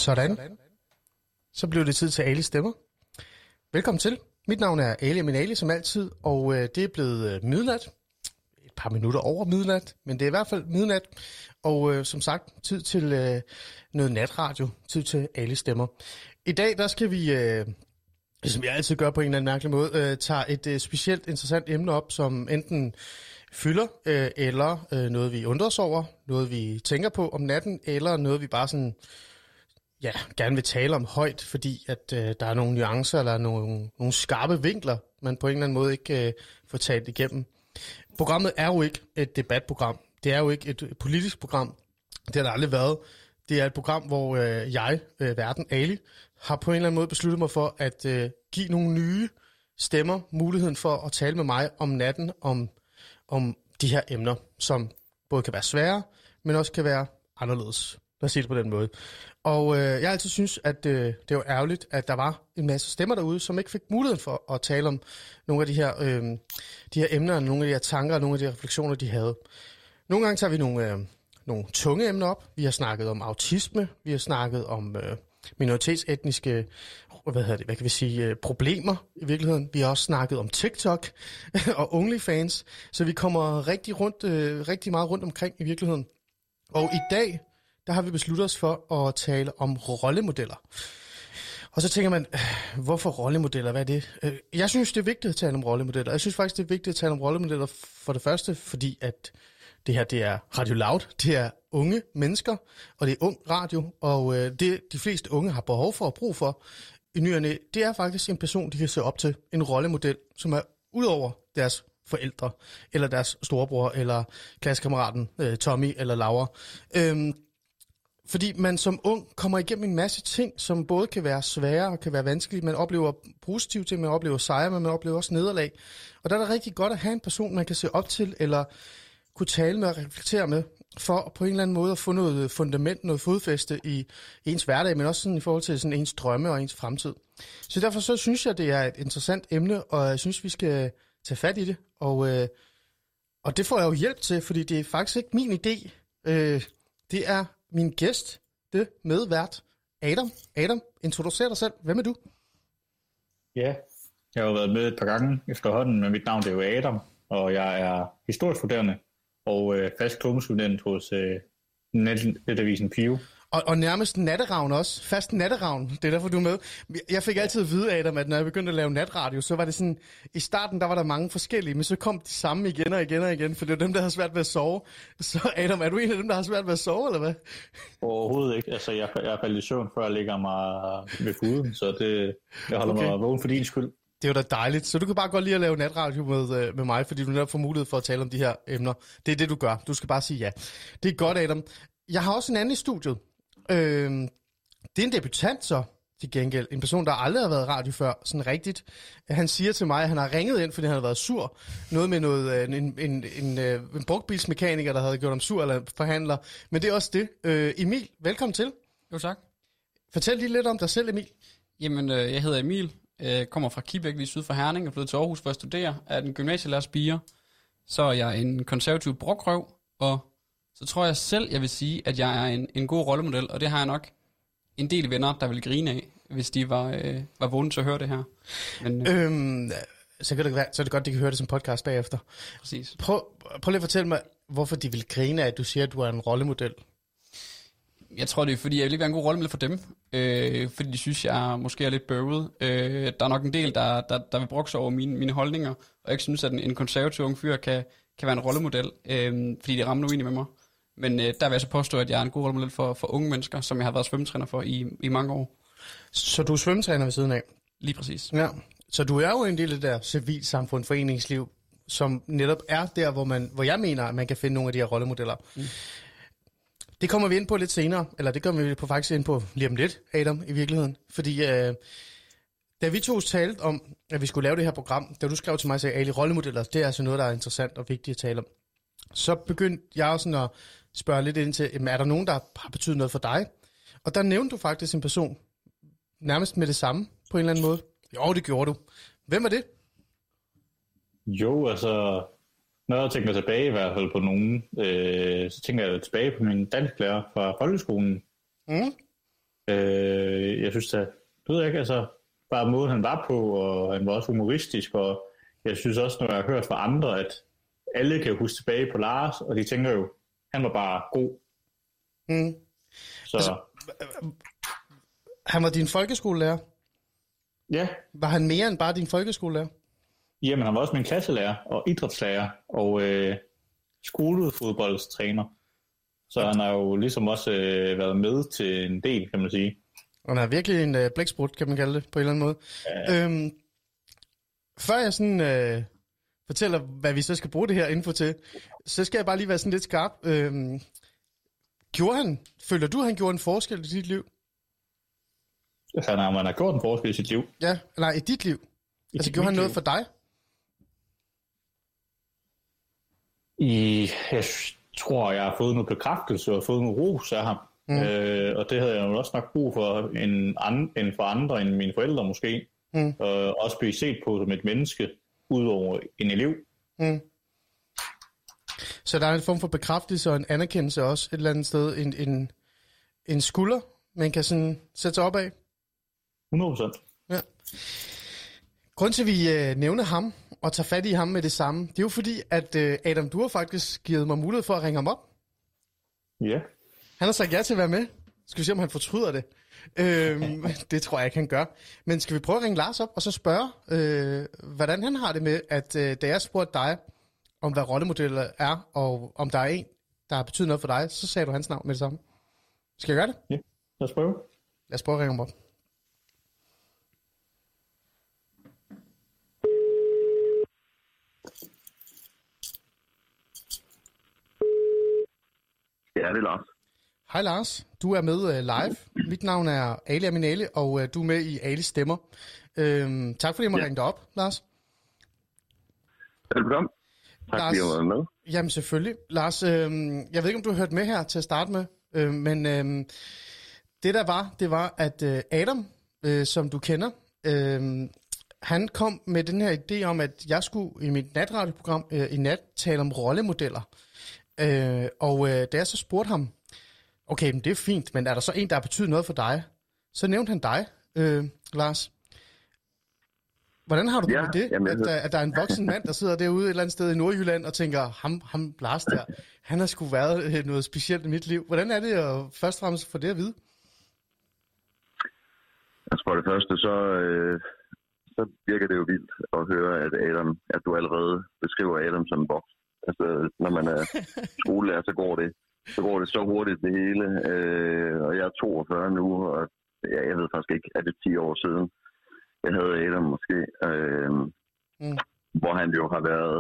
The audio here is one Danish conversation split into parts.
Sådan. Så blev det tid til Ali Stemmer. Velkommen til. Mit navn er Ali Amin Ali, som altid, og det er blevet midnat. Et par minutter over midnat, men det er i hvert fald midnat. Og som sagt, tid til noget natradio. Tid til Ali Stemmer. I dag, der skal vi, som jeg altid gør på en eller anden mærkelig måde, tage et specielt interessant emne op, som enten fylder, eller noget vi undrer os over, noget vi tænker på om natten, eller noget vi bare sådan, ja, gerne vil tale om højt, fordi at der er nogle nuancer, eller nogle skarpe vinkler, man på en eller anden måde ikke får talt igennem. Programmet er jo ikke et debatprogram. Det er jo ikke et politisk program. Det har der aldrig været. Det er et program, hvor jeg, verden Ali, har på en eller anden måde besluttet mig for at give nogle nye stemmer muligheden for at tale med mig om natten, om de her emner, som både kan være svære, men også kan være anderledes. Lad os sige det på den måde. Og jeg altid synes, at det var ærgerligt, at der var en masse stemmer derude, som ikke fik muligheden for at tale om nogle af de her emner, nogle af de her tanker, nogle af de her refleksioner, de havde. Nogle gange tager vi nogle tunge emner op. Vi har snakket om autisme, vi har snakket om minoritetsetniske, hvad kan vi sige, problemer i virkeligheden. Vi har også snakket om TikTok og OnlyFans, så vi kommer rigtig meget rundt omkring i virkeligheden. Og i dag, der har vi besluttet os for at tale om rollemodeller. Og så tænker man, hvorfor rollemodeller? Hvad er det? Jeg synes, det er vigtigt at tale om rollemodeller. Jeg synes faktisk, det er vigtigt at tale om rollemodeller for det første, fordi at det her, det er Radio Loud. Det er unge mennesker, og det er ung radio. Og det, de fleste unge har behov for og brug for i ny og næ, det er faktisk en person, de kan se op til. En rollemodel, som er ud over deres forældre, eller deres storebror, eller klassekammeraten Tommy eller Laura. Fordi man som ung kommer igennem en masse ting, som både kan være svære og kan være vanskelige. Man oplever positive ting, man oplever sejre, men man oplever også nederlag. Og der er det rigtig godt at have en person, man kan se op til, eller kunne tale med og reflektere med, for på en eller anden måde at få noget fundament, noget fodfæste i ens hverdag, men også sådan i forhold til sådan ens drømme og ens fremtid. Så derfor så synes jeg, det er et interessant emne, og jeg synes, vi skal tage fat i det. Og det får jeg jo hjælp til, fordi det er faktisk ikke min idé. Det er min gæst, det medvært, Adam. Adam, introducer dig selv. Hvem er du? Ja, jeg har jo været med et par gange efterhånden, men mit navn er jo Adam, og jeg er historiestuderende og fast klummestudent hos netavisen Pio. Og nærmest natteravn også. Fast natteravn. Det er derfor, du er med. Jeg fik altid at vide, Adam, at når jeg begyndte at lave natradio, så var det sådan, i starten, der var der mange forskellige, men så kom de samme igen og igen, for det var dem, der har svært ved at sove. Så Adam, er du en af dem, der har svært ved at sove, eller hvad? Overhovedet ikke. Altså, jeg er faldet i søvn, før jeg ligger mig ved fuden, så jeg holder mig vågen for din skyld. Det er jo da dejligt. Så du kan bare godt lide at lave natradio med mig, fordi du netop får mulighed for at tale om de her emner. Det er det, du gør. Du skal bare sige ja. Det er godt, Adam. Jeg har også en anden i studiet. Det er en debutant så, til gengæld. En person, der aldrig har været i radio før, sådan rigtigt. Han siger til mig, at han har ringet ind, fordi han har været sur. Noget med en brugtbilsmekaniker, der havde gjort ham sur, eller forhandler. Men det er også det. Emil, velkommen til. Jo, tak. Fortæl lige lidt om dig selv, Emil. Jamen, jeg hedder Emil. Kommer fra Kibæk, lige syd for Herning, og flyttet til Aarhus for at studere. Er en gymnasielærer. Så er jeg en konservativ brokrøv, og så tror jeg selv, jeg vil sige, at jeg er en god rollemodel, og det har jeg nok en del venner, der vil grine af, hvis de var vågne til at høre det her. Men, så er det godt, de kan høre det som podcast bagefter. Præcis. Prøv lige at fortælle mig, hvorfor de vil grine af, at du siger, at du er en rollemodel. Jeg tror, det er, fordi jeg vil ikke være en god rollemodel for dem, fordi de synes, jeg måske er lidt bøvet. Der er nok en del, der vil brokse over mine holdninger, og jeg ikke synes, at en konservativ ung fyr kan være en rollemodel, fordi det rammer uenig med mig. Men der vil jeg så påstå, at jeg er en god rollemodel for unge mennesker, som jeg har været svømmetræner for i mange år. Så du er svømmetræner ved siden af? Lige præcis. Ja. Så du er jo en del af det der civilsamfund, foreningsliv, som netop er der, hvor jeg mener, at man kan finde nogle af de her rollemodeller. Mm. Det kommer vi ind på lidt senere, eller det kommer vi faktisk ind på lige om lidt, Adam, i virkeligheden. Fordi da vi to talte om, at vi skulle lave det her program, da du skrev til mig og sagde, Ali, rollemodeller, det er altså noget, der er interessant og vigtigt at tale om. Så begyndte jeg også sådan at spørge lidt ind til, er der nogen, der har betydet noget for dig? Og der nævnte du faktisk en person, nærmest med det samme, på en eller anden måde. Jo, det gjorde du. Hvem er det? Jo, altså, når jeg tænker tilbage i hvert fald på nogen, så tænker jeg tilbage på min dansklærer fra folkeskolen. Mm. Jeg synes, at, ved jeg ikke, altså, bare måden han var på, og han var også humoristisk, og jeg synes også, når jeg har hørt fra andre, at alle kan huske tilbage på Lars, og de tænker jo, han var bare god. Så... Altså, han var din folkeskolelærer? Ja. Var han mere end bare din folkeskolelærer? Jamen, han var også min klasselærer og idrætslærer og skolefodboldstræner. Så han har jo ligesom også været med til en del, kan man sige. Og han er virkelig en blæksprut, kan man kalde det, på en eller anden måde. Ja. Før jeg sådan fortæller, hvad vi så skal bruge det her info til, så skal jeg bare lige være sådan lidt skarp. Føler du, han gjorde en forskel i dit liv? Altså, når man har gjort en forskel i sit liv? Ja, nej, i dit liv. Altså, gjorde han noget for dig? Jeg tror, jeg har fået noget bekræftelse og fået noget ros af ham. Og det havde jeg jo også nok brug for end for andre end mine forældre måske. Og også blive set på som et menneske, udover en elev. Så der er en form for bekræftelse og en anerkendelse også et eller andet sted. En skulder, man kan sådan sætte sig op af. 100%. Ja. Grunden til, at vi nævner ham og tager fat i ham med det samme, det er jo fordi, at Adam, du har faktisk givet mig mulighed for at ringe ham op. Ja. Han har sagt ja til at være med. Skal vi se, om han fortryder det. Det tror jeg ikke, han gør. Men skal vi prøve at ringe Lars op og så spørge, hvordan han har det med, at da jeg spurgte dig, om hvad rollemodeller er, og om der er en, der har betydet noget for dig, så sagde du hans navn med det samme. Skal jeg gøre det? Ja, lad os prøve. Lad os prøve at ringe ham op. Ja, det er Lars. Hej Lars, du er med live. Mit navn er Ali Amin Ali, og du er med i Ali Stemmer. Tak fordi jeg må ringe dig op, Lars. Velkommen. Tak fordi jeg var med. Jamen selvfølgelig. Lars, jeg ved ikke, om du har hørt med her til at starte med, men det der var, at Adam, som du kender, han kom med den her idé om, at jeg skulle i mit natradioprogram i nat tale om rollemodeller. Da jeg så spurgte ham, okay, men det er fint, men er der så en, der har betydet noget for dig? Så nævnte han dig, Lars. Hvordan har du det med det, at der er en voksen mand, der sidder derude et eller andet sted i Nordjylland og tænker, ham Lars der, han har sgu været noget specielt i mit liv. Hvordan er det at først og fremmest få det at vide? Altså for det første, så virker det jo vildt at høre, at du allerede beskriver Adam som en voksen. Altså, når man er skolelærer, så går det så hurtigt det hele. Og jeg er 42 nu, og jeg ved faktisk ikke, er det 10 år siden, jeg havde Adam måske, hvor han jo har været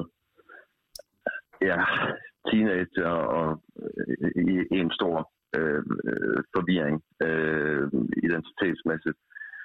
teenager og i en stor forvirring identitetsmæssigt.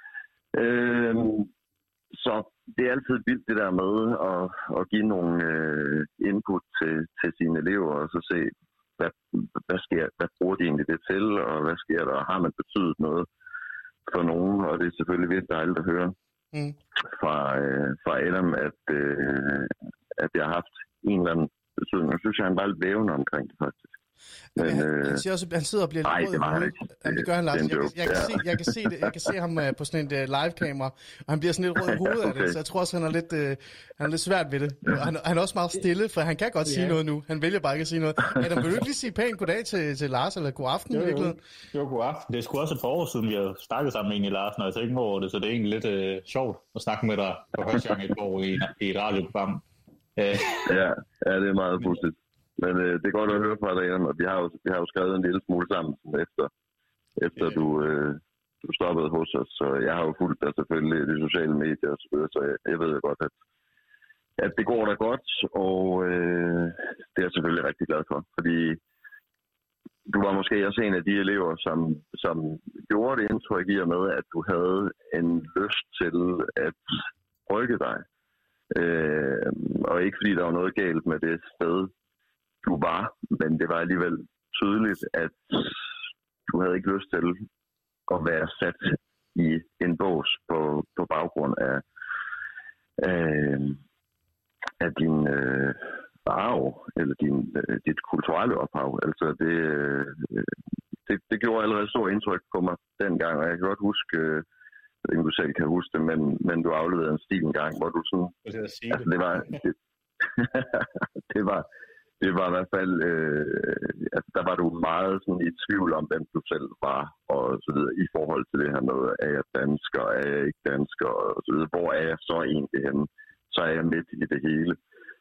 Så det er altid vildt det der med at give nogle input til sine elever, og så se, hvad bruger de egentlig det til, og hvad sker der, har man betydet noget for nogen, og det er selvfølgelig vildt dejligt at høre fra Adam, at jeg har haft en eller anden betydning. Jeg synes, han var lidt vævende omkring det faktisk. Men, han siger også, han sidder og bliver lidt rød i hovedet. Jamen, det gør han, Lars. Jeg kan se det. Jeg kan se ham på sådan et live-kamera, og han bliver sådan lidt rød i hovedet af det, så jeg tror også, han er lidt svært ved det. Og han er også meget stille, for han kan godt sige noget nu. Han vælger bare ikke at sige noget. Adam, vil du ikke lige sige pænt goddag til Lars, eller god aften i virkeligheden? Jo, god aften. Det er sgu også et par år siden, vi har snakket sammen med egentlig, Lars, når jeg tænker over det, så det er egentlig lidt sjovt at snakke med dig på første gang et år i et radioprogram. Ja, det er meget pudsigt. Men det er godt at høre fra dig, og vi har jo skrevet en lille smule sammen efter du stoppede hos os, så jeg har jo fulgt dig selvfølgelig i de sociale medier og så videre, så jeg ved jo godt, at det går da godt, og det er jeg selvfølgelig rigtig glad for, fordi du var måske også en af de elever, som gjorde det indtryk i og med, at du havde en lyst til at rykke dig, og ikke fordi der var noget galt med det sted, du var, men det var alligevel tydeligt, at du havde ikke lyst til at være sat i en bås på baggrund af din arv, eller dit kulturelle ophav. Altså det gjorde allerede stor indtryk på mig dengang, og jeg kan godt huske, jeg ved ikke, om du selv kan huske det, men du afleverede en stil en gang, hvor du sådan... Altså, det var i hvert fald... altså, der var du meget sådan i tvivl om, hvem du selv var, og så videre, i forhold til det her med, er jeg dansker, er jeg ikke dansker, og så videre. Hvor er jeg så egentlig henne? Så er jeg midt i det hele.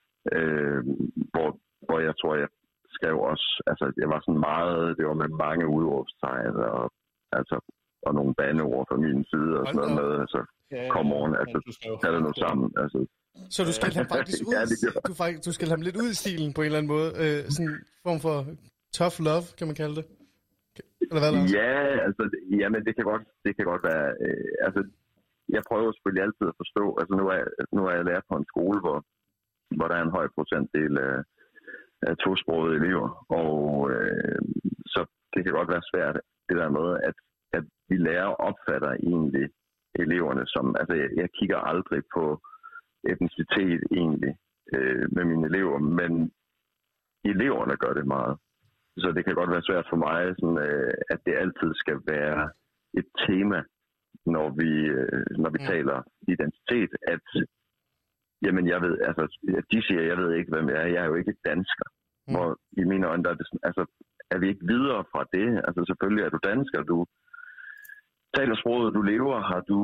Hvor jeg tror, jeg skrev også... Altså, det var sådan meget... Det var med mange udråbstegn, og nogle bandeord fra min side, og sådan noget med, altså, come on, altså, tag det nu sammen, altså. Så du skal ham faktisk ud, du skal ham lidt ud i stilen på en eller anden måde, sådan en form for tough love, kan man kalde det? Eller hvad, Lars? Ja, altså, jamen, det kan godt være, altså, jeg prøver selvfølgelig altid at forstå, altså, nu er jeg lærer på en skole, hvor der er en høj procentdel af tosprogede elever, og så det kan godt være svært, det der med, at vi lærer opfatter egentlig eleverne som, altså jeg kigger aldrig på etnicitet egentlig med mine elever, men eleverne gør det meget. Så det kan godt være svært for mig, sådan, at det altid skal være et tema, når vi taler identitet, at jamen jeg ved, altså de siger, jeg ved ikke, hvem jeg er, jeg er jo ikke dansker. Hvor i mine øjne, der er det, altså er vi ikke videre fra det, altså selvfølgelig er du dansker, du taler sproget, du lever, har du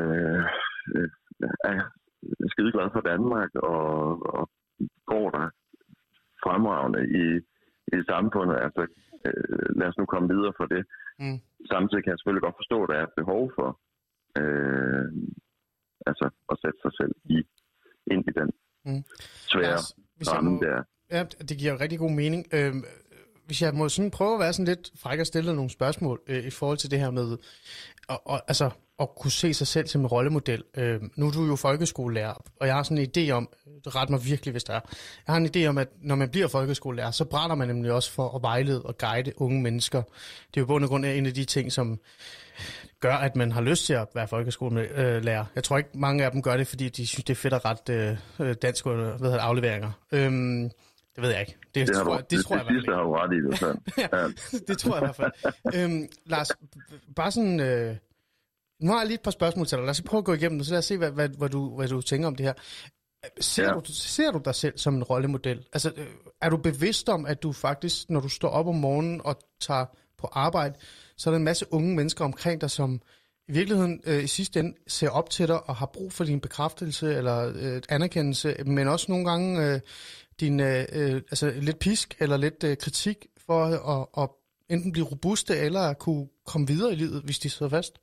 er skide glad for Danmark og går der fremragende i samfundet. Altså, lad os nu komme videre for det. Samtidig kan jeg selvfølgelig godt forstå, at der er et behov for altså at sætte sig selv ind i den svære ramme der. Ja, det giver rigtig god mening. Hvis jeg må sådan prøve at være sådan lidt fræk og stille nogle spørgsmål i forhold til det her med altså at kunne se sig selv som en rollemodel. Nu er du jo folkeskolelærer, og jeg har sådan en idé om, ret mig virkelig, hvis der er, jeg har en idé om, at når man bliver folkeskolelærer, så brænder man nemlig også for at vejlede og guide unge mennesker. Det er jo på grund af en af de ting, som gør, at man har lyst til at være folkeskolelærer. Jeg tror ikke, mange af dem gør det, fordi de synes, det er fedt at rette dansk afleveringer. Det ved jeg ikke. Det tror jeg i hvert fald har jo ret i det. Ja, det tror jeg i hvert fald. Lars, bare sådan... nu har jeg lige et par spørgsmål til dig. Lad os prøve at gå igennem det, så lad os se, hvad du tænker om det her. Ser du dig selv som en rollemodel? Altså, er du bevidst om, at du faktisk, når du står op om morgenen og tager på arbejde, så er der en masse unge mennesker omkring dig, som i virkeligheden i sidste ende ser op til dig og har brug for din bekræftelse eller anerkendelse, men også nogle gange din altså lidt pisk eller lidt kritik for at enten blive robuste eller at kunne komme videre i livet, hvis de sidder fast?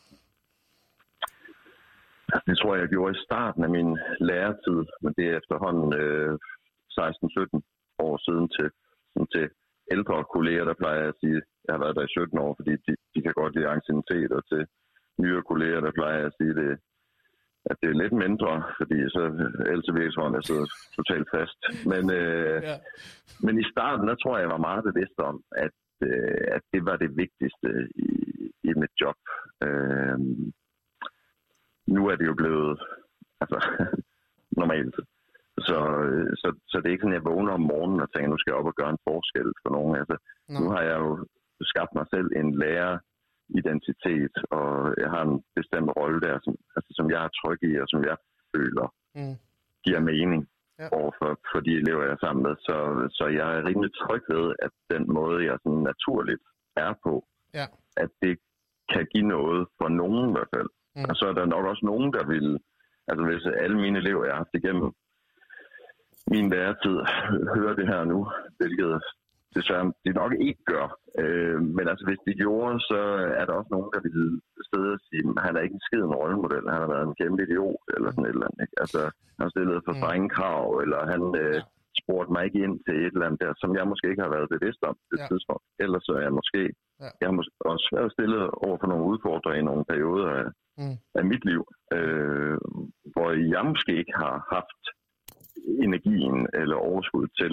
Det tror jeg gjorde i starten af min læretid, men det er efterhånden 16-17 år siden til ældre kolleger, der plejer jeg at sige, jeg har været der i 17 år, fordi de kan godt lide anciennitet, og til nyere kolleger, der plejer jeg at sige, at det er lidt mindre, fordi så ellers virker jeg sidder totalt fast. Men i starten, der tror jeg, jeg var meget bevidst om, at det var det vigtigste i mit job. Nu er det jo blevet normalt. Så det er ikke sådan, at jeg vågner om morgenen og tænker, nu skal jeg op og gøre en forskel for nogen. Altså, nu har jeg jo skabt mig selv en læreridentitet, og jeg har en bestemt rolle der, som jeg er tryg i, og som jeg føler giver mening for de elever, jeg er sammen med. Så jeg er rimelig tryg ved, at den måde, jeg sådan naturligt er på, at det kan give noget for nogen i hvert fald. Og så er der nok også nogen, der vil, altså hvis alle mine elever, jeg har haft igennem min læretid, hører det her nu, hvilket desværre de nok ikke gør. Men altså hvis de gjorde, så er der også nogen, der vil sidde og sige, at han er ikke en skid en rollemodel, han har været en kæmpe idiot, eller sådan et eller andet. Ikke? Altså han har stillet for strenge krav, eller han spurgte mig ikke ind til et eller andet der, som jeg måske ikke har været bevidst om det tidspunkt. Ellers så er jeg måske, jeg har også været stillet over for nogle udfordringer i nogle perioder af mit liv, hvor jeg måske ikke har haft energien eller overskud til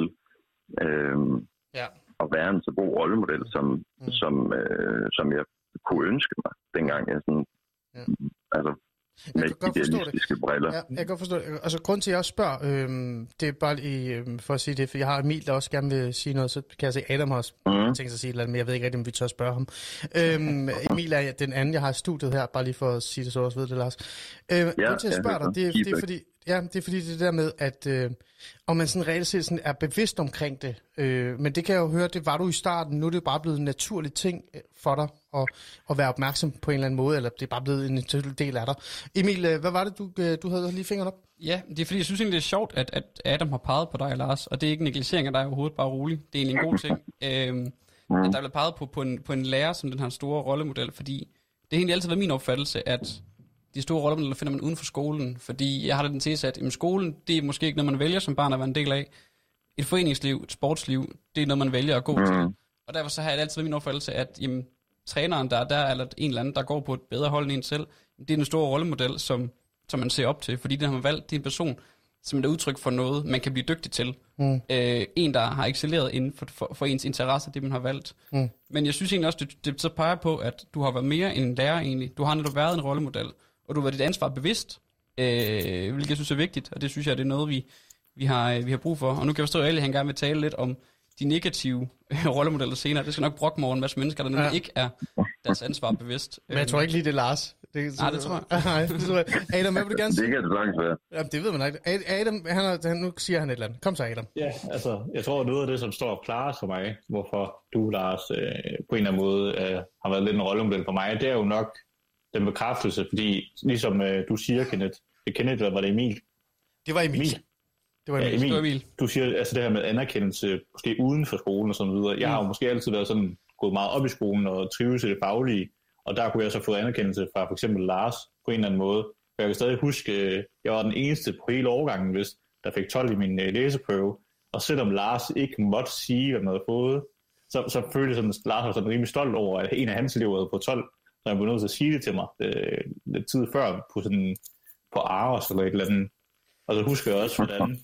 at være en så god rollemodel, som jeg kunne ønske mig, dengang jeg sådan, altså kan godt forstå det. Briller. Ja, jeg kan godt forstå det. Altså, grund til, at jeg også spørger, det er bare lige for at sige det, for jeg har Emil, der også gerne vil sige noget, så kan jeg se, Adam har også tænkt sig at sige et eller andet, men jeg ved ikke rigtig, om vi tør spørge ham. Emil er den anden, jeg har i studiet her, bare lige for at sige det, så også ved det, Lars. Grund til, at jeg spørger dig, det er fordi... Ja, det er fordi det der med, at om man sådan reelt set sådan er bevidst omkring det. Men det kan jeg jo høre, det var du i starten. Nu er det bare blevet en naturlig ting for dig at være opmærksom på en eller anden måde, eller det er bare blevet en naturlig del af dig. Emil, hvad var det, du havde lige fingeren op? Ja, det er fordi, jeg synes egentlig, det er sjovt, at Adam har peget på dig, Lars. Og det er ikke en negligering af dig overhovedet, bare rolig. Det er egentlig en god ting. At der er blevet peget på en lærer som den her store rollemodel, fordi det har egentlig altid været min opfattelse, at de store rollemodeller finder man uden for skolen, fordi jeg har den tese, at skolen, det er måske ikke noget, man vælger som barn at være en del af. Et foreningsliv, et sportsliv, det er noget, man vælger at gå til. Og derfor så har jeg altid min opfattelse, at træneren, der er eller en eller anden, der går på et bedre hold end en selv, det er den store rollemodel, som man ser op til, fordi den har man valgt, det er en person, som er udtryk for noget, man kan blive dygtig til. En, der har excelleret inden for ens interesse, det man har valgt. Men jeg synes egentlig også, det så peger på, at du har været mere end en lærer egentlig. Du har netop været en rollemodel, og du har været dit ansvar bevidst, hvilket jeg synes er vigtigt, og det synes jeg, det er noget, vi har brug for. Og nu kan jeg forstå, at han gerne vil tale lidt om de negative rollemodeller senere. Det skal nok brokke mig over en masse mennesker, der nu ikke er deres ansvar bevidst. Men jeg tror ikke lige, det er Lars. Nej, det tror jeg. Nej, det tror jeg. Adam, hvad vil du gerne sige? Det kan det sagtens være. Jamen, det ved man ikke. Adam, nu siger han et eller andet. Kom så, Adam. Ja, altså, jeg tror, noget af det, som står klart for mig, hvorfor du, Lars, på en eller anden måde har været lidt en rollemodel for mig, det er jo nok den bekræftelse, fordi ligesom du siger, Kenneth, eller var det Emil? Det var Emil. Det var Emil. Du siger altså det her med anerkendelse, måske uden for skolen og sådan videre. Jeg har jo måske altid været sådan, gået meget op i skolen og trives i det faglige, og der kunne jeg så få anerkendelse fra for eksempel Lars på en eller anden måde. Jeg kan stadig huske, jeg var den eneste på hele årgangen, der fik 12 i min læseprøve, og selvom Lars ikke måtte sige, hvad man havde fået, så følte jeg sådan, at Lars var sådan rimelig stolt over, at en af hans elever havde fået 12, så jeg blev nødt til at sige det til mig lidt tid før på Aros eller et eller andet. Og så husker jeg også, hvordan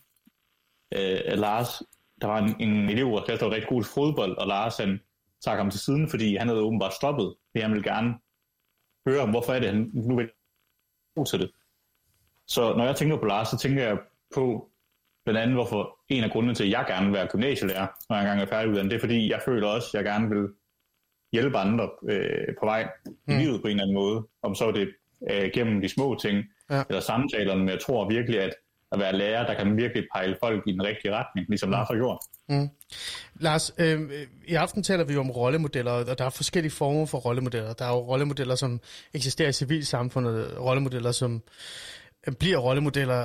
at Lars, der var en elev, der kaldte rigtig god fodbold, og Lars han tager ham til siden, fordi han havde åbenbart stoppet, fordi han ville gerne høre om, hvorfor er det, han nu vil bruge til det. Så når jeg tænker på Lars, så tænker jeg på blandt andet, hvorfor en af grundene til, at jeg gerne vil være gymnasielærer, når jeg engang er færdiguddannet, det er fordi, jeg føler også, at jeg gerne vil hjælpe andre på vej i livet på en eller anden måde. Om så er det gennem de små ting, eller samtalerne, men jeg tror virkelig, at være lærer, der kan virkelig pejle folk i den rigtige retning, ligesom Lars har gjort. Lars, i aften taler vi jo om rollemodeller, og der er forskellige former for rollemodeller. Der er jo rollemodeller, som eksisterer i civilsamfundet, rollemodeller, som bliver rollemodeller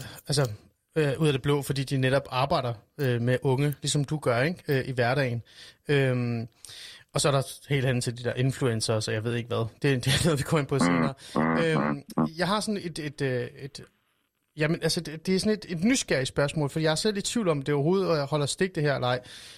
ud af det blå, fordi de netop arbejder med unge, ligesom du gør, ikke? I hverdagen. Og så er der helt hen til de der influencers, og jeg ved ikke hvad. Det er noget, vi kommer ind på senere. Jeg har sådan jamen, altså, det er sådan et nysgerrigt spørgsmål, for jeg er selv i tvivl om, det overhovedet holder stik, det her eller ej.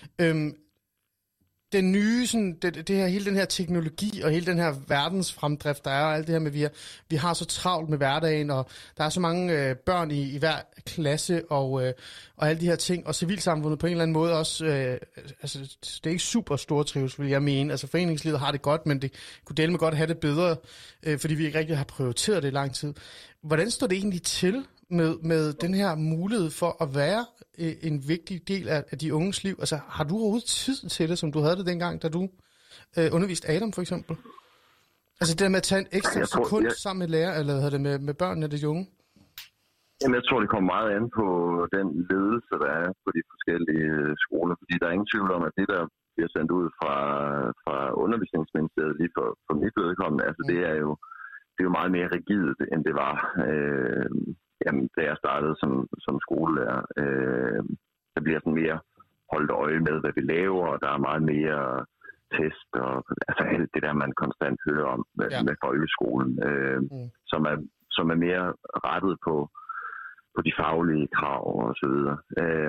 Den nye, sådan, det her, hele den her teknologi og hele den her verdensfremdrift, der er, og alt det her med, vi har så travlt med hverdagen, og der er så mange børn i hver klasse, og alle de her ting, og civilsamfundet på en eller anden måde også, altså, det er ikke super stor trives, vil jeg mene. Altså, foreningslivet har det godt, men det kunne dele med godt have det bedre, fordi vi ikke rigtig har prioriteret det i lang tid. Hvordan står det egentlig til med den her mulighed for at være en vigtig del af de unges liv? Altså, har du overhovedet tid til det, som du havde det dengang, da du underviste Adam, for eksempel? Altså, det der med at tage en ekstra sekund sammen med lærer, eller havde det med børnene, de unge? Jamen, jeg tror, det kommer meget an på den ledelse, der er på de forskellige skoler, fordi der er ingen tvivl om, at det, der bliver sendt ud fra undervisningsministeriet, lige for mit vedkommende, altså det er jo meget mere rigidt, end det var, da jeg startede som skolelærer. Der bliver sådan mere holdt øje med, hvad vi laver, og der er meget mere test, og altså alt det der, man konstant hører om med folkeskolen, som er mere rettet på de faglige krav og så videre.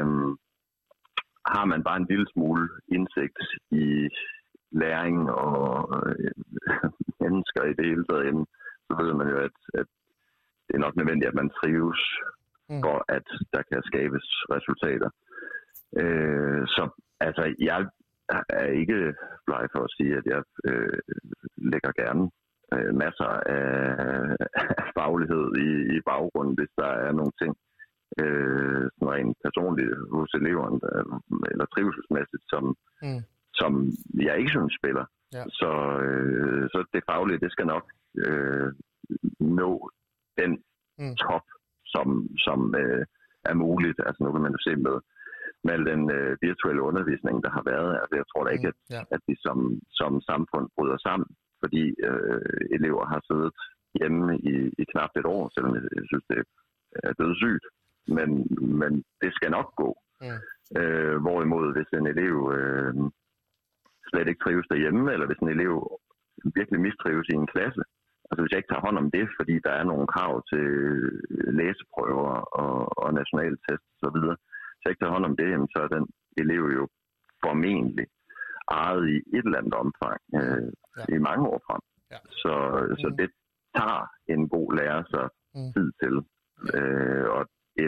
Har man bare en lille smule indsigt i læring og mennesker i det hele taget, så ved man jo, at det er nok nødvendigt, at man trives for, at der kan skabes resultater. Så altså, jeg er ikke bleg for at sige, at jeg lægger gerne masser af faglighed i baggrunden, hvis der er nogle ting, sådan rent personligt hos eleverne, eller trivselsmæssigt, som jeg ikke synes spiller. Ja. Så det faglige, det skal nok nå den top, som er muligt. Altså nu kan man jo se med al den virtuelle undervisning, der har været. Altså, jeg tror da ikke, at vi som samfund bryder sammen, fordi elever har siddet hjemme i knap et år, selvom jeg synes, det er dødssygt. Men det skal nok gå. Hvorimod, hvis en elev slet ikke trives derhjemme, eller hvis en elev virkelig mistrives i en klasse, altså hvis jeg ikke tager hånd om det, fordi der er nogle krav til læseprøver og nationale tests og så videre, hvis jeg ikke tager hånd om det, så er den elev jo formentlig ejet i et eller andet omfang i mange år frem. Ja. Så det tager en god lærer så tid til. Og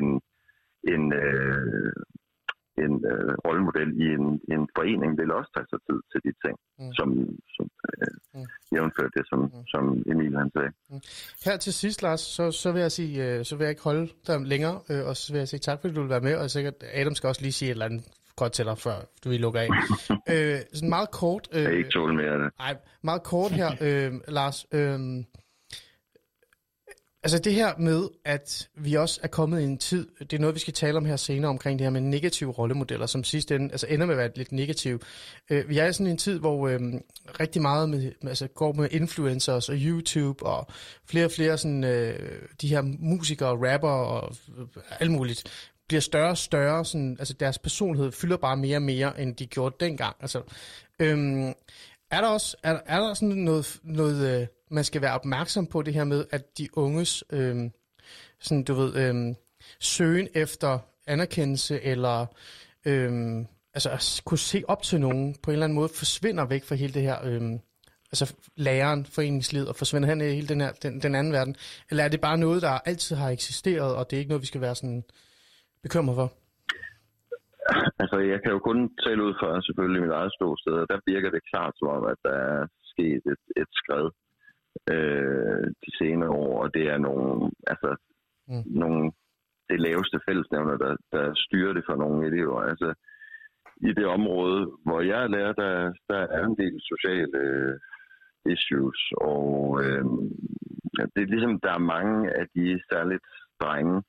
en rollemodel i en forening vil også tage sig tid til de ting, som jævnført det, som Emil han sagde. Her til sidst, Lars, så vil jeg sige, så vil jeg ikke holde dig længere, og så vil jeg sige tak, fordi du vil være med, og sikkert Adam skal også lige sige et eller andet godt til dig, før du vil lukke af. Sådan meget kort. Jeg er ikke tåle mere af det. Nej, meget kort her, Lars. Altså det her med, at vi også er kommet i en tid, det er noget, vi skal tale om her senere, omkring det her med negative rollemodeller, som sidst ender med at være lidt negative. Vi er i sådan en tid, hvor rigtig meget går med influencers og YouTube, og flere sådan, de her musikere, rapper og alt muligt, bliver større og større, sådan, altså deres personlighed fylder bare mere og mere, end de gjorde dengang. Altså, er der sådan noget man skal være opmærksom på det her med, at de unges sådan, du ved, søgen efter anerkendelse, eller altså at kunne se op til nogen, på en eller anden måde forsvinder væk fra hele det her, altså læreren, foreningslivet, og forsvinder hen i hele den anden verden? Eller er det bare noget, der altid har eksisteret, og det er ikke noget, vi skal være sådan bekymret for? Altså, jeg kan jo kun tale ud fra selvfølgelig mit eget ståsted, og der virker det klart som om, at der er sket et skred de senere år, og det er nogle det laveste fællesnævner, der styrer det for nogle elever. Altså, i det område, hvor jeg er lærer, der er en del sociale issues, og det er ligesom, der er mange af de særligt drenge,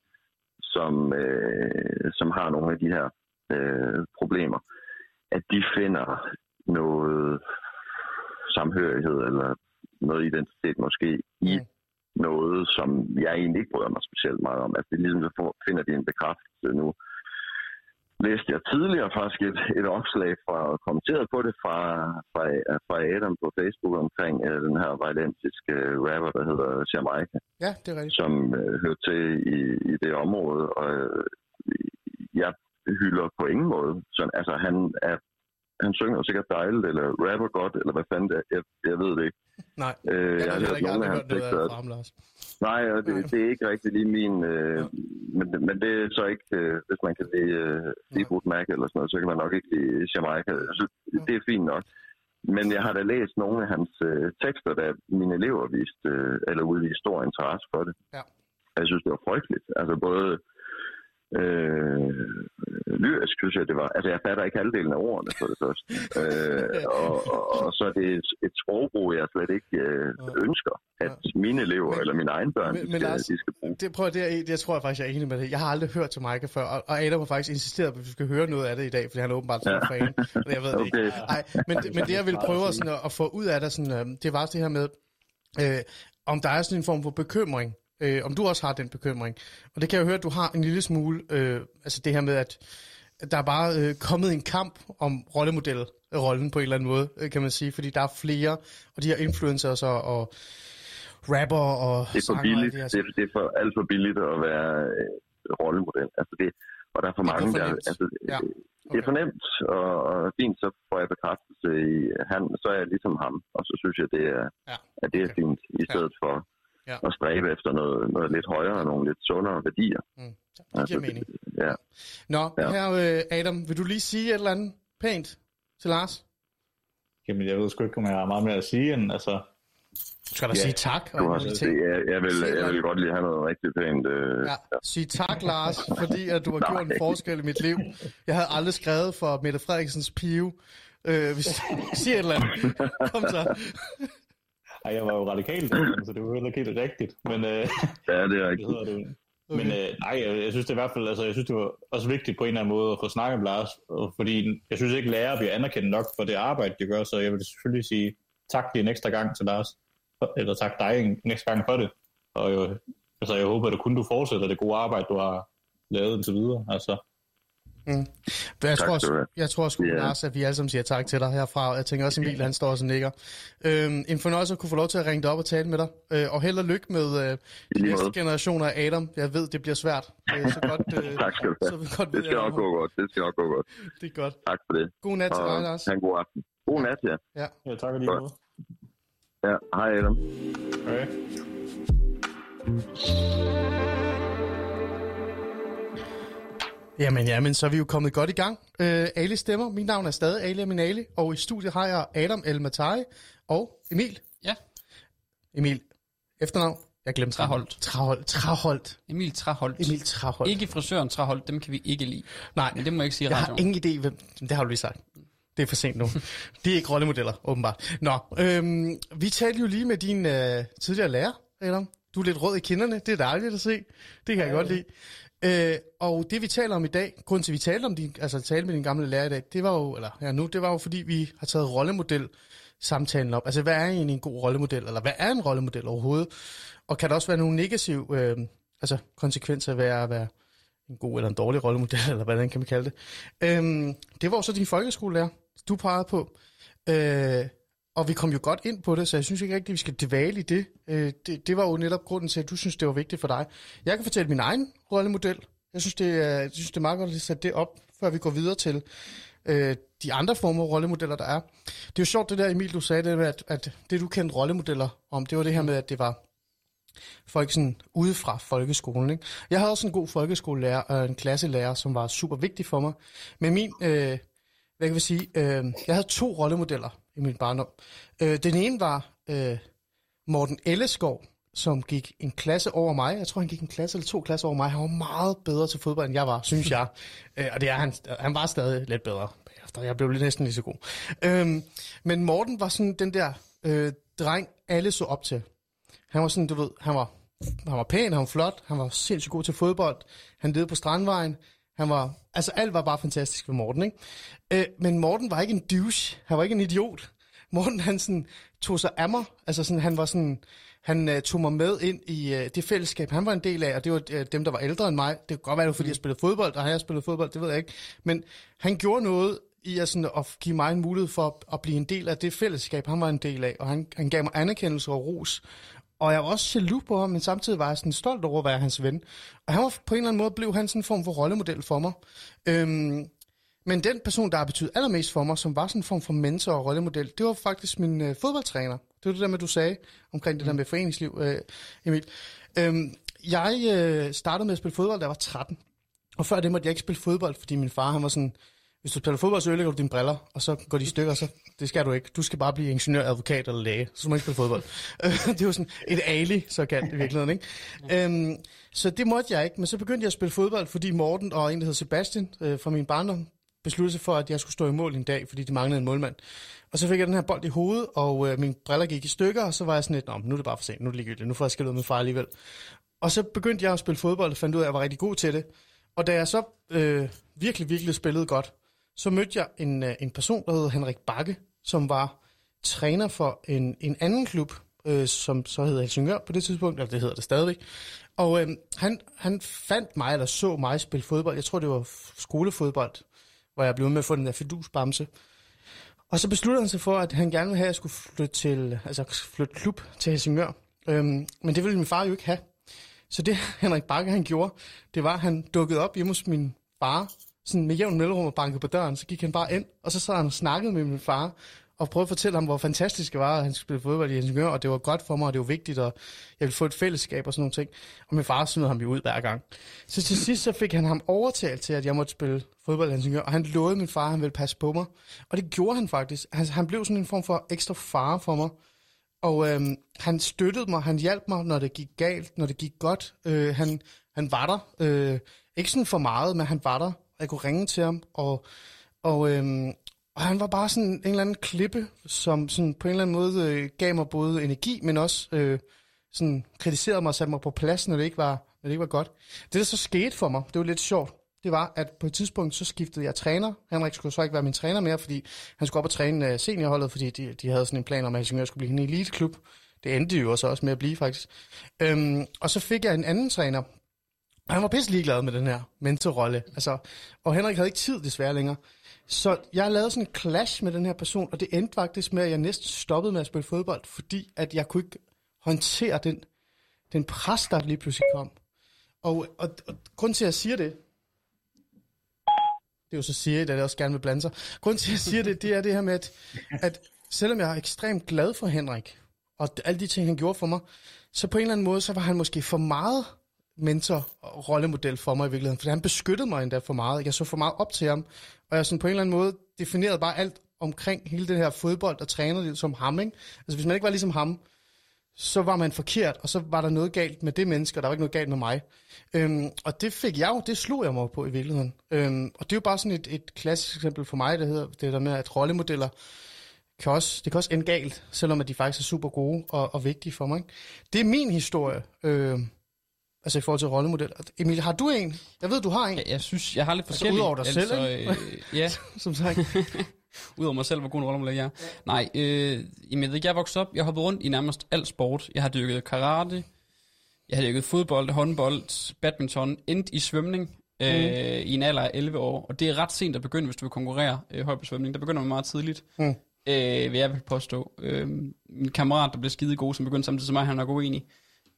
som har nogle af de her problemer, at de finder noget samhørighed eller noget identitet måske i noget, som jeg egentlig ikke bryder mig specielt meget om. Altså det er ligesom, så finder de en bekræftelse nu. Læste jeg tidligere faktisk et opslag fra, kommenteret på det fra Adam på Facebook omkring den her violensiske rapper, der hedder Jamaica. Ja, det er rigtigt. Som hører til i det område, og jeg hylder på ingen måde. Så, altså han synger sikkert dejligt, eller rapper godt, eller hvad fanden det er. Jeg ved det ikke. Nej, jeg har hørt nogle af hans tekster. Nej, og det er ikke rigtig lige min... men det er så ikke... hvis man kan lide Fleetwood Mac eller sådan noget, så kan man nok ikke lide Jamaica. Så det er fint nok. Men jeg har da læst nogle af hans tekster, da mine elever udviste stor interesse for det. Ja. Jeg synes, det var frygteligt. Altså både... lyrisk synes jeg, det var. Altså, jeg fatter ikke halvdelen af ordene for det første. Og så er det et sprogbrug, jeg slet ikke ønsker, at mine elever eller mine egne børn, de skal bruge. Det tror jeg faktisk, jeg er enig med det. Jeg har aldrig hørt Jamaica før, og Adam har faktisk insisteret på, at vi skal høre noget af det i dag, fordi han er åbenbart så fan. Jeg ved det ikke. Ej, men det, jeg ville prøve sådan at få ud af det, sådan, det var det her med, om der er sådan en form for bekymring, om du også har den bekymring. Og det kan jeg høre, at du har en lille smule, altså det her med, at der er bare kommet en kamp om rollemodel-rollen på en eller anden måde, kan man sige, fordi der er flere, og de her influencers og rapper og det er for billigt. Det er for alt for billigt at være rollemodel. Altså det, og der er for mange, der... Altså, det er for nemt, og fint, så får jeg bekræftelse i han, så er jeg ligesom ham, og så synes jeg, at det er fint, i stedet for og stræbe efter noget lidt højere og nogle lidt sundere værdier. Det giver mening. Ja. Nå, her Adam, vil du lige sige et eller andet pænt til Lars? Jamen, jeg ved sgu ikke, om jeg har meget mere at sige, end altså, Du skal da sige tak. Jeg vil godt lige have noget rigtig pænt. Sig tak, Lars, fordi at du har gjort en forskel i mit liv. Jeg havde aldrig skrevet for Mette Frederiksens pive. Hvis du siger et eller andet. Kom så. Ej, jeg var jo radikal, så det var heller ikke helt rigtigt. Men, ja, det er rigtigt. Okay. Men jeg synes det i hvert fald, altså jeg synes det var også vigtigt på en eller anden måde at få snakket med Lars, fordi jeg synes ikke lærer bliver anerkendt nok for det arbejde, de gør, så jeg vil selvfølgelig sige tak lige en ekstra gang til Lars, eller tak dig en ekstra gang for det, og jeg håber, at du fortsætter det gode arbejde, du har lavet indtil videre, altså. Jeg tror sgu, Lars, at vi alle sammen siger tak til dig herfra. Jeg tænker også, Emil, han står også og nikker. En fornøjelse at kunne få lov til at ringe dig op og tale med dig. Og held og lykke med de næste generationer af Adam. Jeg ved, det bliver svært. Så godt, tak skal du have. Det skal nok gå godt. Det er godt. Tak for det. God nat til dig, Lars. Ha' en god aften. God nat, ja. Ja, tak lige måde. Ja, hej Adam. Hej. Jamen, så er vi jo kommet godt i gang. Ali stemmer. Mit navn er stadig Ali Aminali, og i studiet har jeg Adam El Matai og Emil. Ja. Emil, efternavn? Jeg glemte Traholt. Emil Traholt. Ikke frisøren Traholt, dem kan vi ikke lide. Nej. Men det må jeg ikke sige i radioen. Jeg har ingen idé, hvem... Det har du lige sagt. Det er for sent nu. De er ikke rollemodeller, åbenbart. Nå, vi talte jo lige med din tidligere lærer, Adam. Du er lidt rød i kinderne. Det er dejligt at se. Det kan jeg godt lide. Og det vi taler om i dag, grunden til at vi talte om tale med din gamle lærer i dag, det var jo fordi vi har taget rollemodel samtalen op. Altså hvad er egentlig en god rollemodel, eller hvad er en rollemodel overhovedet? Og kan der også være nogle negative konsekvenser ved at være en god eller en dårlig rollemodel, eller hvordan kan man kalde det? Det var jo så din folkeskolelærer, du pegede på. Og vi kom jo godt ind på det, så jeg synes ikke rigtigt, at vi skal dvæle i det. Det var jo netop grunden til, at du synes, det var vigtigt for dig. Jeg kan fortælle min egen rollemodel. Jeg synes, det er meget godt at sætte det op, før vi går videre til de andre former af rollemodeller, der er. Det er jo sjovt, det der, Emil, du sagde, det med, at det, du kendte rollemodeller om, det var det her med, at det var folk sådan ude fra folkeskolen. Ikke? Jeg havde også en god folkeskolelærer og en klasselærer, som var super vigtig for mig. Men min... hvad kan vi sige? Jeg havde 2 rollemodeller i min barndom. Den ene var Morten Elleskov, som gik en klasse over mig. Jeg tror, han gik en klasse eller 2 klasser over mig. Han var meget bedre til fodbold, end jeg var, synes jeg. Og det er han var stadig lidt bedre bagefter. Jeg blev næsten lige så god. Men Morten var sådan den der dreng, alle så op til. Han var sådan, du ved, han var pæn, han var flot, han var sindssygt god til fodbold. Han levede på Strandvejen. Alt var bare fantastisk ved Morten, ikke? Men Morten var ikke en douche. Han var ikke en idiot. Morten, han sådan, tog sig af mig. Altså sådan, han tog mig med ind i det fællesskab, han var en del af, og det var dem, der var ældre end mig. Det kunne godt være, det var, fordi jeg spillede fodbold, og jeg spillet fodbold, det ved jeg ikke. Men han gjorde noget i at give mig en mulighed for at blive en del af det fællesskab, han var en del af. Og han gav mig anerkendelse og ros. Og jeg var også jaloux på ham, men samtidig var jeg sådan stolt over at være hans ven. Og han var på en eller anden måde, blev han sådan en form for rollemodel for mig. Men den person, der har betydet allermest for mig, som var sådan en form for mentor og rollemodel, det var faktisk min fodboldtræner. Det var det der med, du sagde, omkring det der med foreningsliv, Emil. Jeg startede med at spille fodbold, da jeg var 13. Og før det måtte jeg ikke spille fodbold, fordi min far, han var sådan... Hvis du spiller fodbold, så ødelægger du dine briller, og så går de i stykker, så det skal du ikke. Du skal bare blive ingeniør, advokat eller læge, så må du ikke spille fodbold. Det var sådan et ali, så kaldt i virkeligheden, ikke? Så det måtte jeg ikke, men så begyndte jeg at spille fodbold, fordi Morten og en, der hed Sebastian fra min barndom, besluttede sig for, at jeg skulle stå i mål en dag, fordi de manglede en målmand. Og så fik jeg den her bold i hovedet, og mine briller gik i stykker, og så var jeg sådan lidt, nu er det bare for sent, nu er det ligegyldigt, nu får jeg skældt ud med far alligevel. Og så begyndte jeg at spille fodbold, og fandt ud af, at jeg var rigtig god til det. Og da jeg så virkelig spillede godt, så mødte jeg en person, der hed Henrik Bakke, som var træner for en anden klub, som så hed Helsingør på det tidspunkt, eller det hedder det stadigvæk. Og han fandt mig, eller så mig spille fodbold. Jeg tror, det var skolefodbold, hvor jeg blev med at få den der fidusbamse. Og så besluttede han sig for, at han gerne ville have, at jeg skulle flytte klub til Helsingør. Men det ville min far jo ikke have. Så det Henrik Bakke, han gjorde, det var, at han dukkede op hjemme hos min far, sådan med jævn mellemrum og bankede på døren, så gik han bare ind, og så sad han og snakkede med min far, og prøvede at fortælle ham, hvor fantastisk det var, at han skulle spille fodbold i Helsingør, og det var godt for mig, og det var vigtigt, og jeg ville få et fællesskab og sådan nogle ting. Og min far smed ham jo ud hver gang. Så til sidst så fik han ham overtalt til, at jeg måtte spille fodbold i Helsingør, og han lovede min far, at han ville passe på mig. Og det gjorde han faktisk. Han blev sådan en form for ekstra far for mig. Og han støttede mig, han hjalp mig, når det gik galt, når det gik godt. Han var der. Ikke sådan for meget, men han var der. Jeg kunne ringe til ham, og han var bare sådan en eller anden klippe, som sådan på en eller anden måde gav mig både energi, men også sådan kritiserede mig og satte mig på plads, når det ikke var godt. Det, der så skete for mig, det var lidt sjovt, det var, at på et tidspunkt, så skiftede jeg træner. Henrik skulle så ikke være min træner mere, fordi han skulle op og træne seniorholdet, fordi de havde sådan en plan om, at Helsingør skulle blive en eliteklub. Det endte jo også med at blive, faktisk. Og så fik jeg en anden træner, og han var pisse ligeglad med den her mentorrolle. Altså, og Henrik havde ikke tid desværre længere. Så jeg lavede sådan en clash med den her person, og det endte faktisk med, at jeg næsten stoppede med at spille fodbold, fordi at jeg kunne ikke håndtere den pres, der lige pludselig kom. Og grunden til, at jeg siger det, det er jo så Siri, der også gerne vil blande sig. Grunden til, at jeg siger det, det er det her med, at selvom jeg er ekstremt glad for Henrik, og alle de ting, han gjorde for mig, så på en eller anden måde, så var han måske for meget mentor og rollemodel for mig i virkeligheden, for han beskyttede mig endda for meget. Jeg så for meget op til ham, og jeg sådan på en eller anden måde definerede bare alt omkring hele det her fodbold og trænede som ham, ikke? Altså hvis man ikke var ligesom ham, så var man forkert, og så var der noget galt med det menneske, og der var ikke noget galt med mig. Og det fik jeg jo, det slog jeg mig på i virkeligheden. Og det er jo bare sådan et klassisk eksempel for mig, det der med, at rollemodeller kan også ende galt, selvom at de faktisk er super gode og vigtige for mig. Ikke? Det er min historie, altså i forhold til rollemodeller. Emil, har du en? Jeg ved, du har en. Jeg synes, jeg har lidt forskellige. Altså udover dig selv, ikke? Ja. Som sagt. Udover mig selv, hvor god en rollemodel jeg er. Nej, jeg ved ikke, jeg er vokset op, jeg har hoppet rundt i nærmest alt sport. Jeg har dyrket karate, jeg har dyrket fodbold, håndbold, badminton, endt i svømning i en alder af 11 år. Og det er ret sent at begynde, hvis du vil konkurrere højt på svømning. Der begynder man meget tidligt, vil jeg vil påstå. Min kammerat, der blev skide god, som begyndte samtidig som mig, han er god enig.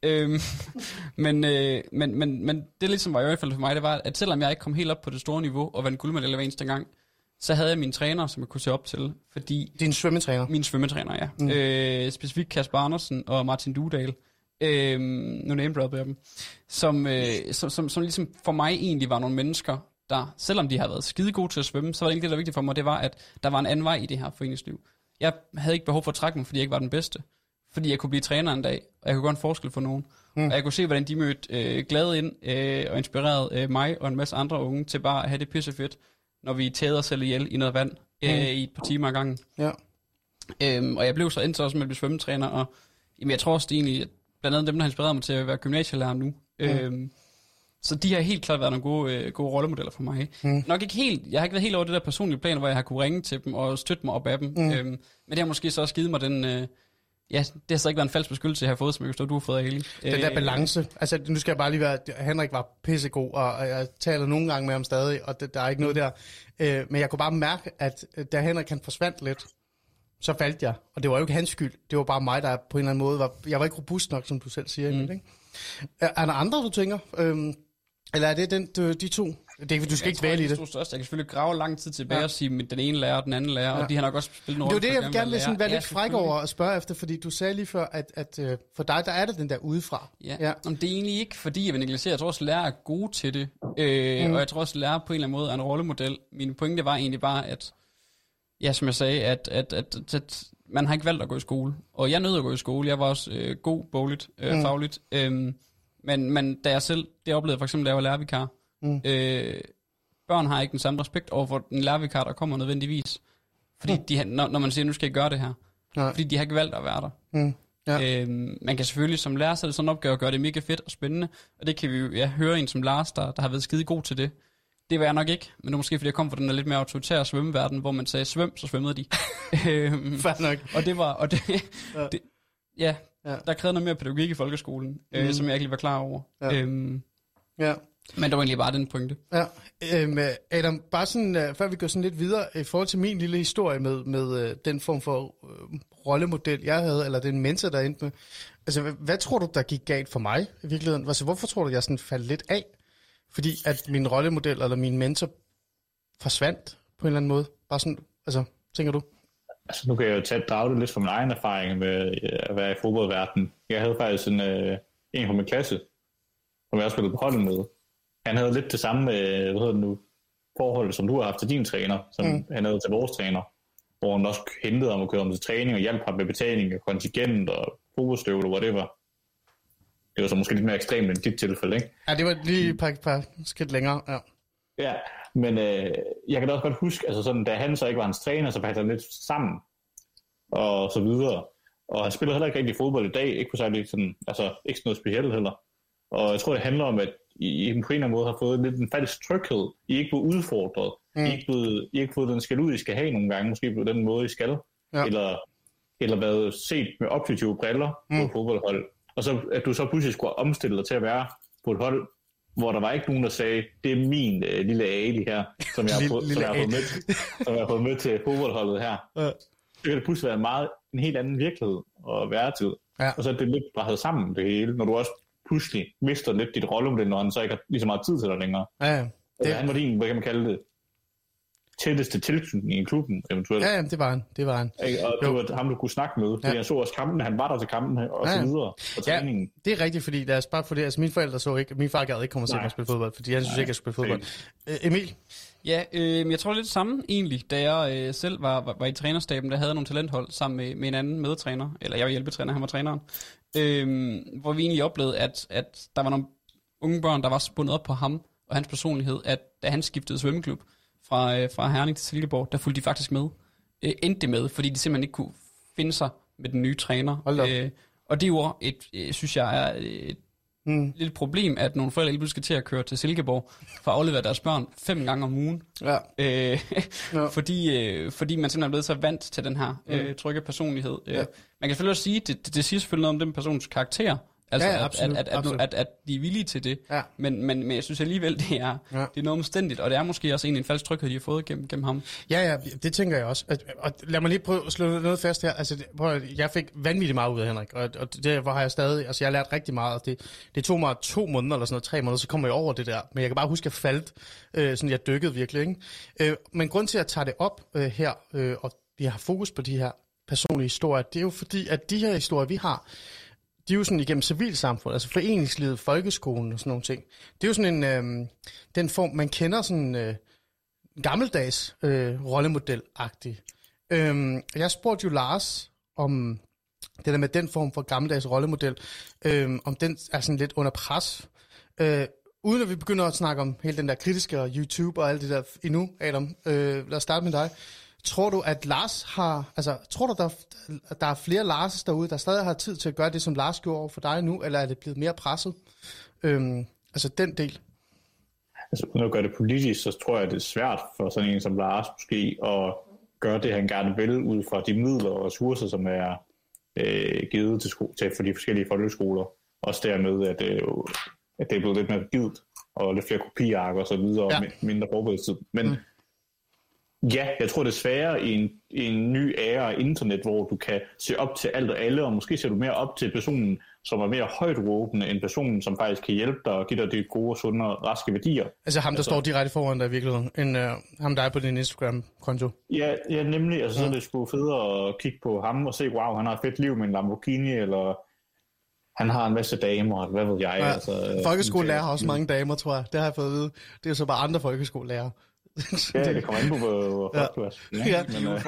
Men det ligesom var i hvert fald for mig, det var, at selvom jeg ikke kom helt op på det store niveau og vandt guldmedalje hver eneste gang, så havde jeg mine træner, som jeg kunne se op til, fordi... Din svømmetræner? Min svømmetræner, ja. Specifikt Kasper Andersen og Martin Dudal. Nu name-droppede jeg dem. Som ligesom for mig egentlig var nogle mennesker, der, selvom de havde været skide gode til at svømme, så var det egentlig det, der var vigtigt for mig, det var, at der var en anden vej i det her foreningsliv. Jeg havde ikke behov for at trække mig, fordi jeg ikke var den bedste. Fordi jeg kunne blive træner en dag, og jeg kunne gøre en forskel for nogen. Og jeg kunne se, hvordan de mødte glade ind og inspirerede mig og en masse andre unge til bare at have det pissefedt, når vi tæder os selv ihjel i noget vand i et par timer ad gangen. Ja. Og jeg blev så endte også med at blive svømmetræner, og jamen, jeg tror også, det egentlig, blandt andet dem, der har inspireret mig til at være gymnasielærer nu. Så de har helt klart været nogle gode rollemodeller for mig. Nok ikke helt, jeg har ikke været helt over det der personlige plan, hvor jeg har kunne ringe til dem og støtte mig op af dem. Men det har måske så også givet mig den... det har så ikke været en falsk beskyttelse, jeg har fået, som jeg kan stå, du har fået af Ali. Den der balance. Altså, nu skal jeg bare lige være... Henrik var pissegod, og jeg taler nogle gange med ham stadig, og der er ikke noget der. Men jeg kunne bare mærke, at da Henrik han forsvandt lidt, så faldt jeg. Og det var jo ikke hans skyld. Det var bare mig, der på en eller anden måde var... Jeg var ikke robust nok, som du selv siger. Ikke? Er der andre, du tænker? Eller er det de to? Det er, du skal ikke vælge i det. Jeg kan selvfølgelig grave lang tid tilbage og sige, at den ene lærer og den anden lærer, og de har nok også spillet en rolle. Det er jo det, jeg gerne vil sådan være lidt fræk over at spørge efter, fordi du sagde lige før, at for dig, der er det den der udefra. Ja. Men det er egentlig ikke, fordi jeg vil negligere. Jeg tror også, lærer er gode til det, og jeg tror også, lærer på en eller anden måde er en rollemodel. Min pointe var egentlig bare, at, ja, som jeg sagde, at man har ikke valgt at gå i skole. Og jeg nød at gå i skole. Jeg var også god bogligt, fagligt. Men da jeg selv, det oplevede jeg for eksempel, da jeg var lærervikar. Børn har ikke den samme respekt over for den lærervikar, der kommer nødvendigvis. Fordi når man siger, nu skal jeg gøre det her. Fordi de har ikke valgt at være der. Man kan selvfølgelig som lærer sætte sådan en opgave og gøre det mega fedt og spændende. Og det kan vi jo høre en som Lars, der har været skide god til det. Det var jeg nok ikke, men det var måske fordi jeg kom fra den der lidt mere autoritære svømmeverden, hvor man sagde svøm, så svømmede de. Fair nok. Og det var, der krævede noget mere pædagogik i folkeskolen, som jeg ikke lige var klar over. Men det var egentlig bare den pointe. Ja. Adam, bare sådan, før vi går sådan lidt videre, i forhold til min lille historie med den form for rollemodel, jeg havde, eller den mentor, der endte med. Altså, hvad tror du, der gik galt for mig i virkeligheden? Altså, hvorfor tror du, jeg sådan faldt lidt af? Fordi at min rollemodel eller min mentor forsvandt på en eller anden måde? Bare sådan, altså, tænker du? Altså, nu kan jeg jo drage det lidt fra min egen erfaring med at være i fodboldverdenen. Jeg havde faktisk en fra min klasse, som jeg også spillede på holdet med. Han havde lidt det samme forhold, som du har haft til din træner, som han havde til vores træner. hvor han også hentede ham og kørte ham til træning og hjalp ham med betaling af kontingent og fodboldstøvler, whatever. Det var så måske lidt mere ekstremt end dit tilfælde, ikke? Ja, det var lige et par skridt længere, ja. Ja, men jeg kan da også godt huske, altså sådan, da han så ikke var hans træner, så faldt han lidt sammen, og så videre. Og han spiller heller ikke rigtig fodbold i dag, ikke på særlig sådan, altså ikke sådan noget specielt heller. Og jeg tror, det handler om, at I på en eller anden måde har fået lidt en falsk tryghed. I er ikke blevet udfordret. I er ikke fået den skal ud, I skal have nogle gange, måske på den måde, I skal. Ja. Eller været set med objektive briller på fodboldhold. Og så, at du så pludselig skulle omstille dig til at være på et hold, hvor der var ikke nogen, der sagde, det er min lille Ali her, som jeg har fået med til fodboldholdet her. Ja. Så kan det pludselig være en helt anden virkelighed at være til. Ja. Og så er det lidt brættet sammen det hele, når du også pludselig mister lidt dit rollemodel, når han så ikke har lige så meget tid til dig længere. Ja. Han var din, hvad kan man kalde det, tætteste tilknytning i klubben, eventuelt. Ja, det var han. Og det var ham, du kunne snakke med, fordi jeg så også kampen, han var der til kampen og så videre, og træningen. Ja, det er rigtigt, fordi lad os bare få det, altså mine forældre så ikke, min far gad ikke komme og se mig spille fodbold, fordi han synes ikke, jeg skulle spille fodbold. Emil? Ja, jeg tror lidt det samme egentlig, da jeg selv var i trænerstaben, der havde nogle talenthold sammen med en anden medtræner, eller jeg var hjælpetræner, han var træneren, hvor vi egentlig oplevede, at der var nogle unge børn, der var spundet op på ham og hans personlighed, at da han skiftede svømmeklub fra Herning til Silkeborg, der fulgte de faktisk med. Endte det med, fordi de simpelthen ikke kunne finde sig med den nye træner. Og det er jo synes jeg er et lille problem, at nogle forældre lige skal til at køre til Silkeborg for at aflevere deres børn 5 gange om ugen. Ja. Fordi man simpelthen er blevet så vant til den her trygge personlighed. Ja. Man kan selvfølgelig også sige, det siger selvfølgelig noget om den persons karakter. Altså, at de er villige til det. Ja. Men jeg synes alligevel, det er noget omstændigt, og det er måske også en falsk tryghed, de har fået gennem ham. Ja, det tænker jeg også. Og lad mig lige prøve at slå noget fast her. Altså, jeg fik vanvittigt meget ud af Henrik, og det har jeg stadig, altså jeg har lært rigtig meget. Det tog mig 2 måneder eller sådan noget, 3 måneder, så kommer jeg over det der. Men jeg kan bare huske, at jeg faldt, sådan jeg dykkede virkelig, ikke? Men grund til, at jeg tager det op her, og vi har fokus på de her personlige historier, det er jo fordi, at de her historier, vi har, de er jo sådan igennem civilsamfundet, altså foreningslivet, folkeskolen og sådan nogle ting. Det er jo sådan en, den form, man kender sådan gammeldags rollemodel-agtig. Jeg spurgte jo Lars om det der med den form for gammeldags rollemodel, om den er sådan lidt under pres. Uden at vi begynder at snakke om hele den der kritiske og YouTube og alt det der endnu, Adam. Lad os starte med dig. Tror du, at Lars har... Altså, tror du, der er flere Lars derude, der stadig har tid til at gøre det, som Lars gjorde over for dig nu, eller er det blevet mere presset? Altså, den del. Altså, uden at gøre det politisk, så tror jeg, det er svært for sådan en som Lars måske at gøre det, han gerne vil, ud fra de midler og ressourcer, som er givet til for de forskellige folkeskoler. Også dermed, at det er blevet lidt mere givet, og lidt flere kopiark og så videre, og mindre forberedelsestid. Men ja, jeg tror det er sværere i en ny æra af internet, hvor du kan se op til alt og alle, og måske ser du mere op til personen, som er mere højt råbende, end personen, som faktisk kan hjælpe dig og give dig de gode, sunde og raske værdier. Altså ham, der står direkte foran dig i virkeligheden, end ham, der er på din Instagram-konto. Ja, nemlig. Altså, så er det sgu federe at kigge på ham og se, wow, han har et fedt liv med en Lamborghini, eller han har en masse damer, hvad ved jeg. Ja. Altså, folkeskolelærer har også mange damer, tror jeg. Det har jeg fået at vide. Det er jo så bare andre folkeskolelærer. Ja, det kommer ind på podcast. Ja.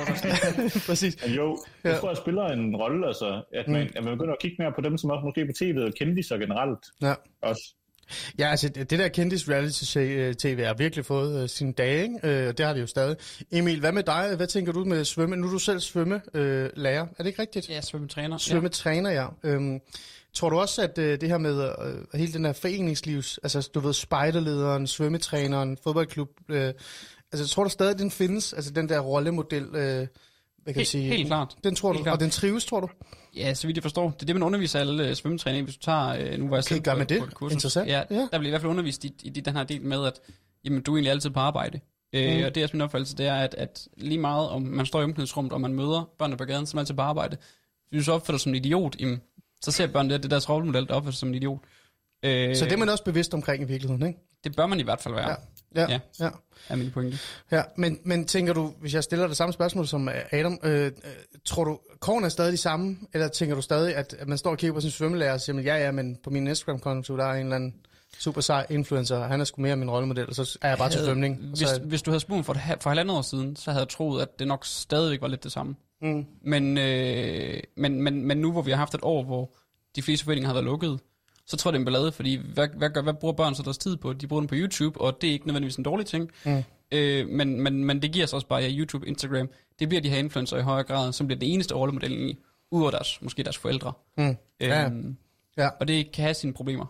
Præcis. Men jo, jeg tror, jeg spiller en rolle, altså, at man begynder at kigge mere på dem, som også måske på tv og kendiser generelt. Ja. Også. Ja, altså det der kendis reality-tv har virkelig fået sine dage, ikke? Det har vi jo stadig. Emil, hvad med dig? Hvad tænker du med svømme? Nu er du selv svømmelærer, er det ikke rigtigt? Ja, svømmetræner. Svømmetræner, ja. Tror du også, at det her med hele den her foreningslivs, altså du ved, spejderlederen, svømmetræneren, fodboldklub, altså tror du stadig, den findes? Altså den der rollemodel, hvad kan jeg sige? Helt klart. Den tror du, og den trives, tror du? Ja, så vidt jeg forstår. Det er det, man underviser alle svømmetræning. Hvis du tager, nu var jeg selv på et kursus. Interessant. Ja, der bliver i hvert fald undervist i den her del med, at jamen, du er egentlig altid på arbejde. Og det er min opfattelse, det er, at lige meget om man står i omklædningsrummet, og man møder børnene på gaden, som er altid på arbejde, hvis du så opfører dig som en idiot, jamen, så ser børnene det er deres rollemodel, der opfører sig som en idiot. Så det er man også bevidst omkring i virkeligheden, ikke? Det bør man i hvert fald være. Ja. Er min pointe. Ja, men tænker du, hvis jeg stiller det samme spørgsmål som Adam, tror du, kårene er stadig de samme, eller tænker du stadig, at man står og kigger på sin svømmelærer og siger, ja, men på min Instagram-konto, der er en eller anden super sej influencer, han er sgu mere min rollemodel, og så er jeg bare til svømning. Hvis du havde spurgt for halvandet år siden, så havde jeg troet, at det nok stadigvæk var lidt det samme. Men nu, hvor vi har haft et år, hvor de fleste foreninger har været lukket, så tror jeg, det er en ballade, fordi hvad bruger børn så deres tid på? De bruger den på YouTube, og det er ikke nødvendigvis en dårlig ting. Men det giver sig også bare, YouTube, Instagram, det bliver de her influencer i højere grad, som bliver det eneste rollemodellen i, udover måske deres forældre. Ja. Og det kan have sine problemer.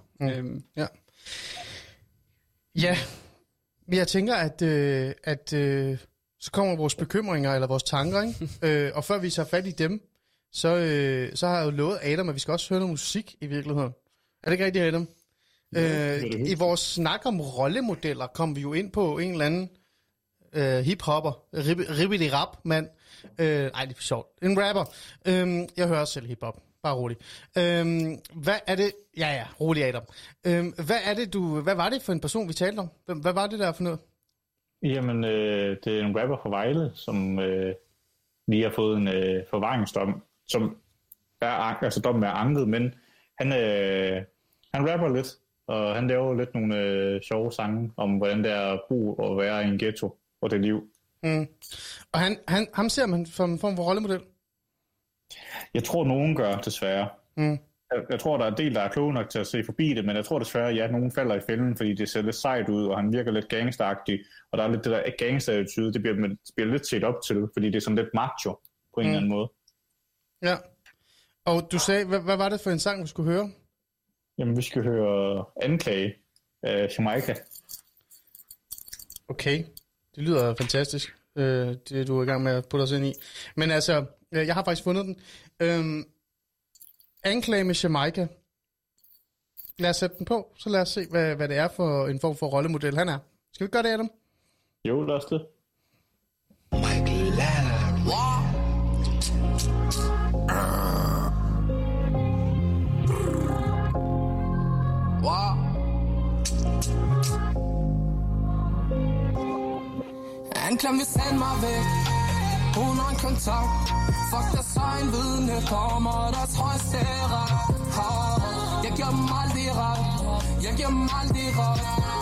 Ja, men jeg tænker, at så kommer vores bekymringer, eller vores tanker, ikke? Og før vi tager fat i dem, så har jeg jo lovet Adam, at vi skal også høre noget musik i virkeligheden. Er det ikke rigtigt, Adam? I vores snak om rollemodeller kom vi jo ind på en eller anden hiphopper, ribbidi-rap mand. Nej, det er sjovt. En rapper. Jeg hører også selv hiphop. Bare rolig. Hvad er det? Ja, rolig Adam. Hvad var det for en person, vi talte om? Hvad var det der for noget? Jamen, det er en rapper fra Vejle, som lige har fået en forvaringsdom, som dommen er anket, men han rapper lidt, og han laver lidt nogle sjove sange om, hvordan det er at bo og være i en ghetto og det liv. Og ham ser man som en form for rollemodel? Jeg tror, nogen gør, desværre. Jeg tror, der er en del, der er kloge nok til at se forbi det, men jeg tror desværre, at nogen falder i fælden, fordi det ser lidt sejt ud, og han virker lidt gangsteragtig, og der er lidt det der gangster-attitude, det bliver lidt set op til, fordi det er sådan lidt macho på en eller anden måde. Ja. Og du sagde, hvad var det for en sang, vi skulle høre? Jamen, vi skal høre Anklage af Jamaica. Okay, det lyder fantastisk, det du er i gang med at putte os ind i. Men altså, jeg har faktisk fundet den. Anklage med Jamaica. Lad os sætte den på, så lad os se, hvad det er for en form for rollemodel, han er. Skal vi gøre det, Adam? Jo, lad os det. Anklam vil sende mig væk under en kontakt. Fuck der sign vidne kommer deres højeste ret. Jeg giver dem aldrig ret. Jeg giver dem aldrig ret.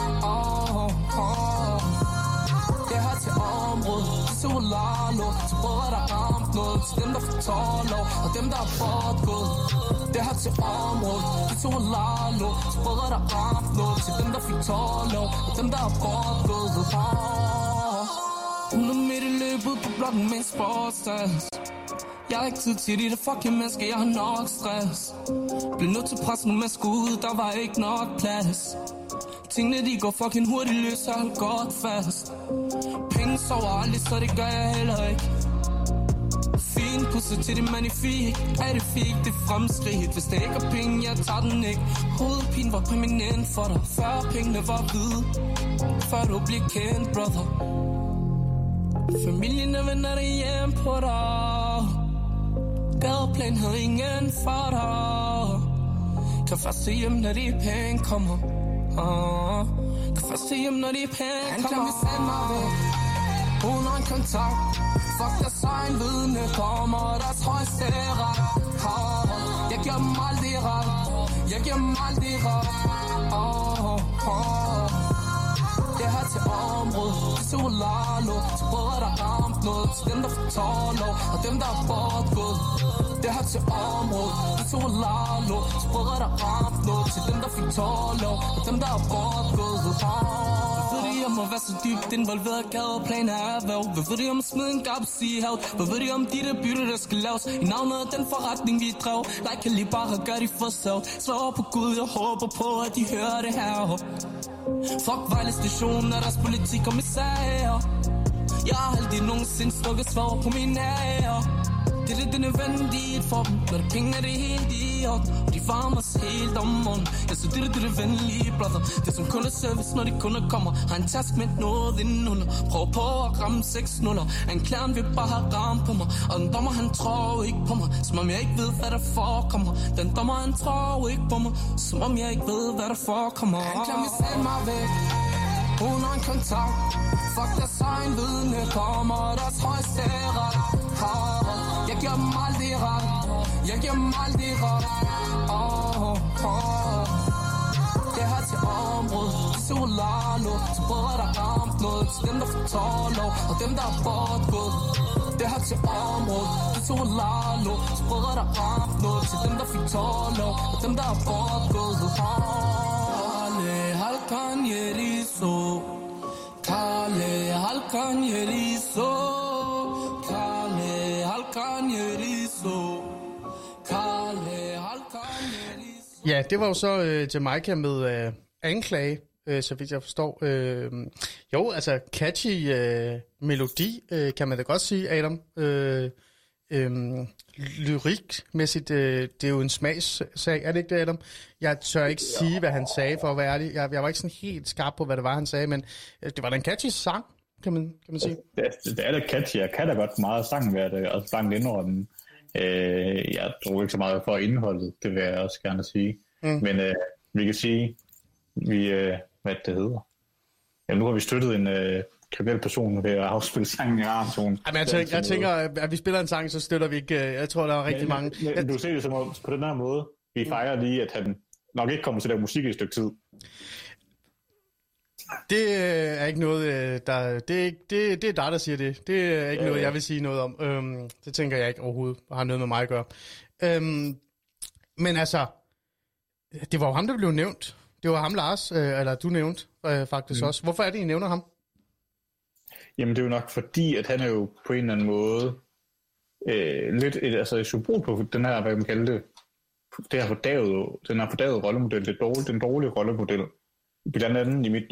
Det her til området Solalo. Til brødre der ramt noget. Til dem der får tårlov. Og dem der er bortgået. Det her til området Solalo. Til brødre der ramt noget. Til dem der fik tårlov. Og dem der er bortgået. 100 meter løbet på blokken med en sportsdans. Jeg har ikke tid til de der fucking mennesker, jeg har nok stress. Blev nødt til pressen med skud, der var ikke nok plads. Tingene de går fucking hurtigt løs, og hold godt fast. Penge sover aldrig, så det gør jeg heller ikke. Fin pusser til det magnifik. Er det fik, det fremskridt. Hvis det ikke er penge, jeg tager den ikke. Hovedpine var permanent for dig. Før pengene var hvide. Før du blev kendt, brother. Familien og venner der hjem på dig. Gadeplan havde ingen for dig. Kan først se hjem, når de penge kommer. Kan først se hjem, når de penge kommer. Han kan vi sende mig væk under en kontakt. Fuck der sign vidne kommer deres højeste ret. Jeg giver dem aldrig ret. Jeg giver dem aldrig ret. Det her til området Solalo. Til brødre der ramt noget. Til dem der får tårlov. Og dem der er bortgået. Det her til området Solalo. Til brødre der ramt noget. Til dem der fik tårlov. Og dem der er bortgået. Hvad ved de om at være så dybt involveret? Gadeplan er erhverv. Hvad ved de om at smide en gab i havet? Hvad ved de om de der bytte der skal laves? I navnet af den forretning vi drev. Like kan lige bare gør de for selv. Slår på Gud, jeg håber på at de hører det her. Fuck Vejle station og deres politikommissærer. Jeg har aldrig nogensinde stukket svar på mine ærer. Det er det nødvendigt for dem. Når det penge er det helt i orden. Og de varmer os helt om morgenen. Ja, så det er det venlige, brother. Det som kun er service, når de kunder kommer. Har en task med noget indenunder. Prøv på at ramme 6 nuller. Anklageren vil bare have ramt på mig. Og den dommer han tror ikke på mig. Som om jeg ikke ved hvad der forekommer. Den dommer han tror ikke på mig. Som om jeg ikke ved hvad der forekommer. Anklageren vil sende mig væk under en kontakt. Fuck der sign vidne kommer deres højeste ret. Jeg giver dem aldrig ret. Jeg giver dem aldrig ret. Det Det her til området, det så Lalo. Til brødre, der ramt noget, til dem, der får tårlov, og dem, der er bortgået. Det her til området, det så Lalo. Til brødre, der ramt noget, til dem, der fik tårlov, og dem, der er bortgået. Kale, halkan, yeriso. Kale, halkan, yeriso. Kale, halkan, yeriso. Kale, halkan, yeriso. Ja, det var jo så Jamaica med anklage, så vidt jeg forstår. Jo, altså catchy melodi, kan man da godt sige, Adam. Lyrikmæssigt, det er jo en smagssag, er det ikke det, Adam? Jeg tør ikke sige, hvad han sagde, for at være ærlig. Jeg var ikke sådan helt skarp på, hvad det var, han sagde, men det var da en catchy sang, kan man sige. Det er da catchy. Jeg kan da godt meget sang være det, og sangen indrømme. Jeg tror ikke så meget for indholdet, det vil jeg også gerne sige. Men vi kan sige, hvad det hedder. Ja, nu har vi støttet en kriminel person ved at afspille sangen i radioen. Jeg tænker, at vi spiller en sang, så støtter vi ikke. Jeg tror, der er rigtig mange. Du ser det som på den her måde. Vi fejrer lige, at han nok ikke kommer til at lave musik i et stykke tid. Det er ikke noget, det er dig, der siger det. Det er ikke noget, jeg vil sige noget om. Det tænker jeg ikke overhovedet har noget med mig at gøre. Men altså, det var jo ham, der blev nævnt. Det var ham, Lars, eller du nævnte faktisk også. Hvorfor er det, I nævner ham? Jamen, det er jo nok fordi, at han er jo på en eller anden måde lidt et symbol på den her, hvad man kalder det, den her fordavede rollemodel, den dårlige rollemodel. Blandt andet i mit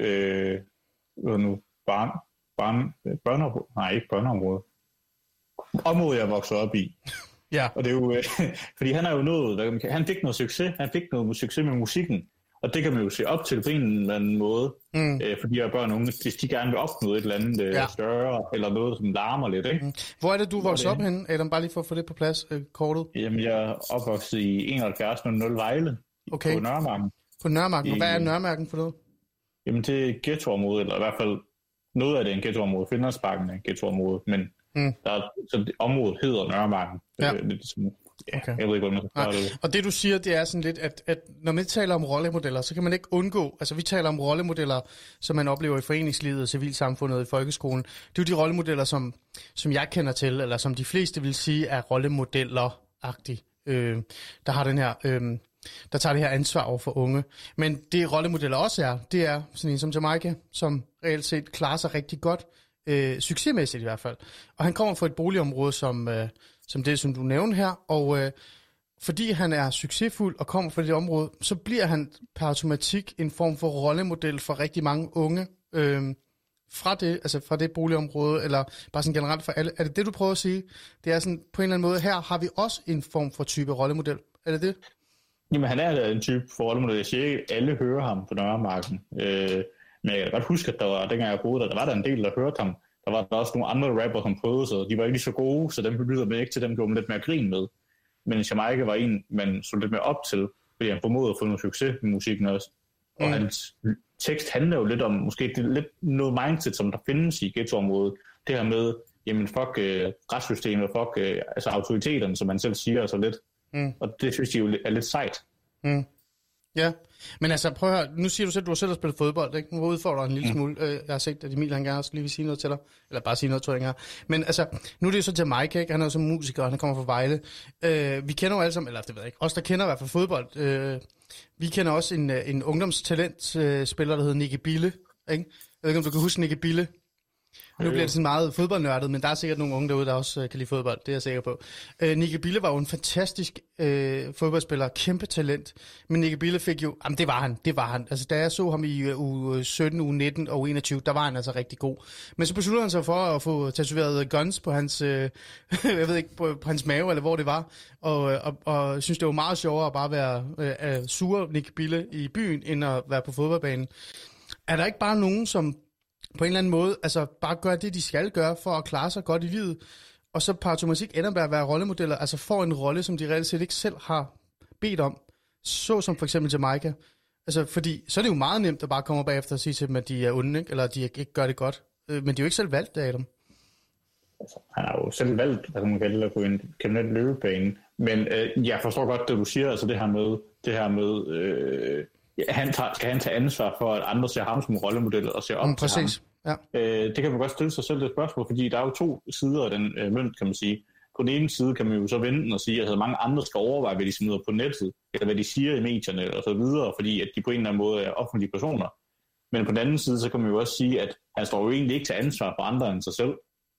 børneområde. Område, jeg voksede op i. Ja. Og det er jo, fordi han er jo nået, han fik noget succes, succes med musikken. Og det kan man jo se op til på en eller anden måde, fordi jeg er børn og unge, hvis de gerne vil opnå et eller andet større, eller noget, som larmer lidt, ikke? Hvor er det, du voksede op henne, Adam? Bare lige for at få det på plads, kortet. Jamen, jeg er opvokset i 7100 Vejle, på Nørremarken. På Nørremarken? Hvad er Nørremarken for noget? Jamen, det er ghettoområdet, eller i hvert fald noget af det er en ghettoområde. Finlandsparken er en ghettoområde, men så området hedder Nørremarken. Ja. Okay. Jeg ved ikke, hvordan man skal det. Og det du siger, det er sådan lidt, at når man taler om rollemodeller, så kan man ikke undgå, altså vi taler om rollemodeller, som man oplever i foreningslivet, civilsamfundet og i folkeskolen. Det er jo de rollemodeller, som jeg kender til, eller som de fleste vil sige er rollemodeller-agtige. Der har den her, der tager det her ansvar over for unge. Men det rollemodeller også er, det er sådan en som Jamaica, som reelt set klarer sig rigtig godt, succesmæssigt i hvert fald. Og han kommer fra et boligområde, som det, som du nævnte her, og fordi han er succesfuld og kommer fra det område, så bliver han per automatik en form for rollemodel for rigtig mange unge fra det boligområde, eller bare sådan generelt for alle. Er det det, du prøver at sige? Det er sådan, på en eller anden måde, her har vi også en form for type rollemodel. Er det det? Jamen, han er en type for rollemodel. Jeg siger ikke, alle hører ham på Nørremarken. Men jeg kan godt huske, at dengang jeg boede der var der en del, der hørte ham. Der var der også nogle andre rapper, som prøvede sig. De var ikke lige så gode, så dem lyder man ikke til. Dem gjorde man lidt mere grin med. Men Jamaica var en, man så lidt mere op til, fordi han formåede at få noget succes med musikken også. Og hans tekst handler jo lidt om, måske det lidt noget mindset, som der findes i ghettoområdet. Det her med, jamen fuck retssystemet, fuck autoriteterne, som man selv siger så lidt. Og det synes jeg jo er lidt sejt. Ja, men altså prøv at høre, nu siger du selv, at du selv har spillet fodbold, ikke? Nu udfordrer en lille smule. Jeg har set, at Emil han gerne også lige vil sige noget til dig, eller bare sige noget, tror jeg ikke. Men altså, nu er det jo så Jamaica, ikke? Han er jo som musiker, og han kommer fra Vejle. Vi kender jo alle sammen, eller det ved jeg ikke, os der kender i hvert fald fodbold. Vi kender også en ungdomstalent-spiller, der hedder Nicky Bille, ikke? Jeg ved ikke, om du kan huske Nicky Bille. Nu bliver det sådan meget fodboldnørdet, men der er sikkert nogle unge derude, der også kan lide fodbold, det er jeg sikker på. Nicky Bille var jo en fantastisk fodboldspiller, kæmpe talent, men Nicky Bille fik jo, jamen det var han. Altså da jeg så ham i uge 17, uge 19 og 21, der var han altså rigtig god. Men så besluttede han sig for at få tatoveret guns på hans, jeg ved ikke, på hans mave, eller hvor det var, og synes det var meget sjovere at bare være sur Nicky Bille i byen, end at være på fodboldbanen. Er der ikke bare nogen, som på en eller anden måde, altså bare gør det, de skal gøre, for at klare sig godt i livet, og så par automatik ender med at være rollemodeller, altså får en rolle, som de reelt set ikke selv har bedt om, så som for eksempel Jamaica. Altså, fordi så er det jo meget nemt at bare komme bagefter og sige til dem, at de er onde, ikke? Eller at de ikke gør det godt. Men de er jo ikke selv valgt det, Adam. Altså, han har jo selv valgt, at man kalder det på en kriminel løbebane. Men jeg forstår godt det, du siger, altså det her med skal han tage ansvar for, at andre ser ham som rollemodel og ser op til ham? Ja. Det kan man godt stille sig selv det spørgsmål, fordi der er jo to sider af den mønt, kan man sige. På den ene side kan man jo så vende den og sige, at mange andre skal overveje, hvad de smider på nettet, eller hvad de siger i medierne og så videre, fordi at de på en eller anden måde er offentlige personer. Men på den anden side, så kan man jo også sige, at han står jo egentlig ikke til ansvar for andre end sig selv.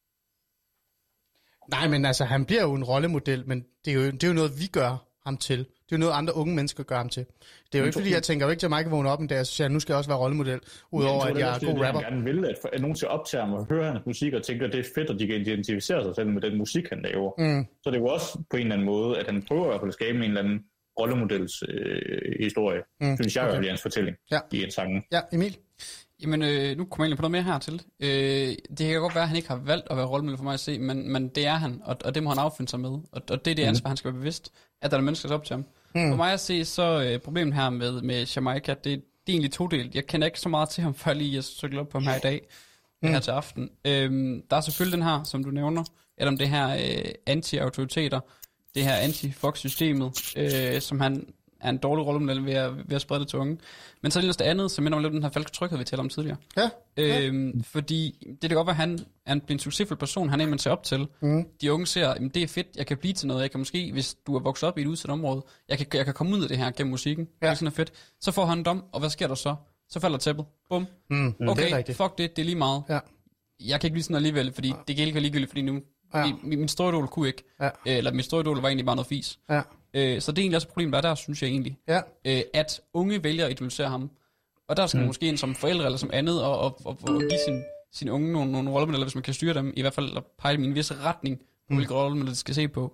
Nej, men altså, han bliver jo en rollemodel, men det er jo noget, vi gør ham til. Det er jo noget, andre unge mennesker gør ham til. Det er jo ikke, fordi jeg tænker jo ikke til, at mig kan vågne op en dag og sige, at nu skal jeg også være rollemodel, udover at jeg er god rapper. Jeg gerne vil, at nogen ser op til ham og hører hans musik og tænker, at det er fedt, at de kan identificere sig selv med den musik, han laver. Så det er jo også på en eller anden måde, at han prøver i hvert fald at skabe en eller anden rollemodels historie, synes jeg i hans fortælling i en sange. Ja, Emil? Jamen, nu kommer jeg egentlig på noget mere hertil. Det kan godt være, at han ikke har valgt at være rollemodel for mig at se, men det er han, og det må han affinde sig med. Og det er det ansvar, han skal være bevidst, at der er mennesker, der op til ham. For mig at se, så problemet her med Jamaica, det er egentlig todelt. Jeg kender ikke så meget til ham, før lige jeg søgte op på ham her i dag, her til aften. Der er selvfølgelig den her, som du nævner, eller om det her anti-autoriteter, det her anti-Fox-systemet, som han er en dårlig rollemodel ved at sprede det til unge. Men så er det det andet, som minder om lidt den her falske tryghed, vi talte om tidligere. Fordi det kan godt være, at han er en succesfuld person, han er en, man ser op til. De unge ser, at det er fedt, jeg kan blive til noget, jeg kan måske, hvis du er vokset op i et udsat område, jeg kan komme ud af det her gennem musikken, det er sådan er fedt. Så får han en dom, og hvad sker der så? Så falder tæppet. Bum. Okay, fuck det er lige meget. Jeg kan ikke blive sådan alligevel, fordi det kan ikke være ligegyldigt, fordi nu min store idol kunne ikke. Eller min store idol var egentlig bare noget fis. Så det er egentlig også et problem, der er der, synes jeg egentlig. At unge vælger at idolisere ham. Og der skal man måske ind som forældre eller som andet, og give sin unge nogle rollemodeller, hvis man kan styre dem, i hvert fald at pege dem i en vis retning, på hvilke rollemodeller de skal se på.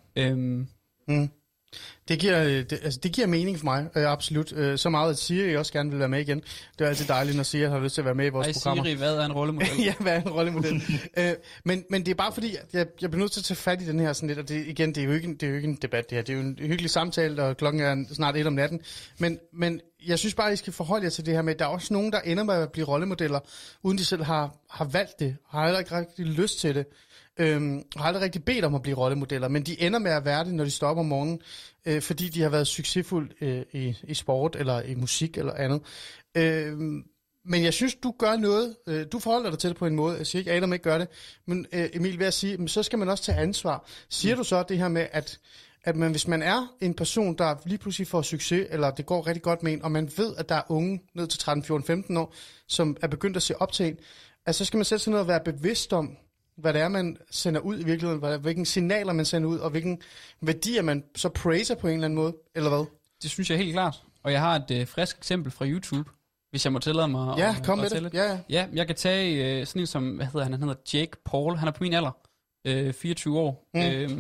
Det giver mening for mig, absolut. Så meget, at Siri også gerne vil være med igen. Det er altid dejligt, når Siri har lyst til at være med i vores programmer. Siri, hvad er en rollemodel? Ja, hvad er en rollemodel? Men det er bare fordi, jeg bliver nødt til at tage fat i den her sådan lidt, og det er jo ikke en debat det her. Det er jo en hyggelig samtale, og klokken er snart 1 om natten. Men jeg synes bare, at I skal forholde jer til det her med, at der er også nogen, der ender med at blive rollemodeller, uden de selv har valgt det, har heller ikke rigtig lyst til det. Har aldrig rigtig bedt om at blive rollemodeller, men de ender med at være det, når de står op om morgenen, fordi de har været succesfulde i sport, eller i musik, eller andet. Men jeg synes, du gør noget. Du forholder dig til det på en måde. Jeg siger ikke, Adam ikke gør det. Men Emil, ved at sige, så skal man også tage ansvar. Siger du så det her med, at man, hvis man er en person, der lige pludselig får succes, eller det går rigtig godt med en, og man ved, at der er unge ned til 13, 14, 15 år, som er begyndt at se op til en, at så skal man sætte sig ned og være bevidst om, hvad det er, man sender ud i virkeligheden, hvilke signaler man sender ud, og hvilken værdier man så praiser på en eller anden måde, eller hvad? Det synes jeg helt klart. Og jeg har et frisk eksempel fra YouTube, hvis jeg må tillade mig at kom med det. Ja, jeg kan tage sådan en som, hvad hedder han? Han hedder Jake Paul. Han er på min alder, 24 år.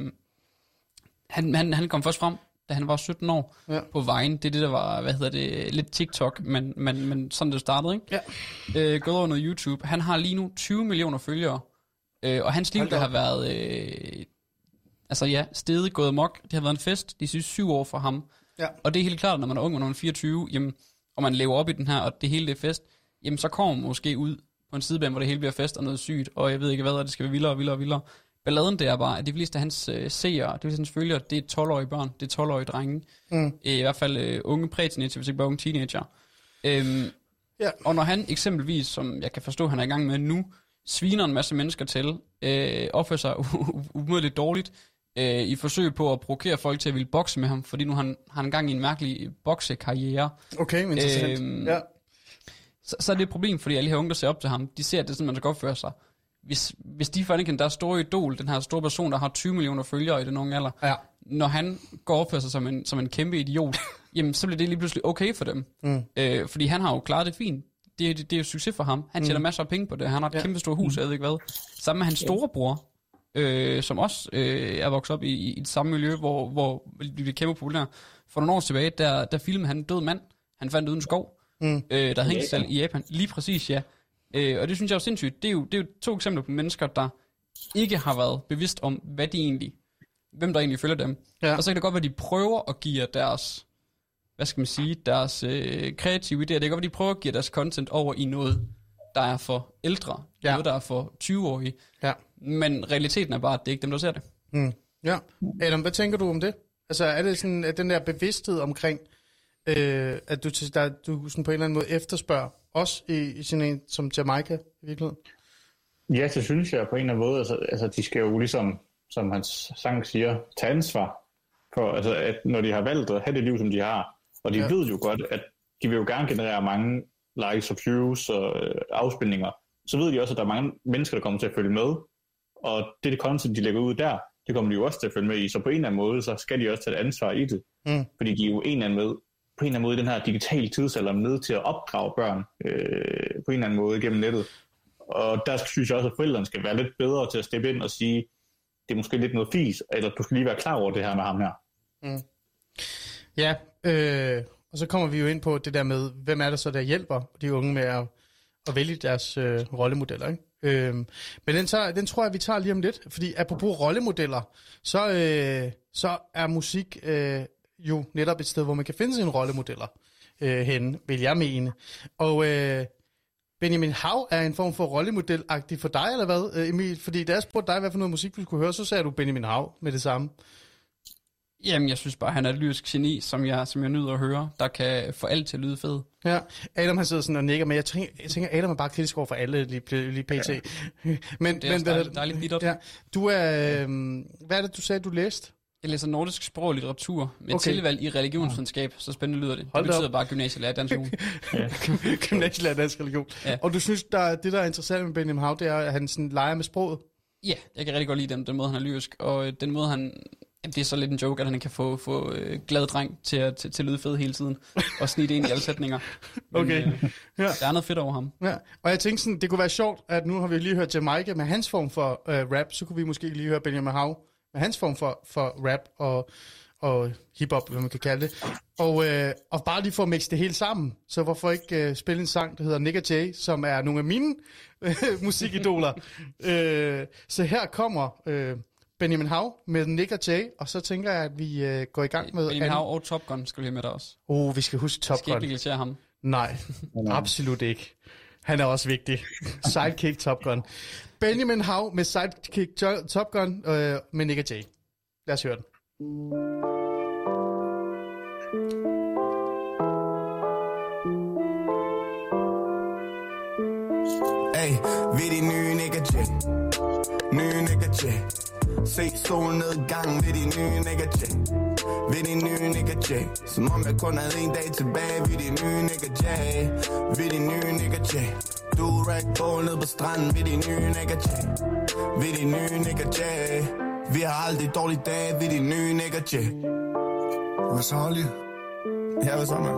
Han kom først frem, da han var 17 år på Vine. Det er det, der var, lidt TikTok, men sådan det startede, ikke? Gået over noget YouTube. Han har lige nu 20 millioner følgere. Og hans liv, der har været stedet gået mok. Det har været en fest de sidste 7 år for ham. Og det er helt klart, når man er ung, og når man er 24, jamen, og man lever op i den her, og det hele det er fest, jamen så kommer man måske ud på en sidebane, hvor det hele bliver fest og noget sygt, og jeg ved ikke hvad, og det skal være vildere og vildere og vildere. Balladen det er bare, at de fleste af hans seere, det vil hans følgere, det er 12-årige børn, det er 12-årige drenge. I hvert fald unge præ-teenager, hvis ikke bare unge teenager. Og når han eksempelvis, som jeg kan forstå, han er i gang med nu, sviner en masse mennesker til, opfører sig umådeligt dårligt, i forsøg på at provokere folk til at ville bokse med ham, fordi nu han har en gang i en mærkelig boksekarriere. Okay, interessant. Så er det et problem, fordi alle her unge, der ser op til ham, de ser, at det er sådan, man skal opføre sig. Hvis de får en der store idol, den her store person, der har 20 millioner følgere i den unge alder, når han går og opfører sig som en kæmpe idiot, jamen så bliver det lige pludselig okay for dem. Fordi han har jo klaret det fint. Det er jo succes for ham. Han tjener masser af penge på det. Han har et kæmpe stort hus, jeg ved ikke hvad. Sammen med hans storebror, som også er vokset op i det samme miljø, hvor vi blev kæmpe populære. For nogle år tilbage, der filmede han en død mand. Han fandt uden skov, der hængte selv i Japan. Lige præcis, ja. Og det synes jeg er sindssygt. Det er jo 2 eksempler på mennesker, der ikke har været bevidst om, hvem der egentlig følger dem. Og så kan det godt være, at de prøver at give deres, deres kreative idéer. Det kan godt være, de prøver at give deres content over i noget, der er for ældre. Noget, der er for 20-årige. Men realiteten er bare, at det er ikke dem, der ser det. Adam, hvad tænker du om det? Altså, er det sådan, at den der bevidsthed omkring, At du sådan på en eller anden måde efterspørger, også i sådan en som Jamaica i virkeligheden? Ja, det synes jeg på en eller anden måde. Altså de skal jo ligesom, som hans sang siger, tage ansvar for, altså, at når de har valgt at have det liv, som de har, og de ved jo godt, at de vil jo gerne generere mange likes og views og afspilninger, så ved de også, at der er mange mennesker, der kommer til at følge med, og det content, de lægger ud der, det kommer de jo også til at følge med i, så på en eller anden måde, så skal de også tage et ansvar i det, fordi de er jo på en eller anden måde i den her digitale tidsalder med til at opdrage børn på en eller anden måde gennem nettet. Og der synes jeg også, at forældrene skal være lidt bedre til at steppe ind og sige, det er måske lidt noget fis, eller du skal lige være klar over det her med ham her. Ja, og så kommer vi jo ind på det der med, hvem er det så, der hjælper de unge med at vælge deres rollemodeller, ikke? Men den tror jeg, vi tager lige om lidt, fordi apropos rollemodeller, så er musik jo netop et sted, hvor man kan finde sine rollemodeller henne, vil jeg mene. Og Benjamin Hav er en form for rollemodel-agtig for dig, eller hvad, Emil? Fordi da jeg spurgte dig, hvad for noget musik vi skulle høre, så sagde du Benjamin Hav med det samme. Jamen, jeg synes bare, han er et lyrisk geni, som jeg nyder at høre, der kan få alt til at lyde fed. Ja, Adam han sidder sådan og nikker, men jeg tænker Adam er bare kritisk over for alle lige pt. Ja. Men det er dejligt bittert. Ja. Du er, hvad er det, du sagde, du læste? Jeg læser nordisk sprog og litteratur med tilvalg i religionsvidenskab, så spændende lyder det. Hold det betyder bare gymnasielærer dansk religion. Gymnasielærer dansk religion. Ja. Og du synes, det der er interessant med Benjamin Hav, det er, at han sådan leger med sproget? Ja, jeg kan rigtig godt lide den måde, han er lyrisk, og den måde, han... Jamen, det er så lidt en joke, at han kan få glad dreng til at lyde fed hele tiden, og snige det ind i alle sætninger. Men, okay. Der er noget fedt over ham. Ja. Og jeg tænkte sådan, det kunne være sjovt, at nu har vi lige hørt Jamaica med hans form for rap, så kunne vi måske lige høre Benjamin Hav med hans form for rap og hiphop, hvad man kan kalde det. Og bare lige for at mixe det hele sammen, så hvorfor ikke spille en sang, der hedder Nick & Jay, som er nogle af mine musikidoler. Så her kommer... Benjamin Hav med Nick & Jay, og så tænker jeg, at vi går i gang med... Benjamin Hav og Top Gun skal vi have med dig også. Vi skal huske Top Gun. Skal ikke negligere ham? Nej, absolut ikke. Han er også vigtig. Sidekick Top Gun. Benjamin Hav med Sidekick Top Gun med Nick & Jay. Lad os høre den. Hey, vi de nye Nick & Jay. Nye Nick & Jay. Se solnedgangen ved de nye Nick & Jay. Ved de nye Nick & Jay. Som om jeg kun havde en dag tilbage. Ved de nye Nick & Jay. Ved de nye Nick & Jay. Du ragbowl ned på stranden. Ved de nye Nick & Jay. Ved de nye Nick & Jay. Vi har aldrig dårlige dage. Ved de nye Nick & Jay. Hvad så, Olli? Ja, hvad så, mand?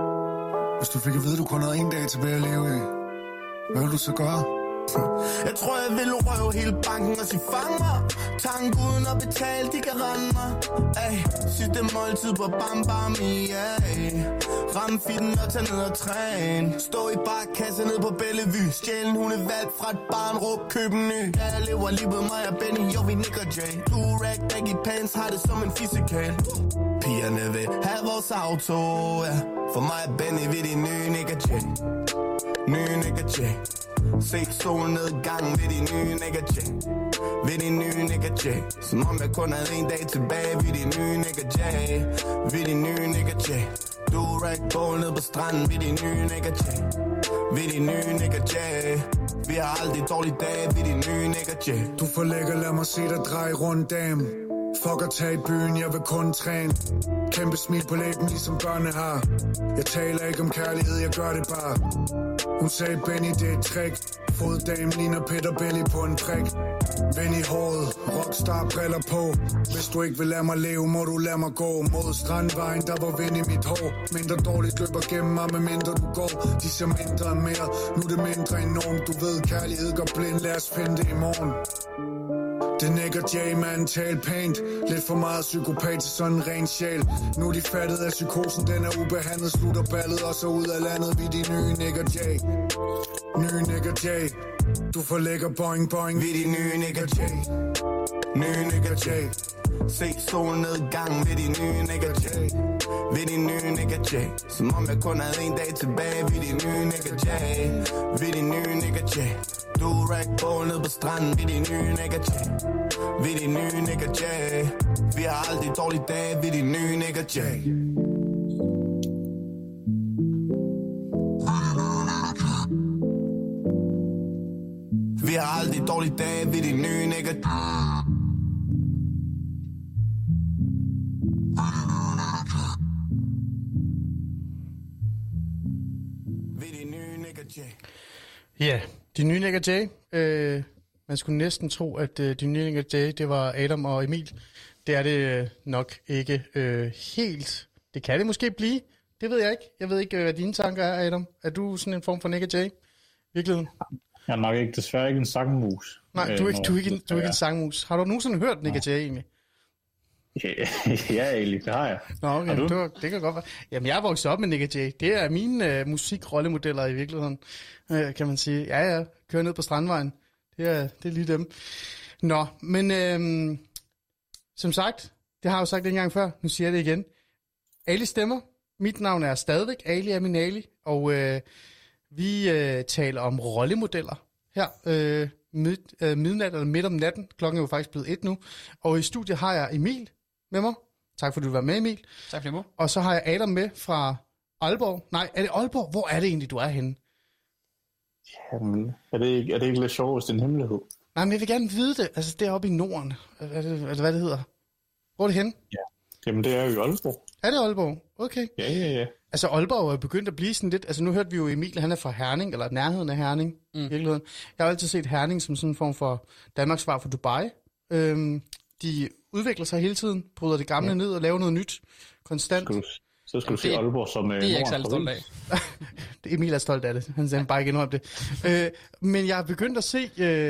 Hvis du fik at vide, du kun havde en dag tilbage at leve i, hvad vil du så gøre? Jeg tror, jeg vil røve hele banken og sige fang mig. Tank uden at betale, de kan rende mig. Ay, sidste måltid på Bam Bam, yeah. Ram fitten og tage ned og træne. Stå i barkasse ned på Bellevue. Stjælen hun er valgt fra et barn, råb køb en ny. Ja, jeg lever lige med mig og Benny, jo vi Nick & Jay. Du rag, baggy pants, har det som en fysikal. Pigerne vil have vores auto, ja. For mig og Benny ved de nye Nick & Jay. Nye Nick & Jay. Se solnedgangen ved de nye Nick & Jay. Ved de nye Nick & Jay. Som om jeg kun havde en dag tilbage. Ved de nye Nick & Jay. Ved de nye Nick & Jay. Du ragbowl ned på stranden. Ved de nye Nick & Jay. Ved de nye Nick & Jay. Vi har aldrig dårlige dage. Ved de nye Nick & Jay. Du får lækker, lad mig se dig dreje rundt, dame. Fuck at tage i byen, jeg vil kun træne. Kæmpe smil på læben, ligesom børne har. Jeg taler ikke om kærlighed, jeg gør det bare. Hun sagde, Benny, det er et trick. Foddame ligner Peter Belli på en prik. Ven i håret, rockstar briller på. Hvis du ikke vil lade mig leve, må du lade mig gå. Mod strandvejen, der var vind i mit hår. Mindre dårligt løber gennem mig, med mindre du går. De ser mindre end mere, nu er det mindre enormt. Du ved, kærlighed går blind, lad os finde det i morgen. Det Nick & Jay, man, tal pænt. Lidt for meget psykopat til sådan en ren sjæl. Nu er de fattet af psykosen, den er ubehandlet. Slutter ballet og så ud af landet. Vi de nye Nick & Jay. Nye Nick & Jay. Du får lækker boing boing. Vi de nye Nick & Jay. Nye Nick & Jay. Se solnedgangen ved de nye Nick & Jay. Ved de nye Nick & Jay. Som om jeg kun havde en dag tilbage. Ved de nye Nick & Jay. Ved de nye Nick & Jay. Du ragbowl ned på stranden. Ved de nye Nick & Jay. Ved de nye Nick & Jay. Vi har aldrig dårlige dage. Ved de nye Nick & Jay. dårlig dag ved de nye nigger. Ja, de nye Nick og Jay. Man skulle næsten tro, at de nye Nick og Jay, det var Adam og Emil. Det er det nok ikke helt. Det kan det måske blive. Det ved jeg ikke. Jeg ved ikke, hvad dine tanker er, Adam. Er du sådan en form for Nick og Jay? Virkeligheden? Jeg er nok desværre ikke en sangmus. Nej, du er ikke en sangmus. Har du nogensinde hørt Nick og Jay egentlig? Ja, egentlig, det har jeg. Nå, okay, det kan godt være. Jamen, jeg er vokset op med Nick og Jay. Det er mine musikrollemodeller i virkeligheden, kan man sige. Ja, kører ned på Strandvejen. Det er lige dem. Nå, men som sagt, det har jeg jo sagt en gang før, nu siger jeg det igen. Ali stemmer. Mit navn er stadigvæk Ali er min Ali, og vi taler om rollemodeller her midnat eller midt om natten. Klokken er jo faktisk blevet 1 nu. Og i studiet har jeg Emil med mig. Tak fordi du var med, Emil. Tak for det, Og så har jeg Adam med fra Aalborg. Nej, er det Aalborg? Hvor er det egentlig, du er henne? Jamen, er det ikke lidt sjovt, hvis det er en hemmelighed? Nej, men jeg vil gerne vide det. Altså, det er oppe i Norden. Eller hvad det hedder. Hvor er det henne? Ja. Jamen, det er jo i Aalborg. Er det Aalborg? Okay. Ja. Altså, Aalborg er begyndt at blive sådan lidt... Altså, nu hørte vi jo Emil, han er fra Herning, eller nærheden af Herning, i virkeligheden. Jeg har altid set Herning som sådan en form for Danmarks svar for Dubai. De udvikler sig hele tiden, bryder det gamle ned og laver noget nyt, konstant. Så skal du se Aalborg som... Det er jeg ikke særlig stolt af. Emil er stolt af det. Han bare ikke indrømme det. Men jeg har begyndt at se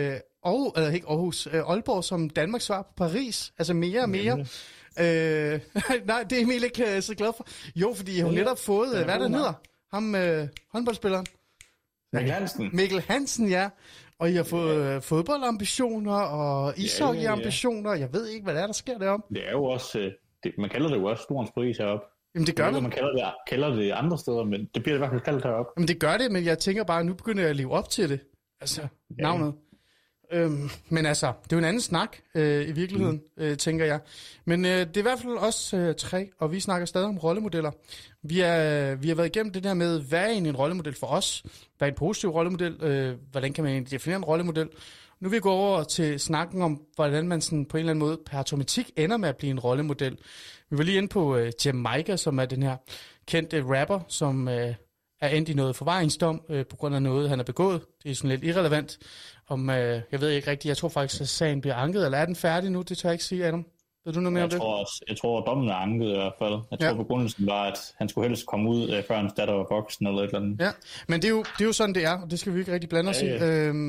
Aalborg som Danmarks svar på Paris. Altså mere og mere. Nej, det er Emil ikke så glad for. Jo, fordi jeg har netop fået, hvad der hedder? Ham, håndboldspilleren. Mikkel Hansen, ja. Og I har fået fodboldambitioner og ishockeyambitioner. Jeg ved ikke, hvad der sker derom. Det er jo også... man kalder det jo også Nordens pris heroppe. Jamen det gør det. Man kalder det andre steder, men det bliver i hvert fald kaldt heroppe. Jamen det gør det, men jeg tænker bare, at nu begynder jeg at leve op til det. Altså, navnet. Men altså, det er jo en anden snak i virkeligheden, tænker jeg. Men det er i hvert fald os tre, og vi snakker stadig om rollemodeller. Vi har været igennem det der med, hvad er egentlig en rollemodel for os? Hvad er en positiv rollemodel? Hvordan kan man egentlig definere en rollemodel? Nu vil vi gå over til snakken om, hvordan man sådan på en eller anden måde per automatik ender med at blive en rollemodel. Vi var lige inde på Jamaica, som er den her kendte rapper, som er endt i noget forvaringsdom på grund af noget, han har begået. Det er sådan lidt irrelevant. Jeg ved ikke rigtigt, jeg tror faktisk, at sagen bliver anket, eller er den færdig nu? Det tør jeg ikke sige, Adam. Ved du noget mere om det? Jeg tror, at dommen er anket i hvert fald. Jeg tror, begrundelsen var, at han skulle helst komme ud, før hans datter var voksen eller et eller andet. Ja, men det er jo sådan, det er, og det skal vi ikke rigtig blande os i.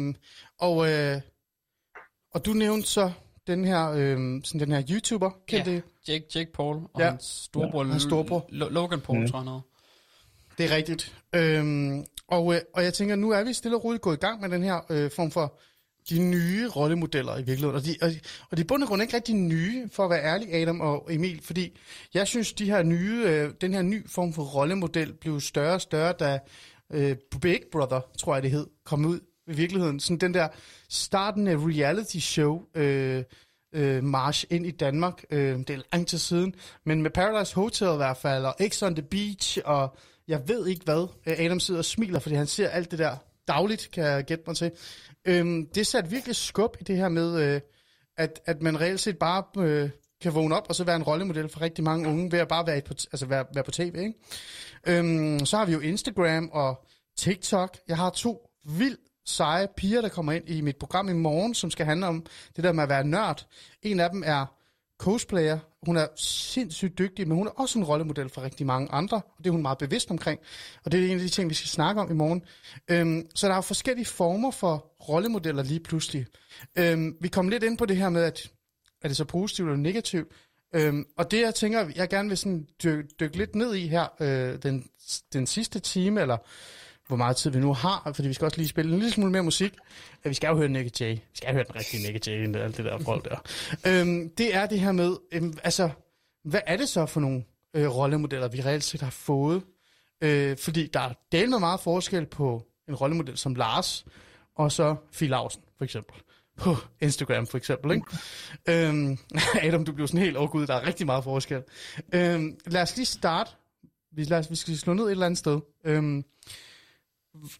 Og du nævnte så den her YouTuber, kendte Jake Paul og hans storebror, Logan Paul, tror jeg noget. Det er rigtigt. Og jeg tænker, nu er vi stille og roligt gået i gang med den her form for de nye rollemodeller i virkeligheden. Og de er bund og grund ikke rigtig nye, for at være ærlig, Adam og Emil, fordi jeg synes, den her nye form for rollemodel blev større og større, da Big Brother, tror jeg det hed, kom ud i virkeligheden. Sådan den der starten af reality show march ind i Danmark. Det er lang tid siden. Men med Paradise Hotel i hvert fald, og X on the Beach, og jeg ved ikke hvad. Adam sidder og smiler, fordi han ser alt det der dagligt, kan jeg gætte mig til. Det satte virkelig skub i det her med, at man reelt set bare kan vågne op, og så være en rollemodel for rigtig mange unge, ved at bare være på tv. Ikke? Så har vi jo Instagram og TikTok. Jeg har 2 vildt seje piger, der kommer ind i mit program i morgen, som skal handle om det der med at være nørd. En af dem er cosplayer. Hun er sindssygt dygtig, men hun er også en rollemodel for rigtig mange andre, og det er hun meget bevidst omkring. Og det er en af de ting, vi skal snakke om i morgen. Så der er jo forskellige former for rollemodeller lige pludselig. Vi kom lidt ind på det her med, at er det så positivt eller negativt? Og det, jeg tænker, jeg gerne vil sådan dykke lidt ned i her, den sidste time, eller hvor meget tid vi nu har, fordi vi skal også lige spille en lille smule mere musik. Vi skal jo høre Nick Jay. Vi skal høre den rigtige Nick Jay, alt det der folk der. Det er det her med, hvad er det så for nogle rollemodeller, vi reelt set har fået? Fordi der er delt meget forskel på en rollemodel som Lars, og så Fie Lausen, for eksempel. På Instagram, for eksempel. Ikke? Adam, du bliver sådan helt overgud, der er rigtig meget forskel. Lad os lige starte. Vi skal slå ned et eller andet sted.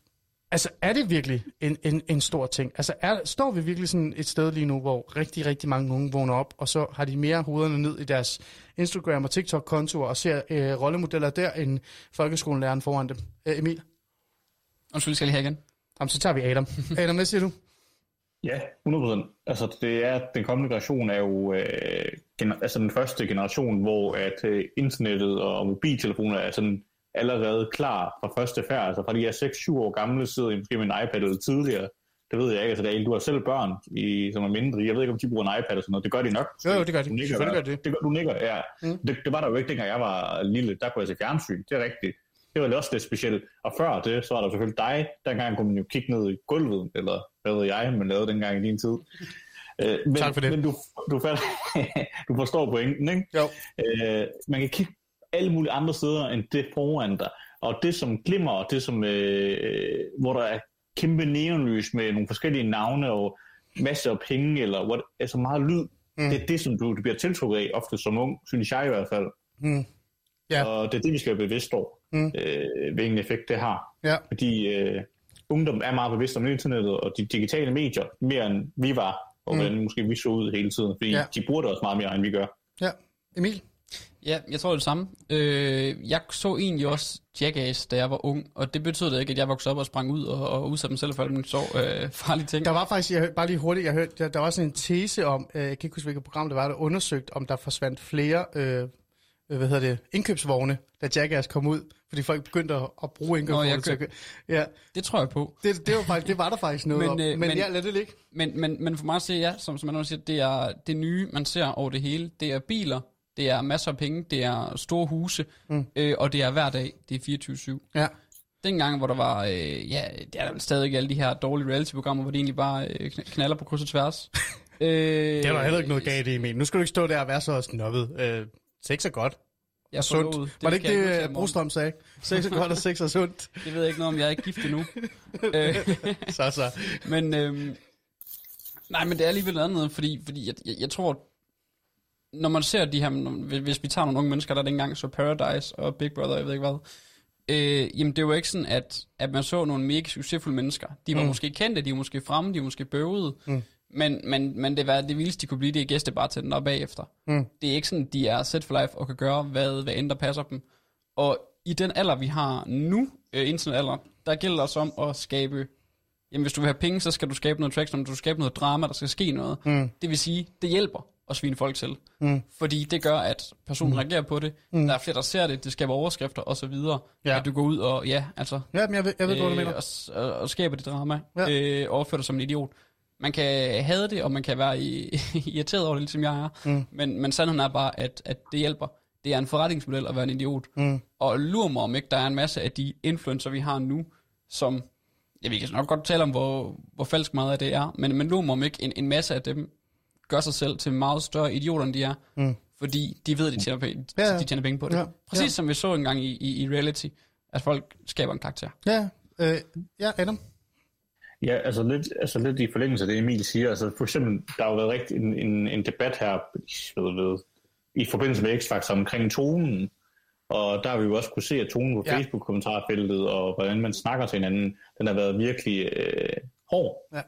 Altså, er det virkelig en stor ting? Altså, står vi virkelig sådan et sted lige nu, hvor rigtig, rigtig mange unge vågner op, og så har de mere hovederne ned i deres Instagram- og TikTok-kontoer og ser rollemodeller der, end folkeskolelæreren foran dem? Emil? Undskyld, skal jeg lige her igen? Jamen, så tager vi Adam. Adam, hvad siger du? Ja, 100%. Altså, den kommende generation er jo den første generation, hvor at internettet og mobiltelefoner er sådan allerede klar fra første færd. Altså, fra de er 6-7 år gamle, sidder I måske med en iPad eller tidligere. Det ved jeg ikke. Altså, du har selv børn, som er mindre. Jeg ved ikke, om de bruger en iPad eller sådan noget. Det gør de nok. Jo, det gør de. Selvfølgelig gør det. Du nikker, ja. Det var der jo ikke, dengang jeg var lille. Der kunne jeg se fjernsyn. Det er rigtigt. Det var også lidt specielt. Og før det, så var der selvfølgelig dig. Dengang kunne man jo kigge ned i gulvet, eller hvad ved jeg, man lavede dengang i din tid. Tak for det. Men du forstår pointen, ikke? Jo. Man kan kigge alle mulige andre steder end det foran dig. Og det som glimmer, og det som, hvor der er kæmpe neonlys med nogle forskellige navne og masser af penge, eller altså meget lyd, det er det, som du bliver tiltrukket af, ofte som ung, synes jeg i hvert fald. Ja. Og det er det, vi skal være bevidst over, hvilken effekt det har. Ja. Fordi ungdom er meget bevidst om internettet og de digitale medier, mere end vi var, og hvordan måske vi så ud hele tiden, fordi de bruger det også meget mere, end vi gør. Ja. Emil? Ja, jeg tror det samme. Jeg så egentlig også Jackass, da jeg var ung, og det betød ikke, at jeg voksede op og sprang ud og udsatte mig selv for alle mine farlige ting. Der var faktisk, bare lige hurtigt, jeg hørte, der var sådan en tese om, jeg kan ikke huske, hvilket program det var, der undersøgte, om der forsvandt flere indkøbsvogne, da Jackass kom ud, fordi folk begyndte at bruge indkøbsvogne. Ja. Det tror jeg på. Det var der faktisk noget om, men ja, lad det ligge. Men for mig at se, ja, som man også siger, det er det nye, man ser over det hele. Det er biler, det er masser af penge, det er store huse, og det er hver dag, det er 24/7. Ja. Dengang, hvor der var, det er der stadig alle de her dårlige reality-programmer, hvor de egentlig bare knaller på kryds og tværs. Det er der heller ikke noget galt i, men nu skal du ikke stå der og være så snobbet. Sex er godt. Jeg sundt. Var det ikke det, Brostrøm sagde? Sex er godt, og sex er sundt. Det ved jeg ikke noget om, jeg er ikke gift endnu. Så. Men, nej, men det er alligevel noget andet, fordi jeg tror, når man ser de her, hvis vi tager nogle unge mennesker, der dengang så Paradise og Big Brother, jeg ved ikke hvad, jamen det var ikke sådan, at man så nogle mega succesfulde mennesker. De var måske kendte, de var måske fremme, de var måske bøvede, men det vildeste, de kunne blive, det er gæstebartendere og bagefter. Det er ikke sådan, de er set for life og kan gøre, hvad end der passer dem. Og i den alder, vi har nu, internetalder, der gælder det også om at skabe, jamen hvis du vil have penge, så skal du skabe noget traction, du skal skabe noget drama, der skal ske noget. Det vil sige, det hjælper at svine folk til. Fordi det gør, at personen reagerer på det. Der er flere, der ser det, det skaber overskrifter og så videre. At du går ud og, Ja, men jeg ved hvad du mener. Og skaber det drama, og opfører dig som en idiot. Man kan hade det, og man kan være irriteret over det, ligesom jeg er. Men sandheden er bare, at det hjælper. Det er en forretningsmodel at være en idiot. Og lurer mig om ikke, der er en masse af de influencer, vi har nu, som, vi kan nok godt tale om, hvor falsk meget af det er, men lurer mig om ikke, en masse af dem gør sig selv til meget større idioter, end de er. Fordi de ved, at de tjener penge på det. Præcis som vi så engang i reality, at folk skaber en karakter. Ja, Adam? Ja, altså lidt i forlængelse af det, Emil siger. Altså for eksempel, der har jo været rigtig en debat her i forbindelse med X-Factor omkring tonen. Og der har vi jo også kunne se, at tonen på Facebook-kommentarfeltet, og hvordan man snakker til hinanden, den har været virkelig hård. Ja,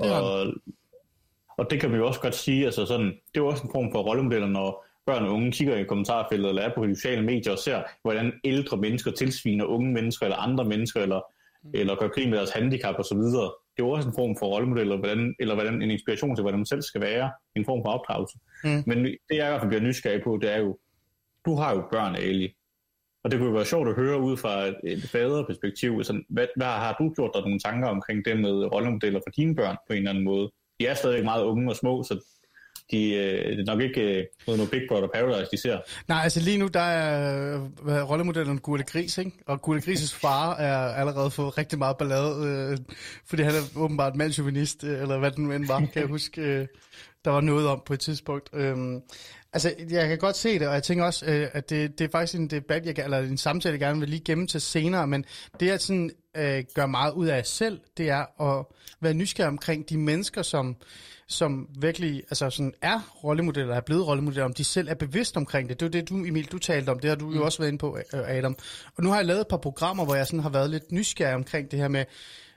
og det kan vi jo også godt sige, altså sådan, det er jo også en form for rollemodeller, når børn og unge kigger i kommentarfeltet, eller er på de sociale medier og ser, hvordan ældre mennesker tilsviner unge mennesker, eller andre mennesker, eller gør grin med deres handicap og så videre. Det er jo også en form for rollemodeller, eller hvordan en inspiration til, hvordan man selv skal være, en form for opdragelse. Men det jeg i hvert fald bliver nysgerrig på, det er jo, du har jo børn, Ali. Og det kunne jo være sjovt at høre ud fra et faderperspektiv. Sådan, hvad har du gjort dig nogle tanker omkring det med rollemodeller for dine børn på en eller anden måde? De er stadig meget unge og små, så det er nok ikke noget Big Brother Paradise, de ser. Nej, altså lige nu, der er rollemodellen Gurte Gris, ikke? Og Gurte Gris' far er allerede fået rigtig meget ballade, fordi han er åbenbart mandschauvinist, eller hvad den end var, kan jeg huske, der var noget om på et tidspunkt. Altså, jeg kan godt se det, og jeg tænker også, at det er faktisk en debat, eller en samtale, jeg gerne vil lige gemme til senere, men det at sådan gør meget ud af jer selv, det er at være nysgerrig omkring de mennesker, som virkelig altså sådan er rollemodeller, er blevet rollemodeller, om de selv er bevidst omkring det. Det er jo det, du, Emil, du talte om. Det har du jo også været inde på, Adam. Og nu har jeg lavet et par programmer, hvor jeg sådan har været lidt nysgerrig omkring det her med,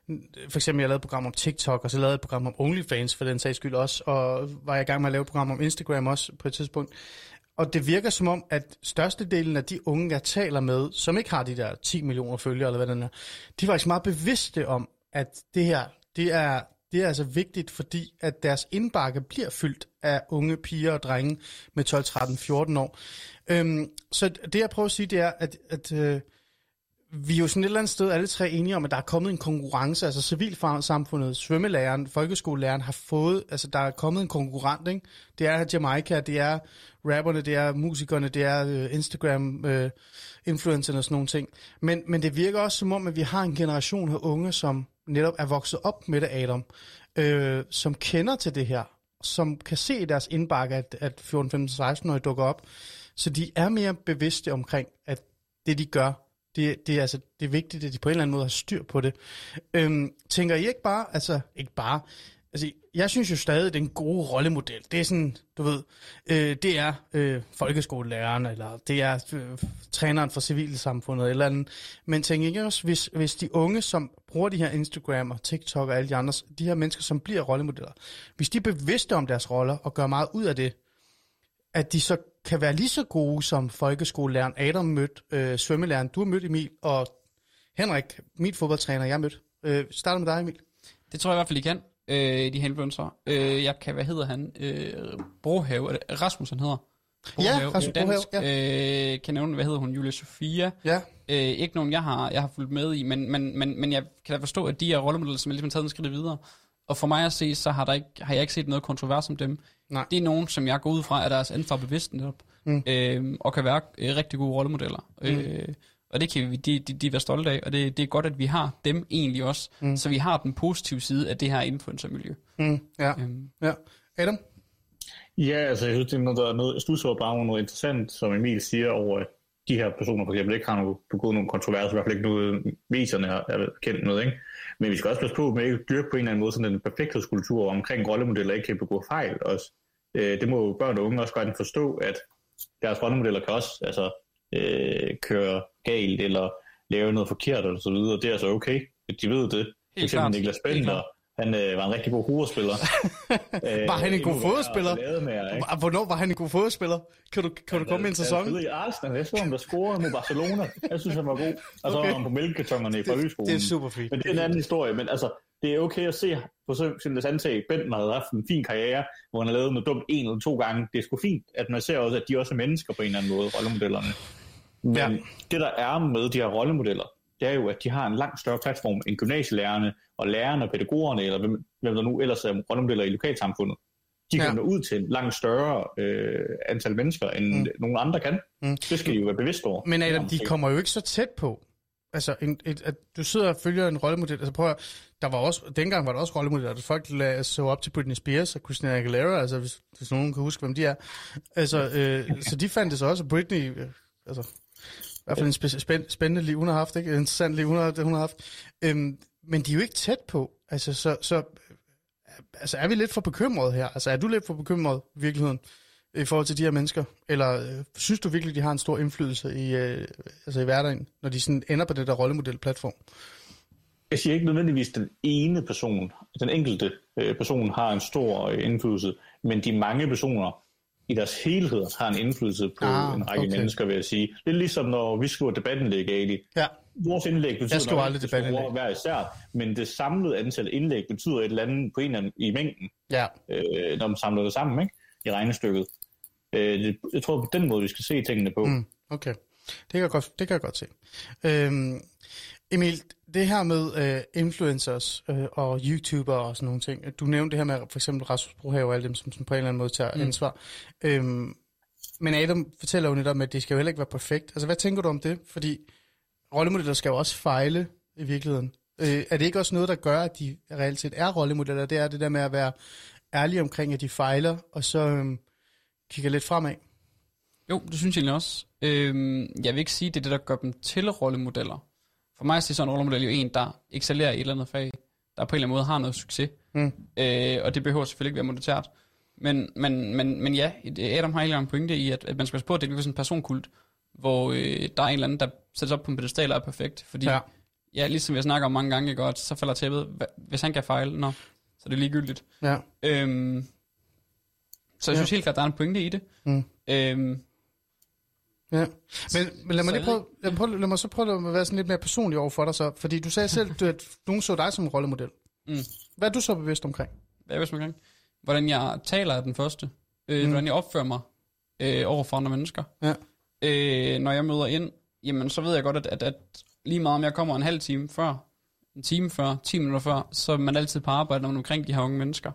For eksempel, jeg lavede et program om TikTok, og så lavede jeg et program om OnlyFans for den sags skyld også, og var jeg i gang med at lave et program om Instagram også på et tidspunkt. Og det virker som om, at størstedelen af de unge, jeg taler med, som ikke har de der 10 millioner følgere, eller hvad den er, de er faktisk meget bevidste om, at det her, det er altså vigtigt, fordi at deres indbakke bliver fyldt af unge piger og drenge med 12, 13, 14 år. Så det, jeg prøver at sige, det er, at vi er jo sådan et eller andet sted alle tre enige om, at der er kommet en konkurrence, altså civilsamfundet, svømmelæreren, folkeskolelæreren har fået, altså der er kommet en konkurrent, ikke? Det er Jamaica, det er rapperne, det er musikerne, det er Instagram-influencerne og sådan nogle ting. Men det virker også som om, at vi har en generation af unge, som netop er vokset op med det, Adam, som kender til det her, som kan se i deres indbakke, at 14, 15, 16-årige dukker op, så de er mere bevidste omkring, at det de gør, det er vigtigt, at de på en eller anden måde har styr på det. Tænker I ikke bare, jeg synes jo stadig, det er en god rollemodel. Det er sådan, du ved, det er folkeskolelæreren, eller det er træneren for civilsamfundet, eller andet. Men tænker ikke også, hvis de unge, som bruger de her Instagram og TikTok og alle de andre, de her mennesker, som bliver rollemodeller, hvis de er bevidste om deres roller og gør meget ud af det, at de så kan være lige så gode som folkeskolelæreren. Adam mødte svømmelæreren, du har mødt Emil, og Henrik, min fodboldtræner, jeg mødte. Starter med dig, Emil. Det tror jeg i hvert fald, I kan, de her influencer. Jeg kan, hvad hedder han? Brohave, Rasmus han hedder. Brohave, ja, Rasmus Brohave, ja. Kan nævne, hvad hedder hun? Julia Sofia. Ja. Ikke nogen, jeg har fulgt med i, men jeg kan da forstå, at de er rollemodeller, som er ligesom taget en skridt videre. Og for mig at se, så har jeg ikke set noget kontrovers om dem. Nej. Det er nogen, som jeg går ud fra, at deres ansvar bevidst netop, og kan være rigtig gode rollemodeller. Og det kan de være stolte af, og det er godt, at vi har dem egentlig også, så vi har den positive side af det her influencermiljø. Ja. Adam? Ja, altså jeg synes, det er noget studser bare noget interessant, som Emil siger, over at de her personer for eksempel ikke har begået nogen kontrovers, i hvert fald ikke noget medierne er kendt med, ikke? Men vi skal også passe på med ikke dyrke på en eller anden måde sådan en perfekthedskultur omkring rollemodeller ikke kan begå fejl også. Det må børn og unge også godt forstå, at deres rollemodeller kan også køre galt eller lave noget forkert og så videre. Det er altså okay, at de ved det. For eksempel Niklas Bender, han var en rigtig god hovedspiller. Var han en god fodspiller? Hvornår var han en god fodspiller? Kan du komme med en sæson? Jeg spillede i Arsenal. Jeg så ham, der scorede mod Barcelona. Jeg synes, han var god. Og så var han på mælkekartonerne i Folkeskolen. Det er super fint. Men det er en anden historie. Men altså, det er okay at se, på simpelthen antag, Bentner havde haft en fin karriere, hvor han har lavet noget dumt 1 eller 2 gange. Det er sgu fint, at man ser også, at de også er mennesker på en eller anden måde, rollemodellerne. Men det, der er med de her rollemodeller, det er jo, at de har en langt større platform end gymnasielærerne og lærerne og pædagogerne, eller hvem der nu ellers er rollemodeller i lokalsamfundet. De kan nå ud til en langt større antal mennesker, end nogen andre kan. Det skal de jo være bevidst over. Men Adam, de kommer jo ikke så tæt på. Altså, at du sidder og følger en rollemodel. Altså, prøv at, dengang var der også rollemodeller, at folk så op til Britney Spears og Christina Aguilera, altså hvis nogen kan huske, hvem de er. Altså, så de fandt det så også, at Britney, altså, i hvert fald en spændende liv, hun har haft, ikke? En interessant liv, hun har haft. Men de er jo ikke tæt på. Altså, altså, er vi lidt for bekymrede her? Altså, er du lidt for bekymret i virkeligheden i forhold til de her mennesker? Eller synes du virkelig, de har en stor indflydelse i hverdagen, når de sådan ender på det der rollemodelplatform? Jeg siger ikke nødvendigvis, den ene person, den enkelte person har en stor indflydelse, men de mange personer i deres helhed har en indflydelse på en række mennesker, vil jeg sige. Det er ligesom, når vi skriver debatindlæg, Ali. Ja. Vores indlæg betyder noget hver især, men det samlede antal indlæg betyder et eller andet på en eller anden i mængden, når man samler det sammen, ikke? I regnestykket. Jeg tror på den måde, vi skal se tingene på. Okay, det kan jeg godt se. Emil, det her med influencers og YouTuber og sådan nogle ting. Du nævnte det her med for eksempel Rasmus Brohave og alle dem, som på en eller anden måde tager ansvar. Men Adam fortæller jo netop, at det skal jo heller ikke være perfekt. Altså, hvad tænker du om det? Fordi rollemodeller skal jo også fejle i virkeligheden. Er det ikke også noget, der gør, at de reelt set er rollemodeller? Det er det der med at være ærlige omkring, at de fejler, og så kigger lidt fremad. Jo, det synes jeg egentlig også. Jeg vil ikke sige, det er det, der gør dem til rollemodeller. For mig er det sådan en rollemodel jo en, der excellerer i et eller andet fag, der på en eller anden måde har noget succes. Og det behøver selvfølgelig ikke være monetært. Men ja, Adam har en pointe i, at man skal passe på, at det bliver sådan en personkult, hvor der er en eller anden, der sættes op på en pedestal og er perfekt. Fordi ja, ligesom vi snakker om mange gange, godt, så falder tæppet. Hvis han kan fejle, så er det ligegyldigt. Ja. Så jeg synes helt klart, der er en pointe i det. Ja, men lad mig så prøve at være sådan lidt mere personlig over for dig så, fordi du sagde selv, at nogen så dig som en rollemodel. Hvad er du så bevidst omkring? Hvad er bevidst omkring? Hvordan jeg taler af den første. Hvordan jeg opfører mig over for andre mennesker. Ja. Når jeg møder ind, jamen så ved jeg godt, at lige meget om jeg kommer en halv time før, en time før, 10 minutter før, så er man altid på arbejde, når man er omkring de her unge mennesker.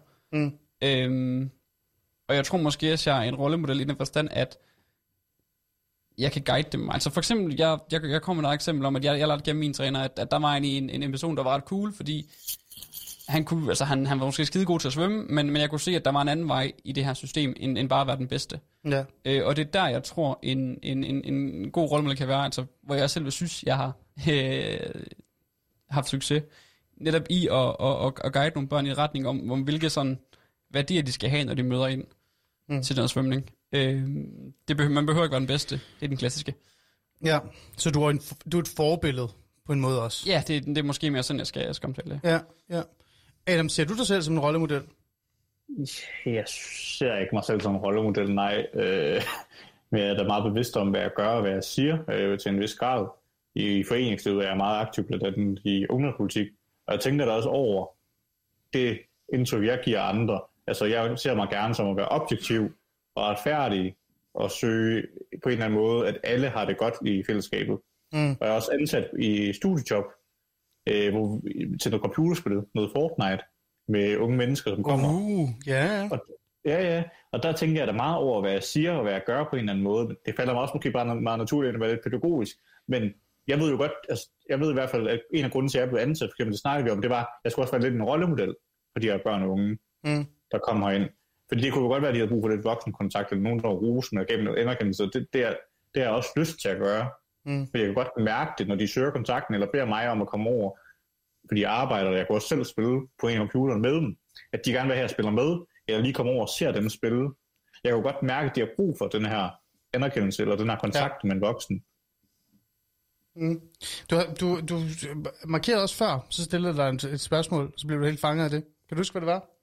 Og jeg tror måske, at jeg er en rollemodel i den forstand, at jeg kan guide dem. Altså for eksempel, jeg kommer med et eksempel om, at jeg lærte gennem min træner, at der var en person, der var ret cool, fordi han var måske skide god til at svømme, men jeg kunne se, at der var en anden vej i det her system, end bare at være den bedste. Ja. Og det er der, jeg tror, en god rollemodel kan være, altså, hvor jeg selv synes, jeg har haft succes. Netop i at guide nogle børn i retning om hvilke sådan værdier, de skal have, når de møder ind til den svømning. Man behøver ikke være den bedste. Det er den klassiske. Ja, så du er et forbillede på en måde også. Ja, det er måske mere sådan, jeg skal omtale det. Ja. Adam, ser du dig selv som en rollemodel? Jeg ser ikke mig selv som en rollemodel, nej. Men jeg er da meget bevidst om, hvad jeg gør og hvad jeg siger til en vis grad. I foreningslivet er jeg meget aktiv blandt andet i ungdomspolitik. Og jeg tænker da også over det indtryk, jeg giver andre. Altså, jeg ser mig gerne som at være objektiv og retfærdig og søge på en eller anden måde, at alle har det godt i fællesskabet. Og jeg er også ansat i studiejob til noget computerspil, noget Fortnite, med unge mennesker, som kommer. Ja. Og der tænker jeg da meget over, hvad jeg siger og hvad jeg gør på en eller anden måde. Det falder mig også måske bare meget naturligt at være lidt pædagogisk, men jeg ved jo godt, altså, jeg ved i hvert fald, at en af grunden til, at jeg blev ansat, for det snakkede vi om, det var, at jeg skulle også være lidt en rollemodel for de her børn og unge, der kommer herind. Fordi det kunne jo godt være, at de havde brug for lidt voksenkontakt, eller nogen, der var rosende og gav noget anerkendelse. Det har jeg også lyst til at gøre. For jeg kan godt mærke det, når de søger kontakten, eller beder mig om at komme over, fordi jeg arbejder, og jeg kan også selv spille på en computer med dem, at de gerne vil have, at jeg spiller med, eller lige kommer over og ser dem spille. Jeg kan godt mærke, at de har brug for den her anerkendelse, eller den her kontakt med en voksen. Du markerede også før, så stillede dig et spørgsmål, så blev du helt fanget af det. Kan du huske, hvad det var?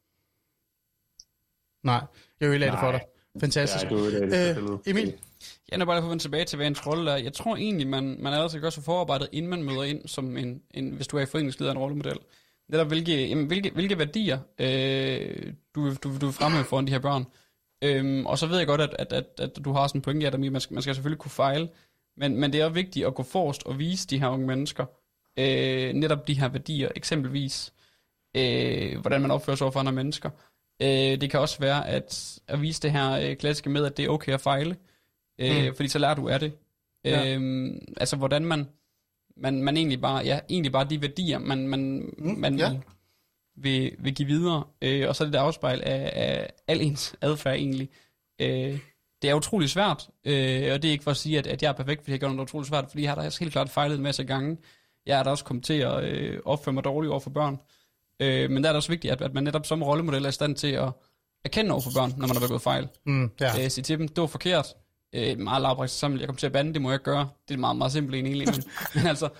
Nej, jeg vil lade det for dig. Fantastisk. Emil? Jeg er bare lige på tilbage til, hvad ens rolle er. Jeg tror egentlig, man allerede skal gøre sig forarbejdet, inden man møder ind, som hvis du er i foreningsleder en rollemodel. Netop hvilke værdier du vil fremhæve foran de her børn. Og så ved jeg godt, at du har sådan en pointe, at man skal selvfølgelig kunne fejle, men det er vigtigt at gå forrest og vise de her unge mennesker netop de her værdier, eksempelvis hvordan man opfører sig over for andre mennesker. Det kan også være at vise det her klassiske med, at det er okay at fejle, fordi så lærer du af det. Altså hvordan man egentlig bare de værdier, man vil give videre, og så er det der afspejl af al ens adfærd egentlig. Det er utrolig svært, og det er ikke for at sige, at jeg er perfekt, fordi jeg gør noget utrolig svært, fordi jeg har da helt klart fejlet en masse gange. Jeg er da også kommet til at opføre mig dårligt over for børn. Men der er det også vigtigt, at man netop som rollemodel er i stand til at erkende over for børn, når man har begået fejl. Sige til dem, det var forkert. Meget lavprægt sammen, jeg kommer til at bande, det må jeg gøre. Det er meget, meget simpelt egentlig. Men altså,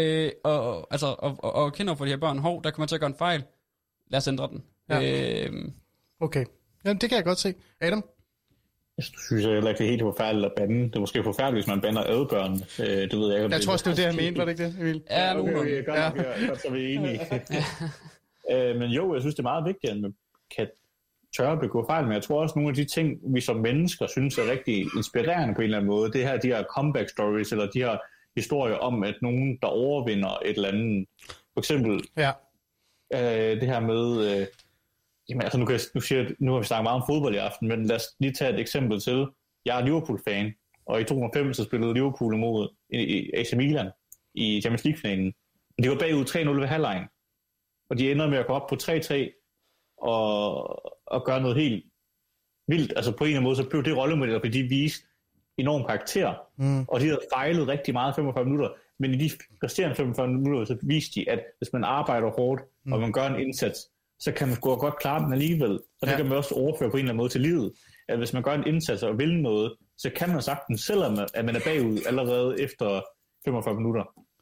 og kende over for de her børn, der kommer til at gøre en fejl. Lad os ændre den. Ja. Okay, jamen det kan jeg godt se. Adam? Jeg synes heller ikke, det er helt forfærdeligt at bande. Det er måske forfærdeligt, hvis man bander adbørn. Det ved jeg ikke. Jeg tror også, det var det, jeg mente, var det ikke det, Emil? Ja, okay, godt, så er vi enige. Men jo, jeg synes, det er meget vigtigt, at man kan tørre at begå fejl, men jeg tror også, nogle af de ting, vi som mennesker synes er rigtig inspirerende på en eller anden måde, det her, de her comeback stories, eller de her historier om, at nogen, der overvinder et eller andet. For eksempel det her med... Jamen, altså nu har vi snakket meget om fodbold i aften, men lad os lige tage et eksempel til. Jeg er Liverpool-fan, og i 2005 så spillede Liverpool mod AC Milan i Champions League-finalen. De var bagud 3-0 ved halvlejen, og de ender med at gå op på 3-3 og gøre noget helt vildt. Altså på en eller anden måde, så blev det rollemodel, fordi de viste enorm karakter, og de havde fejlet rigtig meget 45 minutter, men i de resterende 45 minutter, så viste de, at hvis man arbejder hårdt, og man gør en indsats, så kan man godt klare den alligevel. Og det kan man også overføre på en eller anden måde til livet. At hvis man gør en indsats og vil noget, så kan man sagtens, selvom at man er bagud allerede efter 45 minutter.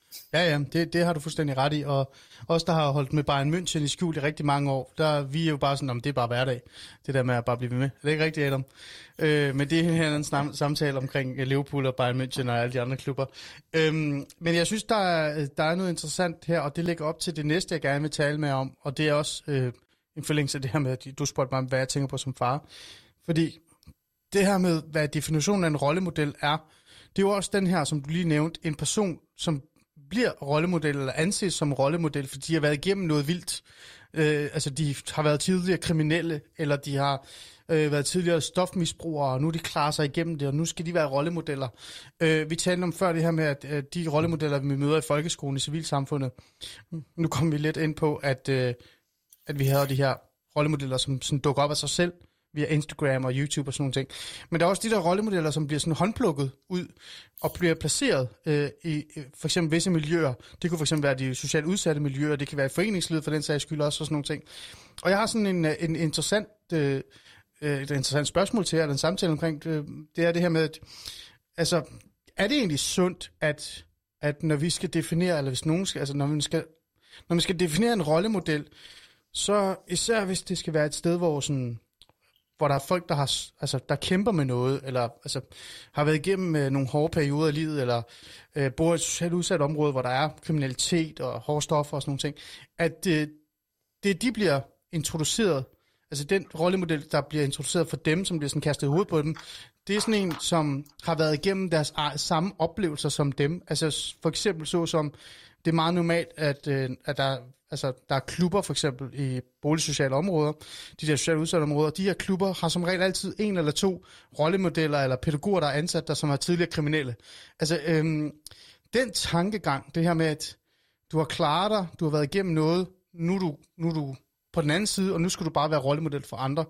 Ja, det har du fuldstændig ret i, og os, der har holdt med Bayern München i skjul i rigtig mange år, vi er jo bare sådan, det er bare hverdag, det der med at bare blive ved med. Er det ikke rigtigt, Adam? Men det er her en samtale omkring Liverpool og Bayern München og alle de andre klubber. Men jeg synes, der er noget interessant her, og det ligger op til det næste, jeg gerne vil tale med om, og det er også en forlængelse af det her med, at du spurgte mig, hvad jeg tænker på som far. Fordi det her med, hvad definitionen af en rollemodel er, det er jo også den her, som du lige nævnte, en person, som bliver rollemodel eller anses som rollemodel, fordi de har været igennem noget vildt. Altså, de har været tidligere kriminelle, eller de har været tidligere stofmisbrugere, og nu de klarer sig igennem det, og nu skal de være rollemodeller. Vi talte om før det her med, at de rollemodeller, vi møder i folkeskolen, i civilsamfundet, nu kommer vi lidt ind på, at vi havde de her rollemodeller, som sådan dukker op af sig selv, via Instagram og YouTube og sådan nogle ting. Men der er også de der rollemodeller, som bliver sådan håndplukket ud og bliver placeret i for eksempel visse miljøer. Det kunne for eksempel være de socialt udsatte miljøer, det kan være foreningslivet for den sags skyld også og sådan nogle ting. Og jeg har sådan et interessant spørgsmål til jer, den samtale omkring, det er det her med, at altså, er det egentlig sundt, at når vi skal definere, eller hvis nogen skal, altså når man skal definere en rollemodel, så især hvis det skal være et sted, hvor der er folk, der kæmper med noget, eller altså, har været igennem nogle hårde perioder i livet, eller bor i et socialt udsat område, hvor der er kriminalitet og hårde stoffer og sådan nogle ting, at de bliver introduceret, altså den rollemodel, der bliver introduceret for dem, som bliver sådan kastet i hovedet på dem, det er sådan en, som har været igennem deres samme oplevelser som dem. Altså for eksempel så som, det er meget normalt, at der er klubber for eksempel i boligsociale områder, de der sociale udsatte områder, de her klubber har som regel altid en eller to rollemodeller eller pædagoger, der er ansat der, som er tidligere kriminelle. Altså den tankegang, det her med, at du har klaret dig, du har været igennem noget, nu er du på den anden side, og nu skal du bare være rollemodel for andre.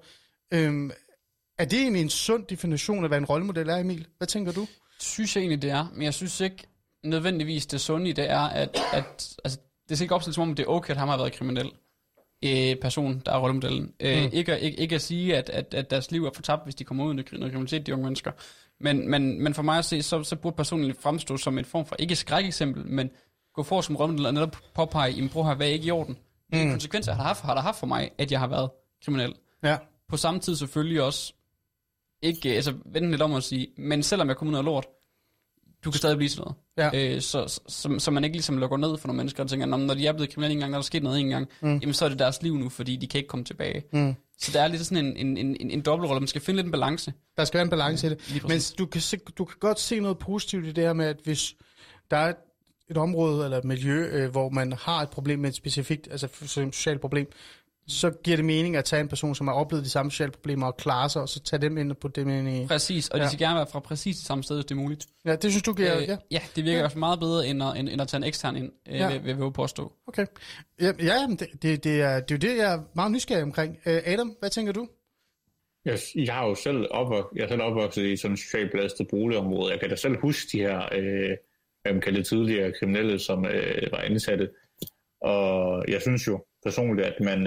Er det egentlig en sund definition af, hvad en rollemodel er, Emil? Hvad tænker du? Synes jeg egentlig, det er, men jeg synes ikke nødvendigvis, det sunde i det er, at altså, det skal ikke opstilles som om, det er okay, at han har været kriminel person, der er rollemodellen. Ikke at sige, at deres liv er fortabt, hvis de kommer ud i noget kriminalitet, de unge mennesker. Men for mig at se, så burde personen fremstå som en form for, ikke skrækeksempel, men gå for som rollemodel og netop påpege, jamen bror her, hvad er ikke i orden? Hvilke konsekvenser har der haft for mig, at jeg har været kriminel? Ja. På samme tid selvfølgelig også, ikke, altså vende lidt om at sige, men selvom jeg kommer ud af lort, du kan stadig blive sådan noget. Ja. Så man ikke ligesom lukker ned for nogle mennesker og tænker, når de er blevet kriminelle en gang, når der er sket noget en gang, jamen så er det deres liv nu, fordi de kan ikke komme tilbage. Så der er lidt sådan en dobbeltrolle, man skal finde lidt en balance. Der skal være en balance i det. Men du kan godt se noget positivt i det her med, at hvis der er et område eller et miljø, hvor man har et problem med et specifikt, altså et socialt problem, så giver det mening at tage en person, som har oplevet de samme sociale problemer og klare sig, og så tage dem ind på det med. Præcis, og de skal gerne være fra præcis det samme sted, hvis det er muligt. Ja, det synes du giver, ja, det virker i hvert fald meget bedre, end at tage en ekstern ind, vil jeg påstå. Okay. Det er jo det, jeg er meget nysgerrig omkring. Adam, hvad tænker du? Jeg har jo selv opvokset i sådan et socialt belastet boligområde. Jeg kan da selv huske de her, man kalder tidligere kriminelle, som var ansatte. Og jeg synes jo personligt, at man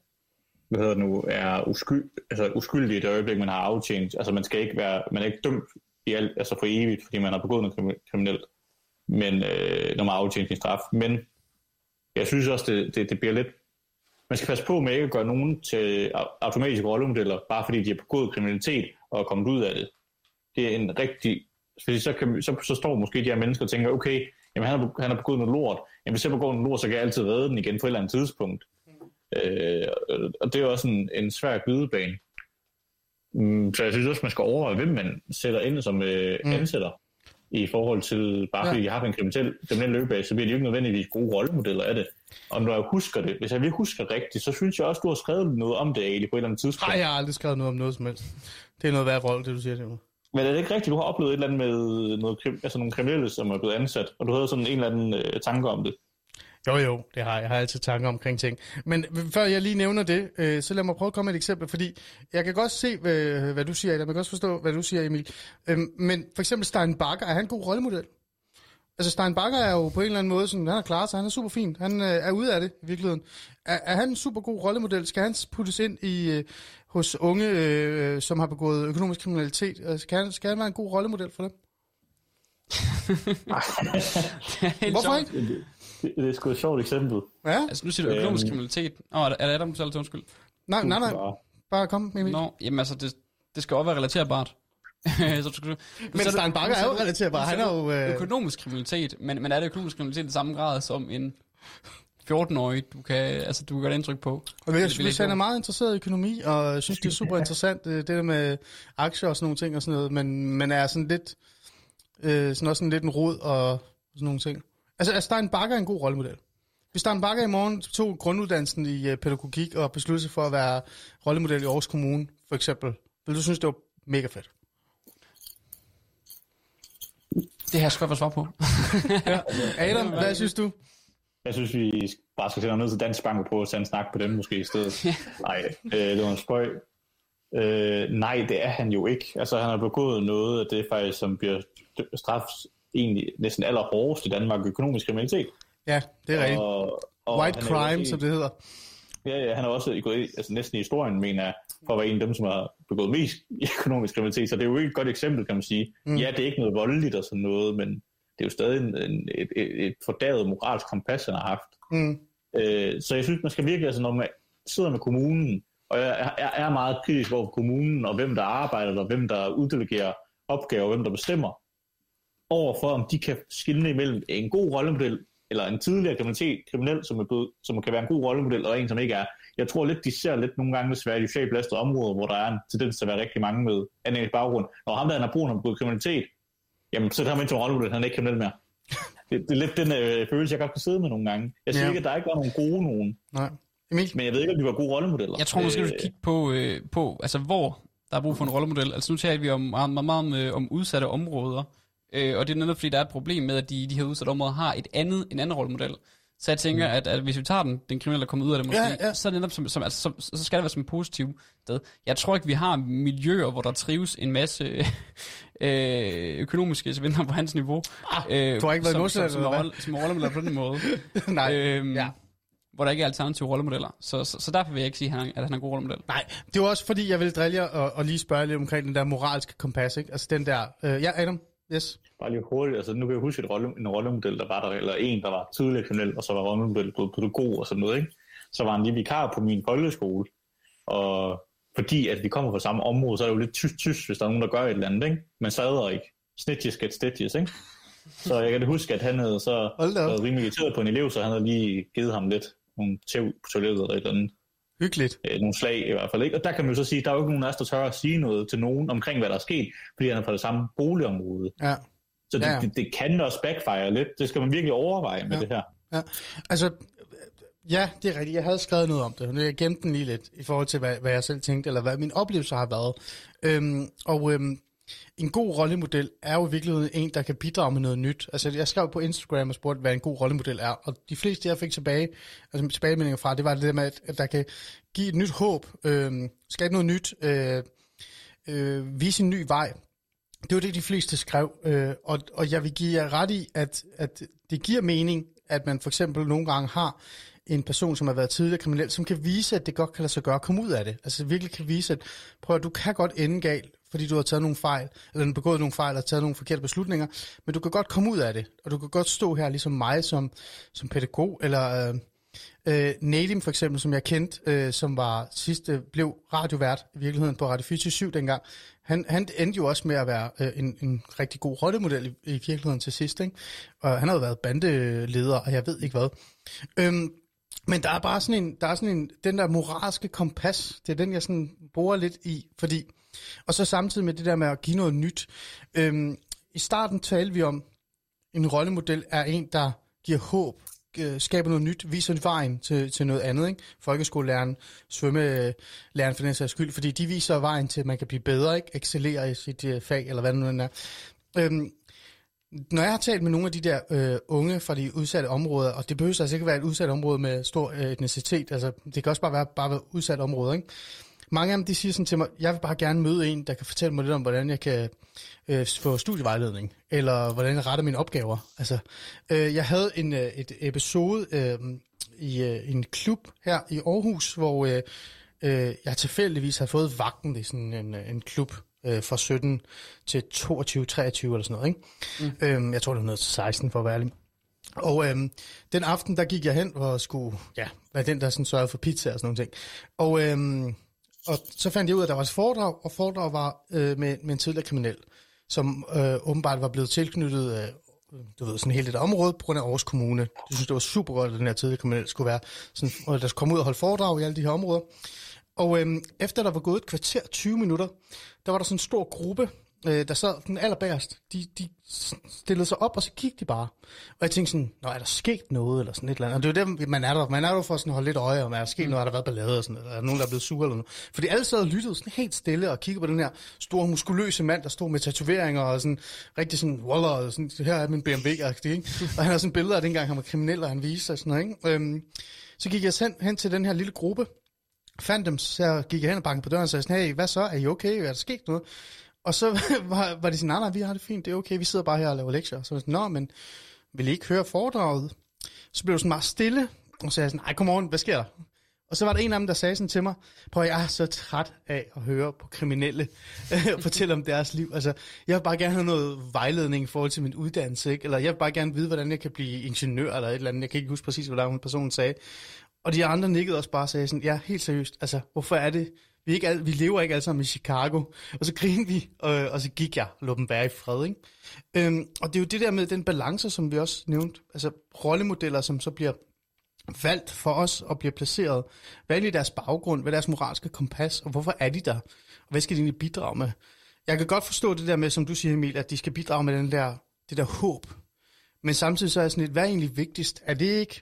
er uskyldig i det øjeblik, man har aftjent. Altså man er ikke dømt i alt, altså for evigt, fordi man har begået noget kriminelt, men når man har aftjent sin straf. Men jeg synes også, det bliver lidt. Man skal passe på med ikke at gøre nogen til automatiske rollemodeller, bare fordi de har begået kriminalitet og er kommet ud af det. Det er en rigtig. Fordi så står måske de her mennesker og tænker, okay, jamen han har begået noget lort. Jamen hvis jeg begår noget lort, så kan jeg altid redde den igen på et eller andet tidspunkt. Og det er også en svær glidebane. Så jeg synes også, man skal overveje, hvem man sætter ind som ansætter. I forhold til, bare fordi de har en kriminel løbebane, så bliver de jo ikke nødvendigvis gode rollemodeller af det. Og når jeg husker det, hvis jeg virkelig husker rigtigt, så synes jeg også, du har skrevet noget om det, Ali, på et eller andet tidspunkt. Nej, jeg har aldrig skrevet noget om noget som helst. Det er noget værd rolle, det du siger det nu. Men er det ikke rigtigt, du har oplevet et eller andet med nogle kriminelle, som er blevet ansat, og du havde sådan en eller anden tanke om det? Jo, det har jeg. Jeg har altid tanker omkring ting. Men før jeg lige nævner det, så lad mig prøve at komme med et eksempel, fordi jeg kan godt se, hvad du siger, Adam. Jeg kan også forstå, hvad du siger, Emil. Men for eksempel Stein Bagger, er han en god rollemodel? Altså Stein Bagger er jo på en eller anden måde sådan, han er klar, så han er super fin. Han er ude af det i virkeligheden. Er han en super god rollemodel? Skal han puttes ind hos unge, som har begået økonomisk kriminalitet? Skal han være en god rollemodel for dem? Hvorfor ikke? Det er sgu et sjovt eksempel. Ja. Altså, nu siger du økonomisk kriminalitet. Er det Adam, du selv undskyld? Nej. Bare kom, Emil. Jamen altså, det skal også være relaterbart. Men Stein Bakker er jo relaterbar. Han er jo... Økonomisk kriminalitet, men er det økonomisk kriminalitet i samme grad som en 14-årig, du kan gøre et indtryk på? Og jeg synes, han er meget interesseret i økonomi, og jeg synes, det er super interessant, det der med aktier og sådan nogle ting og sådan noget, men er sådan lidt, sådan også sådan lidt en rod og sådan nogle ting. Altså, Stein Bakker er en god rollemodel. Hvis Stein Bakker i morgen tog grunduddannelsen i pædagogik og besluttede sig for at være rollemodel i Aarhus Kommune, for eksempel, vil du synes, det var mega fedt? Det her skal jeg få svar på. Ja. Adam, hvad synes du? Jeg synes, vi bare skal sætte ned til Dansk Bank og prøve at tage en snak på dem måske i stedet. Nej, det var en spøj. Nej, det er han jo ikke. Altså, han har begået noget af det faktisk, som bliver straffet egentlig næsten allerhårdest i Danmark, økonomisk kriminalitet. Ja, det er rigtigt. White crime, som det hedder. Ja, han har også gået næsten i historien, mener jeg, for at være en af dem, som har begået mest økonomisk kriminalitet. Så det er jo ikke et godt eksempel, kan man sige. Ja, det er ikke noget voldeligt og sådan noget, men det er jo stadig et fordavet moralsk kompas, han har haft. Så jeg synes, man skal virkelig, altså når man sidder med kommunen, og jeg er meget kritisk over kommunen, og hvem der arbejder der, hvem der uddelegerer opgaver, hvem der bestemmer, overfor om de kan skille imellem en god rollemodel, eller en tidligere kriminel, som kan være en god rollemodel, og en, som ikke er. Jeg tror lidt, de ser lidt nogle gange desværre i socialt belastede områder, hvor der er en tendens til at være rigtig mange med anden baggrund. Når ham der han har brug for kriminalitet, jamen så tager man ind til en rollemodel, han er ikke kriminel mere. Det er lidt den følelse, jeg godt kan sidde med nogle gange. Jeg siger ikke, at der ikke var nogen gode nogen. Nej. Emil? Men jeg ved ikke, om de var gode rollemodeller. Jeg tror måske, du skal kigge på altså, hvor der er brug for en rollemodel. Altså nu taler vi om udsatte områder. Og det er netop fordi, der er et problem med, at de her udsatte områder har en anden rollemodel. Så jeg tænker, at hvis vi tager den kriminelle, der kommer ud af det måske, så er det netop så skal det være som en positiv sted. Jeg tror ikke, vi har miljøer, hvor der trives en masse økonomiske svindler på hans niveau. Du har ikke været modsat, som er rollemodeller på den måde. Nej, hvor der ikke er alternative rollemodeller. Så derfor vil jeg ikke sige, at han er en god rollemodel. Nej, det var også fordi, jeg ville drille jer og lige spørge lidt omkring den der moralske kompas, ikke? Altså den der... Adam? Yes. Bare lige hurtigt, altså nu kan jeg huske en rollemodel, der var der, eller en, der var tidligere kriminel, og så var rollemodel både pædagog og sådan noget, ikke? Så var han lige vikar på min folkeskole, og fordi at vi kommer fra samme område, så er det jo lidt tysk, hvis der er nogen, der gør et eller andet, ikke? Men sadder ikke. Snitches get stitches, ikke? Så jeg kan da huske, at han havde så været rimelig irriteret på en elev, så han havde lige givet ham lidt nogle tæv på toilettet eller et eller andet. Hyggeligt. Nogle slag i hvert fald, ikke? Og der kan man jo så sige, at der er jo ikke nogen af os, der tør at sige noget til nogen omkring, hvad der er sket, fordi han er fra det samme boligområde. Ja. Så det kan også backfire lidt. Det skal man virkelig overveje med det her. Ja, altså... Ja, det er rigtigt. Jeg havde skrevet noget om det. Jeg gemte den lige lidt i forhold til, hvad jeg selv tænkte, eller hvad min oplevelse har været. En god rollemodel er jo i virkeligheden en, der kan bidrage med noget nyt. Altså, jeg skrev på Instagram og spurgte, hvad en god rollemodel er. Og de fleste, jeg fik tilbagemeldinger fra, det var det der med, at der kan give et nyt håb, skabe noget nyt, vise en ny vej. Det var det, de fleste skrev. Og jeg vil give jer ret i, at det giver mening, at man for eksempel nogle gange har en person, som har været tidligere kriminel, som kan vise, at det godt kan lade sig gøre at komme ud af det. Altså virkelig kan vise, at prøv at du kan godt ende galt, fordi du har taget nogle fejl, eller begået nogle fejl, og taget nogle forkerte beslutninger, men du kan godt komme ud af det, og du kan godt stå her ligesom mig som pædagog, eller Nadim for eksempel, som jeg kendte, som var blev radiovært i virkeligheden på Radio 24/7 dengang. Han endte jo også med at være en rigtig god rollemodel i virkeligheden til sidst, ikke? Og han havde været bandeleder, og jeg ved ikke hvad. Men der er bare sådan en, den der moralske kompas, det er den, jeg sådan borer lidt i, fordi, og så samtidig med det der med at give noget nyt. I starten talte vi om, en rollemodel er en, der giver håb, skaber noget nyt, viser vejen til noget andet, ikke? Folkeskolelæreren, svømmelæreren for den sags skyld, fordi de viser vejen til, at man kan blive bedre, ikke? Excellere i sit fag, eller hvad det nu er. Når jeg har talt med nogle af de der unge fra de udsatte områder, og det behøver altså ikke være et udsat område med stor etnicitet, altså det kan også bare være udsat områder, ikke? Mange af dem, de siger sådan til mig, jeg vil bare gerne møde en, der kan fortælle mig lidt om, hvordan jeg kan få studievejledning, eller hvordan jeg retter mine opgaver. Altså, jeg havde et episode i en klub her i Aarhus, hvor jeg tilfældigvis havde fået vagten i sådan en klub, fra 17 til 22, 23 eller sådan noget, ikke? Jeg tror, det var noget til 16, for at være ærlig. Og den aften, der gik jeg hen og skulle, være den, der sådan sørgede for pizza og sådan nogle ting. Og så fandt jeg ud af, at der var et foredrag, og foredrag var med en tidligere kriminel, som åbenbart var blevet tilknyttet sådan helt et område på grund af Aarhus Kommune. Jeg synes, det var super godt, at den her tidligere kriminel skulle være sådan, og der skulle komme ud og holde foredrag i alle de her områder. Og efter der var gået et kvarter, 20 minutter, der var der sådan en stor gruppe, der sad den allerbærst. De stillede sig op, og så kiggede de bare. Og jeg tænkte sådan, er der sket noget, eller sådan et eller andet. Og det er jo det, man er der for sådan at holde lidt øje, om er der sket noget, har der været ballade, og sådan, eller er der nogen, der er blevet sure eller noget. Fordi alle sad og lyttede sådan helt stille, og kiggede på den her store, muskuløse mand, der stod med tatoveringer, og sådan rigtig sådan, waller, og sådan, her er min BMW-agtig, ikke? Og han har sådan billeder af dengang, han var kriminel, og han viste sig sådan noget, ikke? Så gik jeg hen til den her lille gruppe, fandt dem, så gik jeg hen og bankede på døren og sagde sådan, hey, hvad så? Er I okay? Er der sket noget? Og så var de sådan, nej, vi har det fint, det er okay, vi sidder bare her og laver lektier. Så var jeg sådan, men vil I ikke høre foredraget? Så blev det sådan meget stille, og så sagde jeg sådan, kom on, hvad sker der? Og så var der en af dem, der sagde sådan til mig, prøv at jeg er så træt af at høre på kriminelle fortælle om deres liv. Altså, jeg vil bare gerne have noget vejledning i forhold til min uddannelse, ikke? Eller jeg vil bare gerne vide, hvordan jeg kan blive ingeniør eller et eller andet. Jeg kan ikke huske præcis, hvad der personen sagde. Og de andre nikkede også bare og sagde sådan, ja, helt seriøst, altså, hvorfor er det? Vi lever ikke alle sammen i Chicago. Og så grinede vi, og så gik jeg og lå dem være i fred, ikke? Og det er jo det der med den balance, som vi også nævnte. Altså rollemodeller, som så bliver valgt for os og bliver placeret. Hvad er deres baggrund? Hvad er deres moralske kompas? Og hvorfor er de der? Og hvad skal de egentlig bidrage med? Jeg kan godt forstå det der med, som du siger, Emil, at de skal bidrage med det der håb. Men samtidig så er sådan lidt, hvad er egentlig vigtigst? Er det ikke,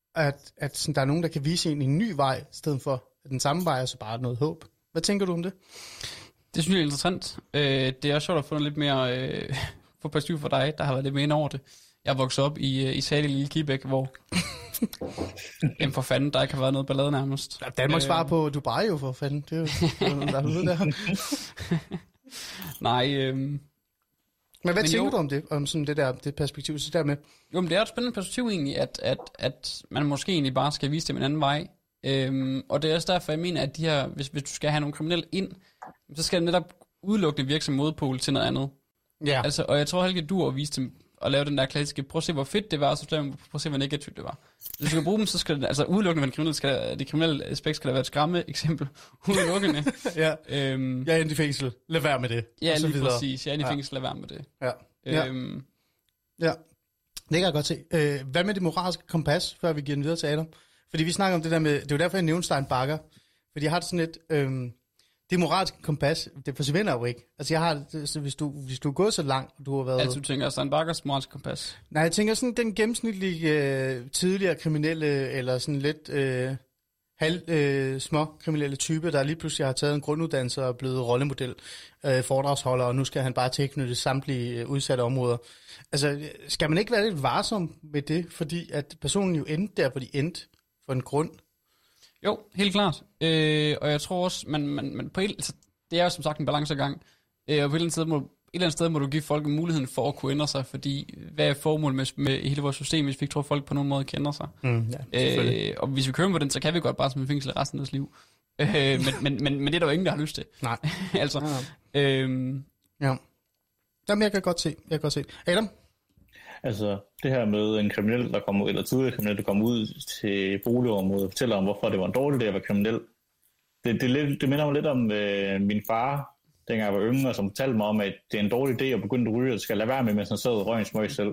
at sådan, der er nogen, der kan vise en ny vej, i stedet for at den samme vej er så bare noget håb? Hvad tænker du om det? Det synes jeg er interessant. Det er også sjovt at få lidt mere for perspektiv for dig, der har været lidt mere ind over det. Jeg er vokset op i Salig Lille Kibæk, hvor for fanden, der ikke har været noget ballade nærmest. Ja, Danmark svarer på Dubai jo, for fanden. Det er jo der er ude der. Nej. Men hvad tænker du om det? Om sådan det perspektiv, så der med? Jo, men det er et spændende perspektiv egentlig, at man måske egentlig bare skal vise dem en anden vej. Og det er også derfor, jeg mener, at de her, hvis du skal have nogle kriminelle ind, så skal det netop udelukkende virke som modpol til noget andet. Ja. Altså, og jeg tror heller ikke, at du har vist dem at lave den der klassiske, prøv at se, hvor fedt det var, og så prøv at se, hvor negativt det var. Hvis du skal bruge dem, så skal det, altså udelukkende det kriminelle aspekt skal der være et skræmme eksempel. Udelukkende. Ja. Jeg er i fængsel. Lad være med det. Ja, lige præcis. Jeg er i fængsel. Lad være med det. Ja. Ja. Det kan jeg godt se. Hvad med det moralske kompas, før vi giver den videre til Adam? Fordi vi snakker om det der med, det er jo derfor, jeg nævnte Stein Bakker. Fordi jeg har det sådan lidt, det moralske kompas, det forsvinder jo ikke. Altså jeg har det, så hvis du er gået så langt, og du har været... Altså du tænker Stein Bakkers moralske kompas? Nej, jeg tænker sådan den gennemsnitlige tidligere kriminelle, eller sådan lidt små kriminelle type, der lige pludselig har taget en grunduddannelse og er blevet rollemodel, foredragsholder, og nu skal han bare tilknytte samtlige udsatte områder. Altså skal man ikke være lidt varsom med det, fordi at personen jo endte der, hvor de endte for en grund? Jo, helt klart. Og jeg tror også, man på altså, det er jo som sagt en balancegang. Og på et eller andet sted må du give folk muligheden for at kunne ændre sig, fordi hvad er formålet med hele vores system, hvis vi ikke tror, at folk på nogen måde kender sig? Og hvis vi kører på den, så kan vi godt bare som en fængsel resten af deres liv. Men det er der jo ingen, der har lyst til. Nej. Altså. Ja. Jamen, jeg kan godt se. Adam? Altså, det her med en kriminel, der kommer, eller tidligere kriminel, der kommer ud til boligområdet og fortæller om, hvorfor det var en dårlig idé at være kriminel. Det minder mig lidt om min far, dengang jeg var yngre, som fortalte mig om, at det er en dårlig idé at begynde at ryge, og skal lade være med, mens han sad og røg en smøg selv.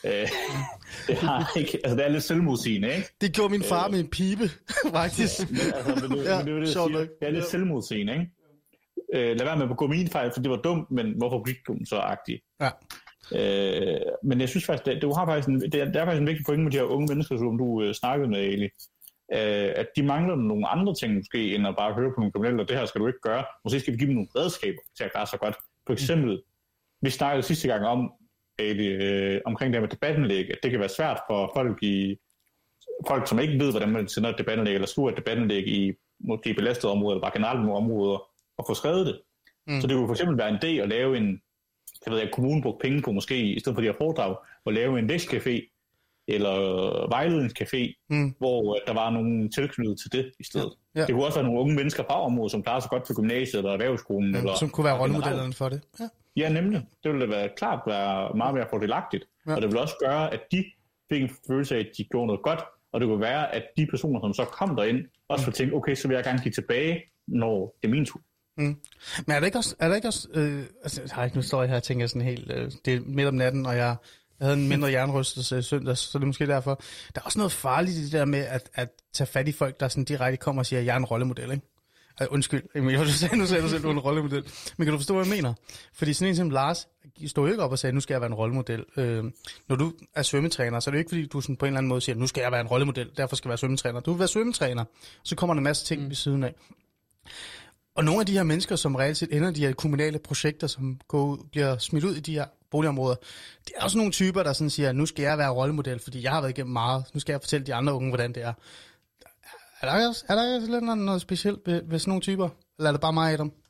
Det er lidt selvmodsigende, ikke? Det gjorde min far med en pibe, faktisk. Det er lidt selvmodsigende, ikke? Lad være med at begå mine fejl, for det var dumt, men hvorfor gik du så agtigt? Ja. Men jeg synes faktisk, det er faktisk en vigtig pointe med de her unge mennesker, som du snakkede med, Eli. At de mangler nogle andre ting måske, end at bare høre på nogle kriminelle, og det her skal du ikke gøre. Måske skal vi give dem nogle redskaber til at klare sig godt. For eksempel, vi snakkede sidste gang om, omkring det med debattenlæg, at det kan være svært for folk, som ikke ved, hvordan man sender et debattenlæg, eller skriver et debattenlæg i måske belastede områder, eller bare generelt nogle områder, og få skrevet det. Så det kunne for eksempel være en idé at lave en, kommunen brugte penge på måske, i stedet for de her foredrag, at lave en læscafé, eller vejledningscafé, hvor der var nogen tilknyttet til det i stedet. Ja. Det kunne også være nogle unge mennesker fra området, som klarer sig godt på gymnasiet eller erhvervsskolen. Eller som kunne være rollemodellerne for det. Ja, nemlig. Det ville være klart være meget mere fordelagtigt. Ja. Og det ville også gøre, at de fik en følelse af, at de gjorde noget godt, og det kunne være, at de personer, som så kom derind, også ville tænke, okay, så vil jeg gerne give tilbage, når det er min tur. Men er der ikke også nu står jeg her og tænker sådan helt, det er midt om natten, og jeg havde en mindre hjernerystelse søndag, så det er måske derfor. Der er også noget farligt i det der med at tage fat i folk, der sådan direkte kommer og siger, at jeg er en rollemodel, ikke? Undskyld, Emil, nu sagde du selv, at du er en rollemodel. Men kan du forstå, hvad jeg mener? Fordi sådan en som Lars stod jo ikke op og sagde, nu skal jeg være en rollemodel. Når du er svømmetræner, så er det jo ikke, fordi du sådan på en eller anden måde siger, nu skal jeg være en rollemodel, derfor skal jeg være svømmetræner. Du vil være svømmetræner, så kommer der en masse ting ved siden af. Og nogle af de her mennesker, som reelt set ender de her kommunale projekter, som bliver smidt ud i de her boligområder, det er også nogle typer, der sådan siger, nu skal jeg være rollemodel, fordi jeg har været igennem meget. Nu skal jeg fortælle de andre unge, hvordan det er. Er der også noget specielt ved sådan nogle typer? Eller er det bare mig, Adam?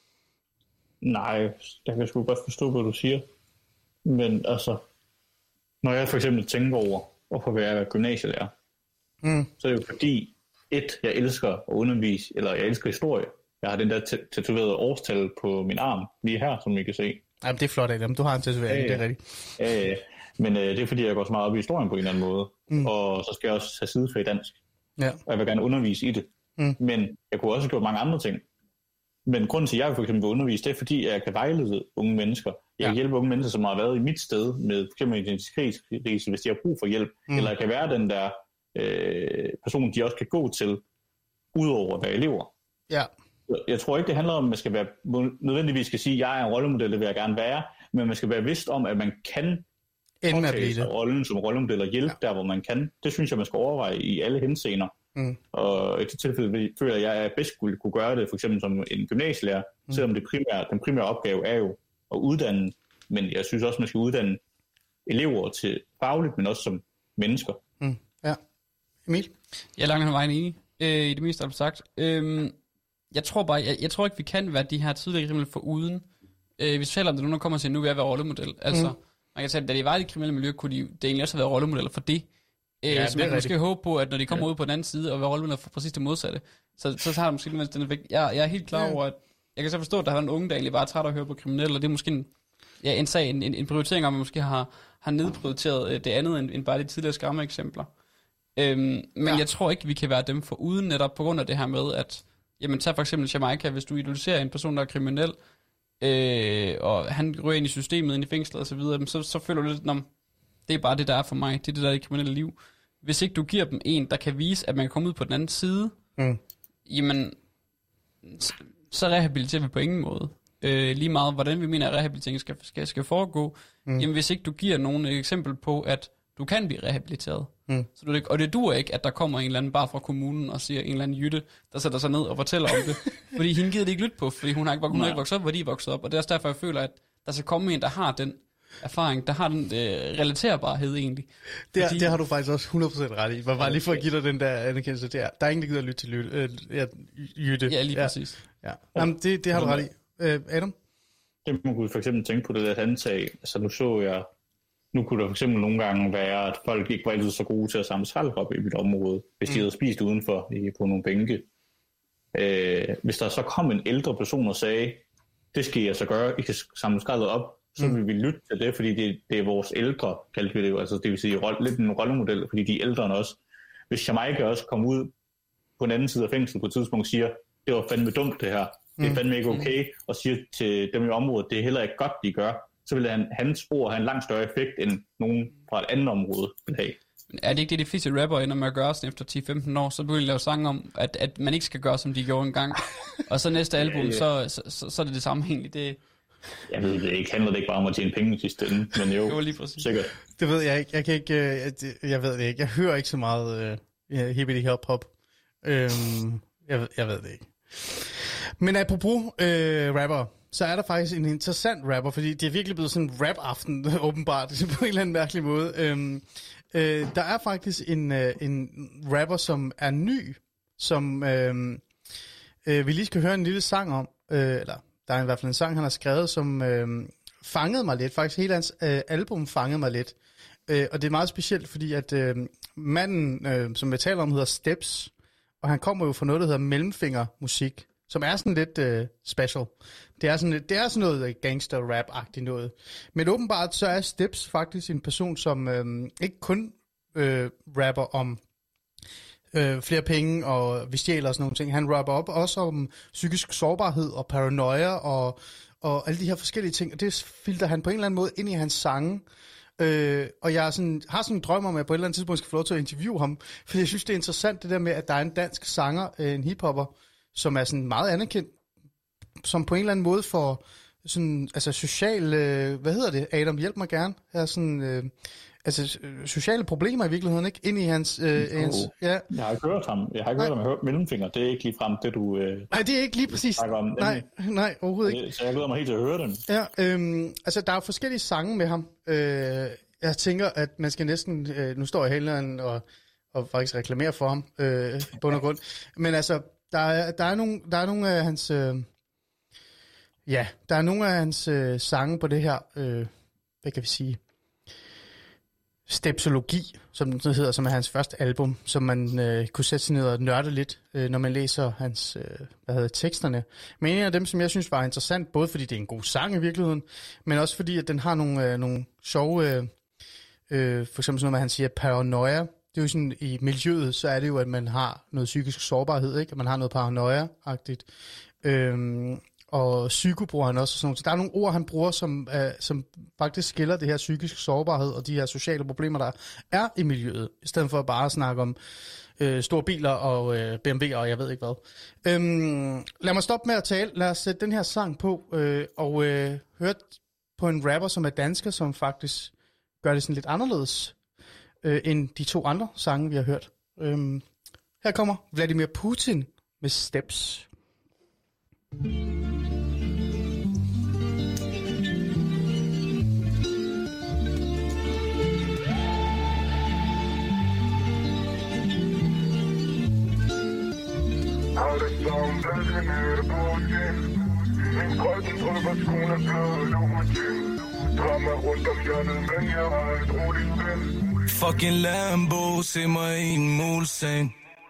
Nej, jeg kan sgu godt forstå, hvad du siger. Men altså, når jeg for eksempel tænker over, hvorfor vil jeg være gymnasielærer, så er det jo fordi, jeg elsker at undervise, eller jeg elsker historie. Jeg har den der tatoverede årstal på min arm, lige her, som I kan se. Jamen, det er flot, Adam. Du har en tatovering, det er rigtigt. Men det er fordi, jeg går så meget op i historien på en eller anden måde. Og så skal jeg også have sidefag i dansk. Ja. Og jeg vil gerne undervise i det. Men jeg kunne også have gjort mange andre ting. Men grunden til, at jeg for eksempel vil undervise, det er fordi, jeg kan vejlede unge mennesker. Jeg kan hjælpe unge mennesker, som har været i mit sted med f.eks. identitetskrise, hvis de har brug for hjælp. Eller jeg kan være den der person, de også kan gå til, udover at være elever. Ja. Jeg tror ikke, det handler om, at man skal være nødvendigvis skal sige, at jeg er en rollemodel, det vil jeg gerne være, men man skal være vidst om, at man kan påtage sig rollen som rollemodel og hjælpe der, hvor man kan. Det synes jeg, man skal overveje i alle henseender. Og i det tilfælde føler jeg, at jeg bedst kunne gøre det, for eksempel som en gymnasielærer, selvom den primære opgave er jo at uddanne, men jeg synes også, man skal uddanne elever til fagligt, men også som mennesker. Ja. Emil? Jeg er langt hen vejen enig i det meste, der er sagt. Jeg tror ikke, vi kan være de her tidligere kriminelle foruden. Hvis selv om det er nogen, der kommer og siger, nu vil jeg være rollemodel. Altså, man kan sige, da de var i det kriminelle miljø, kunne det egentlig også have været rollemodeller for det. Så man kan måske håbe på, at når de kommer ud på den anden side og være rollemodeller for præcis det modsatte, så har det måske den effekt. Jeg er helt klar over, at jeg kan så forstå, at der har en unge, der egentlig bare er træt af at høre på kriminelle, og det er måske en sag, en prioritering, om man måske har nedprioriteret det andet, end bare de tidligere skræmme eksempler. Men jeg tror ikke, vi kan være dem foruden netop på grund af det her med, at jamen tag for eksempel Jamaica, hvis du idoliserer en person, der er kriminel, og han ryger ind i systemet, ind i fængslet og så videre, så føler du lidt, det er bare det, der er for mig, det er det, der er i kriminelle liv. Hvis ikke du giver dem en, der kan vise, at man kan komme ud på den anden side, jamen, så rehabiliterer vi på ingen måde. Lige meget, hvordan vi mener, at rehabilitering skal foregå. Jamen, hvis ikke du giver nogen eksempel på, at du kan blive rehabiliteret. Og det duer ikke, at der kommer en eller anden bare fra kommunen og siger en eller anden jytte, der sætter sig ned og fortæller om det. Fordi hende gider det ikke lytte på, fordi hun har ikke vokset op, hvor de er vokset op. Og det er også derfor, jeg føler, at der skal komme en, der har den erfaring, der har den relaterbarhed egentlig. Det har du faktisk også 100% ret i. Bare lige for at give dig den der anerkendelse der. Der er ingen, der gider at lytte til jytte. Ja, lige præcis. Ja. Jamen, det har du ret i. Adam? Det man kunne for eksempel tænke på det der handtag. Altså nu kunne der for eksempel nogle gange være, at folk ikke var altid så gode til at samle skrald op i mit område, hvis de havde spist udenfor på nogle bænke. Hvis der så kom en ældre person og sagde, det skal jeg så gøre, I kan samle skraldet op, så vil vi lytte til det, fordi det er vores ældre, kaldte vi det jo, altså det vil sige lidt en rollemodel, fordi de er ældre end os. Hvis Jamaica også kom ud på den anden side af fængslet på et tidspunkt og siger, det var fandme dumt det her, det er fandme ikke okay, og siger til dem i området, det er heller ikke godt, de gør, så vil hans spor have en langt større effekt, end nogen fra et andet område vil have. Er det ikke det, de fleste rapper ender med at gøre sådan efter 10-15 år, så begynder de lave sange om, at man ikke skal gøre, som de gjorde engang. Og så næste album, så er det samme egentlig. Det... Jeg ved det ikke. Handler det ikke bare om at tjene penge til stemme? Men jo, lige præcis. Sikkert. Det ved jeg ikke. Jeg kan ikke. Jeg ved det ikke. Jeg hører ikke så meget hippity hop hop. Jeg ved det ikke. Men apropos rapper, så er der faktisk en interessant rapper, fordi det er virkelig blevet sådan en rap-aften, åbenbart, på en eller anden mærkelig måde. Der er faktisk en rapper, som er ny, som vi lige skal høre en lille sang om, eller der er i hvert fald en sang, han har skrevet, som fangede mig lidt. Faktisk hele hans album fangede mig lidt. Og det er meget specielt, fordi at manden, som jeg taler om, hedder Steps, og han kommer jo fra noget, der hedder mellemfingermusik, som er sådan lidt special. Det er sådan noget gangster-rap-agtigt noget. Men åbenbart så er Steps faktisk en person, som ikke kun rapper om flere penge og vi stjæler og sådan nogle ting. Han rapper op også om psykisk sårbarhed og paranoia og alle de her forskellige ting. Og det filter han på en eller anden måde ind i hans sange. Og jeg har sådan en drøm om, at jeg på et eller andet tidspunkt skal få lov til at interviewe ham. For jeg synes, det er interessant det der med, at der er en dansk sanger, en hiphopper, som er sådan meget anerkendt, som på en eller anden måde får sådan, altså social, hvad hedder det? Adam, hjælp mig gerne. Er sådan, sociale problemer i virkeligheden, ikke? Ind i hans... ja. Jeg har ikke hørt ham. Jeg har ikke hørt ham mellemfinger. Det er ikke lige frem det, du... Nej, det er ikke lige præcis. Om. Nej, overhovedet ikke. Så jeg glæder mig helt til at høre den. Ja, altså der er forskellige sange med ham. Jeg tænker, at man skal næsten... nu står jeg hele og faktisk reklamere for ham, i bund og grund. Men altså, der er nogle af hans... der er nogle af hans sange på det her... hvad kan vi sige... Stepsologi, som det hedder, som er hans første album, som man kunne sætte sig ned og nørde lidt, når man læser hans teksterne. Men en af dem, som jeg synes var interessant, både fordi det er en god sang i virkeligheden, men også fordi, at den har nogle sjove, for eksempel sådan noget, han siger, paranoia. Det er jo sådan, i miljøet, så er det jo, at man har noget psykisk sårbarhed, ikke? At man har noget paranoia-agtigt. Og psyko bruger han også. Sådan noget. Så der er nogle ord, han bruger, som faktisk skiller det her psykisk sårbarhed og de her sociale problemer, der er i miljøet, i stedet for at bare snakke om store biler og BMW'er og jeg ved ikke hvad. Lad mig stoppe med at tale. Lad os sætte den her sang på og høre på en rapper, som er dansker, som faktisk gør det sådan lidt anderledes end de to andre sange, vi har hørt. Her kommer Vladimir Putin med Steps. Har det som Vladimir Putin. Min grønne drøber skoene bløde lutin. Drømmer rundt om hjørnet, men jeg har et roligt spil. Fucking Lambo, se mig i en mulseng.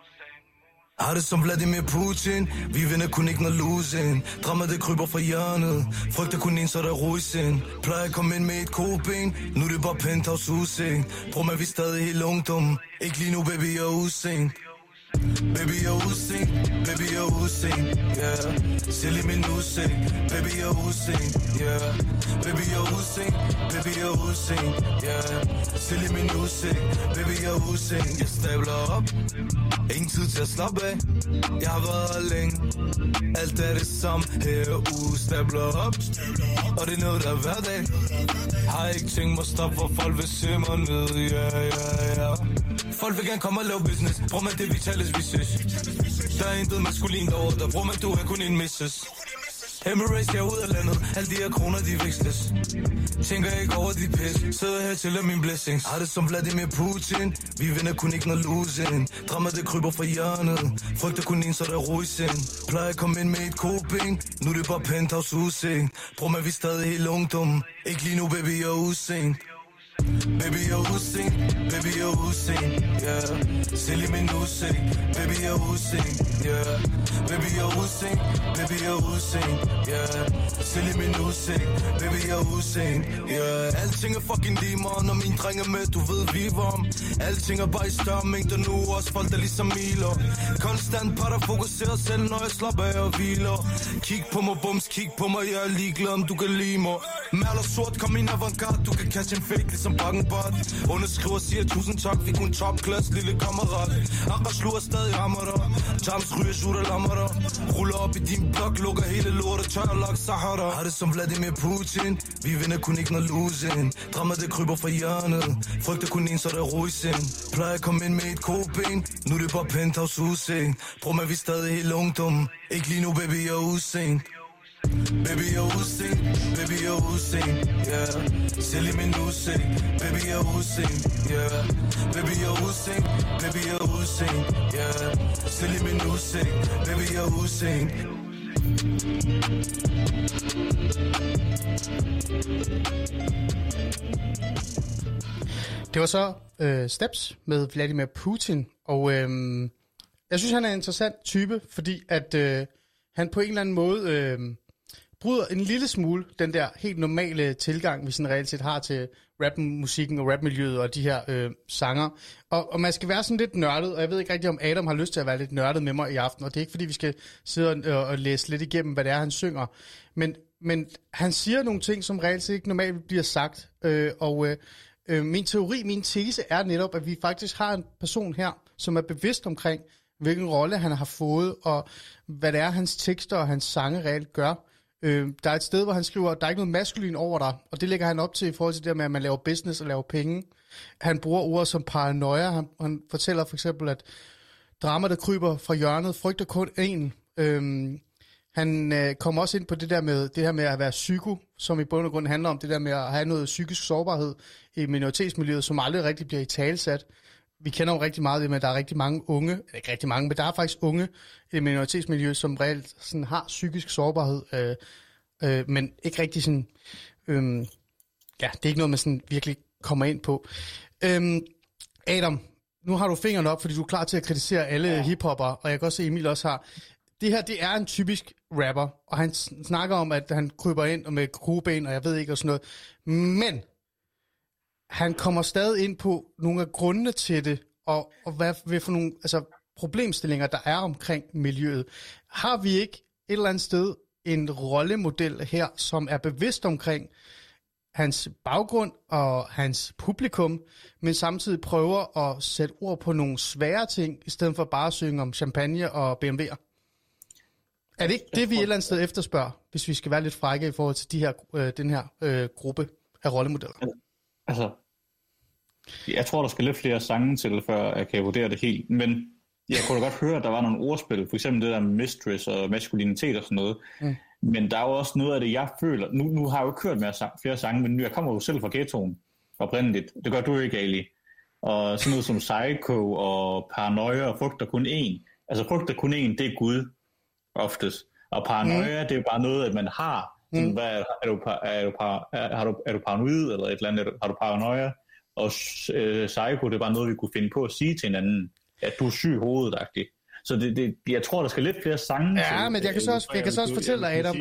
Har det som Vladimir Putin. Vi vinder kun ikke når losing. Drømmer det kryber fra hjørnet. Frygter kun en, så der ro i sind. Plejer at komme ind med et koben. Nu er det bare penthouse udsigt. Bror, men vi er stadig helt ungdom. Ikke lige nu, baby, jeg er udsigt. Baby, jeg er udsigt, baby, jeg er udsigt, yeah. Selv i min udsigt, baby, jeg er udsigt, yeah. Baby, jeg er udsigt, baby, jeg er udsigt, yeah. Selv i min udsigt, baby, jeg er udsigt. Jeg stabler op, ingen tid til at slappe af. Jeg har været her længe, alt er det samme herude. Stabler op, og det er noget, der er hver dag. Har ikke tænkt mig at stoppe, hvor folk vil se mig ned, yeah. Folk vil gerne komme og lave business. Bror, man, det vi tales, vi ses. Der er intet maskulint over der. Bror, man, du er kun en missus. Emirates, jeg er ud af landet. Alle de her kroner, de veksles. Tænker ikke over dit pis. Sidder her til min blessings. Har det som Vladimir Putin. Vi vinder kun ikke når losing. Drømmer det kryber fra hjørnet. Frygter kun en, så der ro i sind. Plejer at komme ind med et koben. Nu er det bare penthouse udsigt. Bror, man, vi er stadig helt ungdom. Ikke lige nu, baby, jeg er udsigt. Baby, jeg er udsigt, baby, jeg er udsigt, yeah. Selv i min udsigt, baby, jeg er udsigt, yeah. Baby, jeg er udsigt, baby, jeg er udsigt, yeah. Selv i min udsigt, baby, jeg er udsigt, yeah. Alting er fucking lige mig, når mine drenge er med, du ved vi om. Alting er bare i større mængder nu, også folk der ligesom miler. Konstant på der fokuserer selv, når jeg slapper af og hviler. Kig på mig, bums, kig på mig, jeg er ligeglad, om du kan lide mig. Maler sort, kom ind avantgarde, du kan catch en fake, som bakkenbart. Underskriver, siger 1000 tak, vi kun topklasse, lille kammerat. Akkur sluger stadig rammer dig. Jams ryger, shooter, lammer dig. Ruller op i din blok, lukker hele lortet, tørlagt Sahara. Har det som Vladimir Putin. Vi vinder kun ikke når losing. Drømmer det kryber fra hjørnet. Frygter kun en, så der ro i sind. Plejer at komme ind med et koben. Nu er det bare penthouse udsigt. Bror, men vi er stadig helt ungdom. Ikke lige nu, baby, jeg er udsigt. Baby, jeg er udsigt, baby, jeg er udsigt, yeah. Selv i min udsigt, baby, jeg er udsigt, yeah. Baby, jeg er udsigt, baby, jeg er udsigt, yeah. Selv i min udsigt, baby, jeg er udsigt. Det var så Steps med Vladimir Putin, og jeg synes, han er en interessant type, fordi at han på en eller anden måde bryder en lille smule den der helt normale tilgang, vi sådan reelt set har til rapmusikken og rapmiljøet og de her sanger. Og man skal være sådan lidt nørdet, og jeg ved ikke rigtig, om Adam har lyst til at være lidt nørdet med mig i aften, og det er ikke, fordi vi skal sidde og læse lidt igennem, hvad det er, han synger. Men han siger nogle ting, som reelt set ikke normalt bliver sagt, min teori, min tese er netop, at vi faktisk har en person her, som er bevidst omkring, hvilken rolle han har fået, og hvad det er, hans tekster og hans sange reelt gør. Der er et sted, hvor han skriver, at der er ikke noget maskulin over dig, og det lægger han op til i forhold til det med, at man laver business og laver penge. Han bruger ord som paranoia. Han fortæller for eksempel, at drama, der kryber fra hjørnet, frygter kun én. Han kommer også ind på det her med at være psyko, som i bund og grund handler om det der med at have noget psykisk sårbarhed i minoritetsmiljøet, som aldrig rigtig bliver italesat. Vi kender jo rigtig meget det med, at der er rigtig mange unge, ikke rigtig mange, men der er faktisk unge i minoritetsmiljøet, som reelt sådan har psykisk sårbarhed, men ikke rigtig sådan, det er ikke noget, man sådan virkelig kommer ind på. Adam, nu har du fingeren op, fordi du er klar til at kritisere alle hiphopper, og jeg kan også se, Emil også har. Det her, det er en typisk rapper, og han snakker om, at han kryber ind med koben, og jeg ved ikke, og sådan noget. Men han kommer stadig ind på nogle af grundene til det, og hvad for nogle problemstillinger, der er omkring miljøet. Har vi ikke et eller andet sted en rollemodel her, som er bevidst omkring hans baggrund og hans publikum, men samtidig prøver at sætte ord på nogle svære ting, i stedet for bare at synge om champagne og BMW'er? Er det ikke det, vi et eller andet sted efterspørger, hvis vi skal være lidt frække i forhold til den her gruppe af rollemodeller? Altså, jeg tror, der skal lidt flere sange til, før jeg kan vurdere det helt. Men jeg kunne da godt høre, at der var nogle ordspil, for eksempel det der med mistress og maskulinitet og sådan noget. Mm. Men der er jo også noget af det, jeg føler. Nu har jeg jo ikke hørt mere flere sange, men jeg kommer jo selv fra ghettoen oprindeligt. Det gør du ikke, Ali. Og sådan noget som Psycho og Paranoia og Frygter kun én. Altså Frygter kun én, det er Gud oftest. Og Paranoia, det er jo bare noget, at man har. Sådan, hvad, er du paranoid eller et eller andet? Har du paranoia? Og Psycho, det er bare noget, vi kunne finde på at sige til hinanden, at du er syg i hovedet-agtig. Så jeg tror, der skal lidt flere sange. Ja, men jeg kan så også fortælle dig, Adam,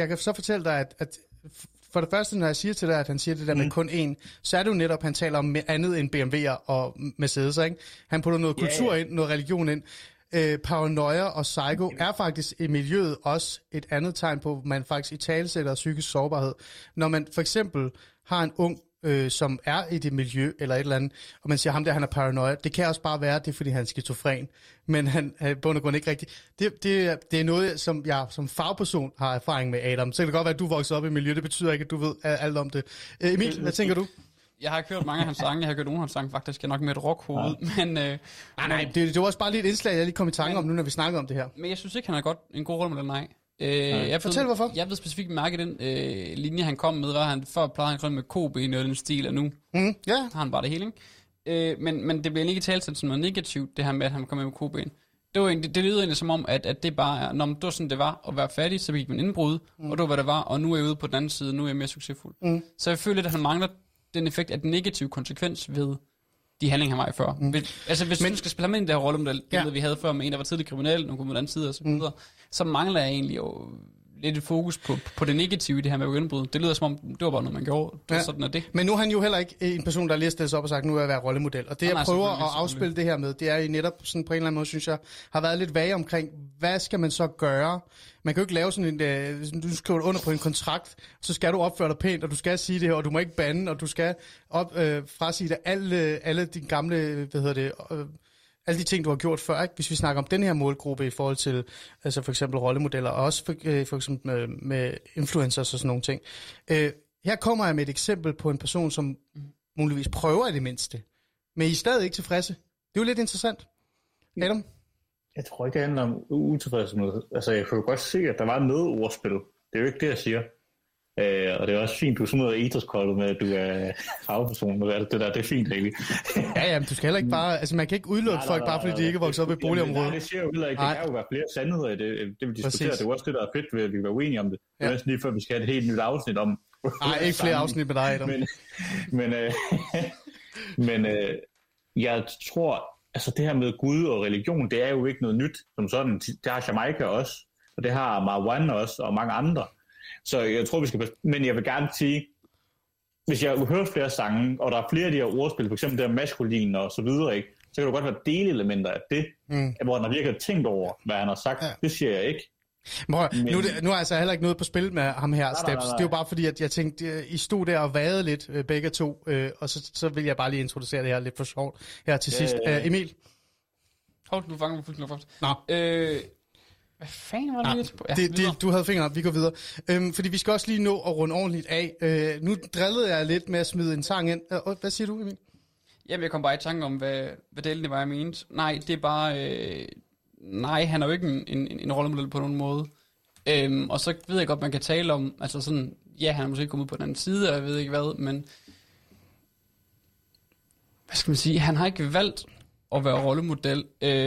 at for det første, når jeg siger til dig, at han siger det der med kun én, så er det jo netop, han taler om andet end BMW'er og Mercedes, ikke? Han putter noget kultur ind, noget religion ind. Paranoia og Psycho er faktisk i miljøet også et andet tegn på, at man faktisk italesætter psykisk sårbarhed. Når man for eksempel har en ung, som er i det miljø eller et eller andet, og man siger ham der, han er paranoia, det kan også bare være, det er fordi han er skizofren, men han er bund og grund ikke rigtigt. Det er noget, som jeg som fagperson har erfaring med, Adam. Så kan det godt være, at du voksede op i miljø, det betyder ikke, at du ved alt om det. Emil, hvad tænker du? Jeg har ikke hørt mange af hans sange. Jeg har hørt nogle af hans sange faktisk. Jeg er nok med et rockhoved. Ja. Men, nej, det var også bare lige et indslag, jeg lige kom i tanke om nu, når vi snakker om det her. Men jeg synes ikke, han er en god rolle med den, nej. Fortæl hvorfor. Jeg ved specifikt mærke den linje, han kom med, var han før plejede han med KB i noget stil, og nu har han bare det hele, ikke? Men det bliver ikke talt som noget negativt, det her med, at han kommer med KB. Det lyder egentlig som om, at det bare er, når det var sådan, det var at være fattig, så gik man indbrud, og det var, hvad det var, og nu er jeg ude på den anden side, nu er jeg mere succesfuld. Så jeg føler lidt, at han mangler den effekt af den negative konsekvens ved de handlinger, han var i før. Hvis du skal spille ham ind i det her rollemodel, vi havde før med en, der var tidlig kriminel, nogle på den anden side og så videre, så mangler jeg egentlig jo lidt et fokus på det negative i det her med indbrud. Det lyder som om, det var bare noget, man gjorde. Sådan er det. Men nu er han jo heller ikke en person, der lige har stillet sig op og sagt, nu er jeg være rollemodel. Og det, jeg prøver at afspille det her med, det er netop sådan på en eller anden måde, synes jeg, har været lidt vage omkring, hvad skal man så gøre? Man kan jo ikke lave sådan en, du skriver under på en kontrakt, så skal du opføre dig pænt, og du skal sige det her, og du må ikke bande, og du skal frasige dig alle dine gamle, alle de ting, du har gjort før, ikke? Hvis vi snakker om den her målgruppe i forhold til altså for eksempel rollemodeller, og også for eksempel med influencers og sådan nogle ting. Her kommer jeg med et eksempel på en person, som muligvis prøver i det mindste, men I er stadig ikke tilfredse. Det er jo lidt interessant. Adam? Jeg tror ikke, det handler om utilfredshed. Altså, jeg kunne godt se, at der var noget ordspil. Det er jo ikke det, jeg siger. Og det er også fint, du er sådan noget ethoskoldet med, at du er fagperson. Det der, det er fint, egentlig. Ja, men du skal heller ikke bare... Altså, man kan ikke udelukke folk, bare fordi de ikke vokser op i boligområdet. Nej, det siger jo heller ikke. Der kan jo være flere sandheder i det vi diskuterer. Det er jo også det, der er fedt ved, at vi er uenige om det. Det er næsten lige før, vi skal have et helt nyt afsnit om... Nej, ikke flere afsnit med dig, Adam. Men jeg tror, altså det her med Gud og religion, det er jo ikke noget nyt som sådan. Det har Jamaica også, og det har Marwan også, og mange andre. Så jeg tror, vi skal... Men jeg vil gerne sige, hvis jeg hører flere sange, og der er flere af de her ordspil, for eksempel der maskulin og så videre, ikke, så kan der godt være delelementer af det, hvor han har virkelig tænkt over, hvad han har sagt. Ja. Det siger jeg ikke. Nu er altså heller ikke noget på spil med ham her, Steps. Nej. Det er jo bare fordi, at jeg tænkte, I stod der og vade lidt, begge to, og så vil jeg bare lige introducere det her lidt for sjovt her til sidst. Emil? Hold, du fanger mig fuldstændig først. Nå. Hvad fanden var det? Ja, du havde fingre op, vi går videre. Fordi vi skal også lige nå at runde ordentligt af. Nu drillede jeg lidt med at smide en sang ind. Hvad siger du, Emil? Jamen, jeg kom bare i tanke om, hvad delen det var, jeg mente. Nej, det er bare... nej, han er jo ikke en rollemodel på nogen måde. Og så ved jeg godt, man kan tale om... Altså sådan... Ja, han er måske kommet på den anden side, og jeg ved ikke hvad, men... Hvad skal man sige? Han har ikke valgt at være rollemodel.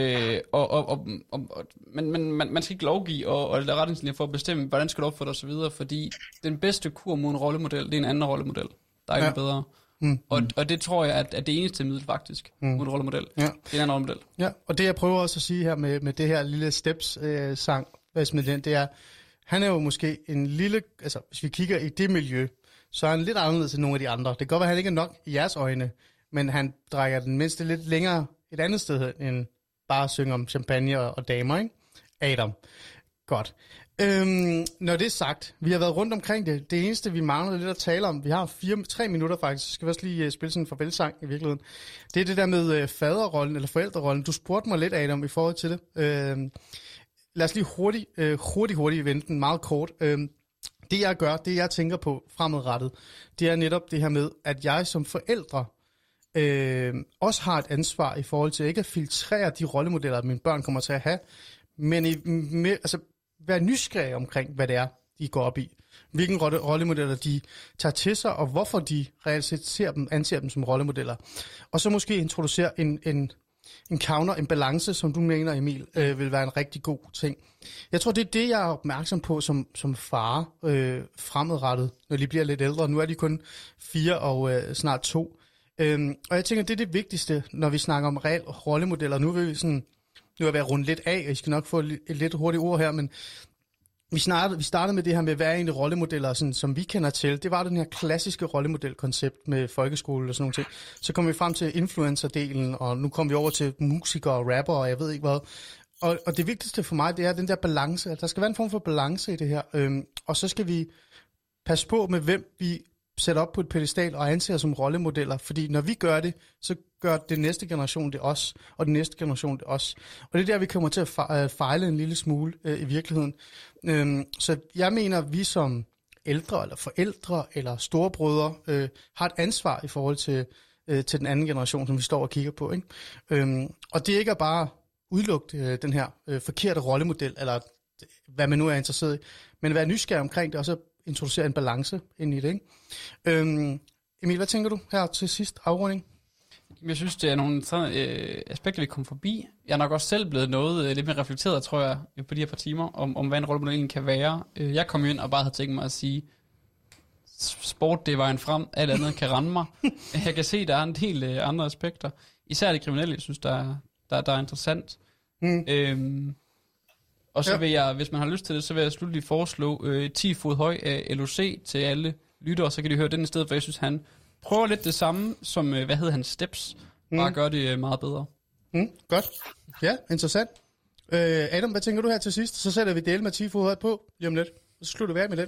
Men man skal ikke lovgive og lade retningslinjer for at bestemme, hvordan skal du opføre dig og så videre, fordi den bedste kur mod en rollemodel, det er en anden rollemodel. Der er ikke bedre. Og det tror jeg, at det eneste middel faktisk mod en rollemodel. Ja. Det er en anden rollemodel. Ja, og det jeg prøver også at sige her med det her lille Steps-sang, med den, det er, han er jo måske en lille, altså hvis vi kigger i det miljø, så er han lidt anderledes end nogle af de andre. Det kan godt være, at han ikke er nok i jeres øjne, men han drækker den mindste lidt længere et andet sted, end bare at synge om champagne og damer, ikke? Adam. Godt. Når det er sagt, vi har været rundt omkring det. Det eneste, vi mangler lidt at tale om, vi har 3 minutter faktisk, så skal vi også lige spille sådan en farvelsang i virkeligheden. Det er det der med faderrollen eller forældrerollen. Du spurgte mig lidt, Adam, i forhold til det. Lad os lige hurtigt vente den meget kort. Det jeg gør, det jeg tænker på fremadrettet, det er netop det her med, at jeg som forældre også har et ansvar i forhold til ikke at filtrere de rollemodeller, mine børn kommer til at have, men altså være nysgerrig omkring, hvad det er, de går op i. Hvilke rollemodeller de tager til sig, og hvorfor de reelt anser dem som rollemodeller. Og så måske introducere en counter, en balance, som du mener, Emil, vil være en rigtig god ting. Jeg tror, det er det, jeg er opmærksom på som far fremadrettet, når de bliver lidt ældre. Nu er de kun 4 og snart 2. Og jeg tænker, det er det vigtigste, når vi snakker om reelle rollemodeller. Nu vil vi sådan... Nu er jeg ved at runde lidt af, og I skal nok få et lidt hurtigt ord her, men vi startede med det her med, hvad er egentlig rollemodeller, sådan, som vi kender til. Det var den her klassiske rollemodelkoncept med folkeskole og sådan nogle ting. Så kom vi frem til influencer-delen, og nu kom vi over til musikere og rapper, og jeg ved ikke hvad. Og det vigtigste for mig, det er den der balance. Der skal være en form for balance i det her. Og så skal vi passe på med, hvem vi sætter op på et pedestal og anser som rollemodeller. Fordi når vi gør det, så gør den næste generation det også, og den næste generation det også. Og det er der, vi kommer til at fejle en lille smule i virkeligheden. Så jeg mener, at vi som ældre, eller forældre, eller storebrødre, har et ansvar i forhold til den anden generation, som vi står og kigger på. Ikke? Og det er ikke bare udelukke den her forkerte rollemodel, eller hvad man nu er interesseret i, men være nysgerrig omkring det, og så introducere en balance ind i det. Ikke? Emil, hvad tænker du her til sidst afrunding? Jeg synes, det er nogle aspekter, vi kommer forbi. Jeg er nok også selv blevet noget lidt mere reflekteret, tror jeg, på de her par timer, om hvad en rollemodel egentlig kan være. Jeg kom ind og bare havde tænkt mig at sige, sport, det er vejen frem, alt andet kan rende mig. Jeg kan se, der er en del andre aspekter. Især det kriminelle, jeg synes, der er interessant. Og så vil jeg, hvis man har lyst til det, så vil jeg slutligt foreslå 10 fod høj af LOC til alle lyttere, så kan de høre den i stedet, for jeg synes, han prøver lidt det samme som, Steps, bare gør det meget bedre. Godt. Ja, interessant. Adam, hvad tænker du her til sidst? Så sætter vi dele med 10 fod højt på lige om lidt, og så slutter vi af med den.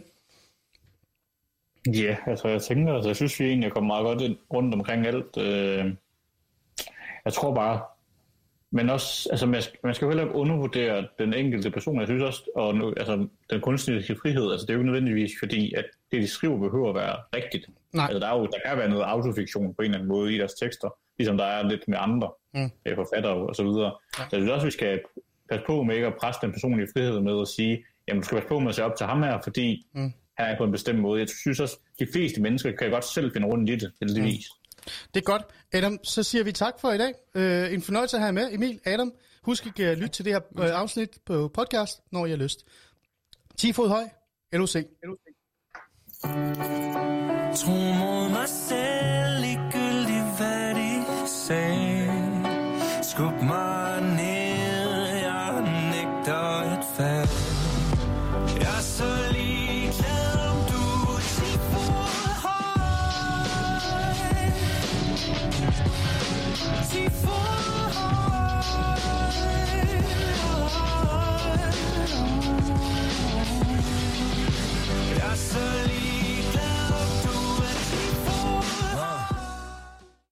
Ja, altså jeg tænker, jeg synes vi egentlig kommer meget godt rundt omkring alt. Jeg tror bare, men også, altså man skal jo heller ikke undervurdere den enkelte person. Jeg synes også, og nu, altså den kunstneriske frihed, altså det er jo ikke nødvendigvis fordi, at det de skriver behøver at være rigtigt. Nej. Altså der kan være noget autofiktion på en eller anden måde i deres tekster, ligesom der er lidt med andre forfattere og så videre. Ja. Så jeg synes også, vi skal passe på med ikke at presse den personlige frihed med at sige, jamen du skal passe på med at se op til ham her, fordi han er på en bestemt måde. Jeg synes også, de fleste mennesker kan godt selv finde rundt i det, heldigvis. Det er godt. Adam, så siger vi tak for i dag. En fornøjelse at have med. Emil, Adam, husk ikke at lytte til det her afsnit på podcast, når I har lyst. 10 fod høj, LOC. Tro mod mig selv.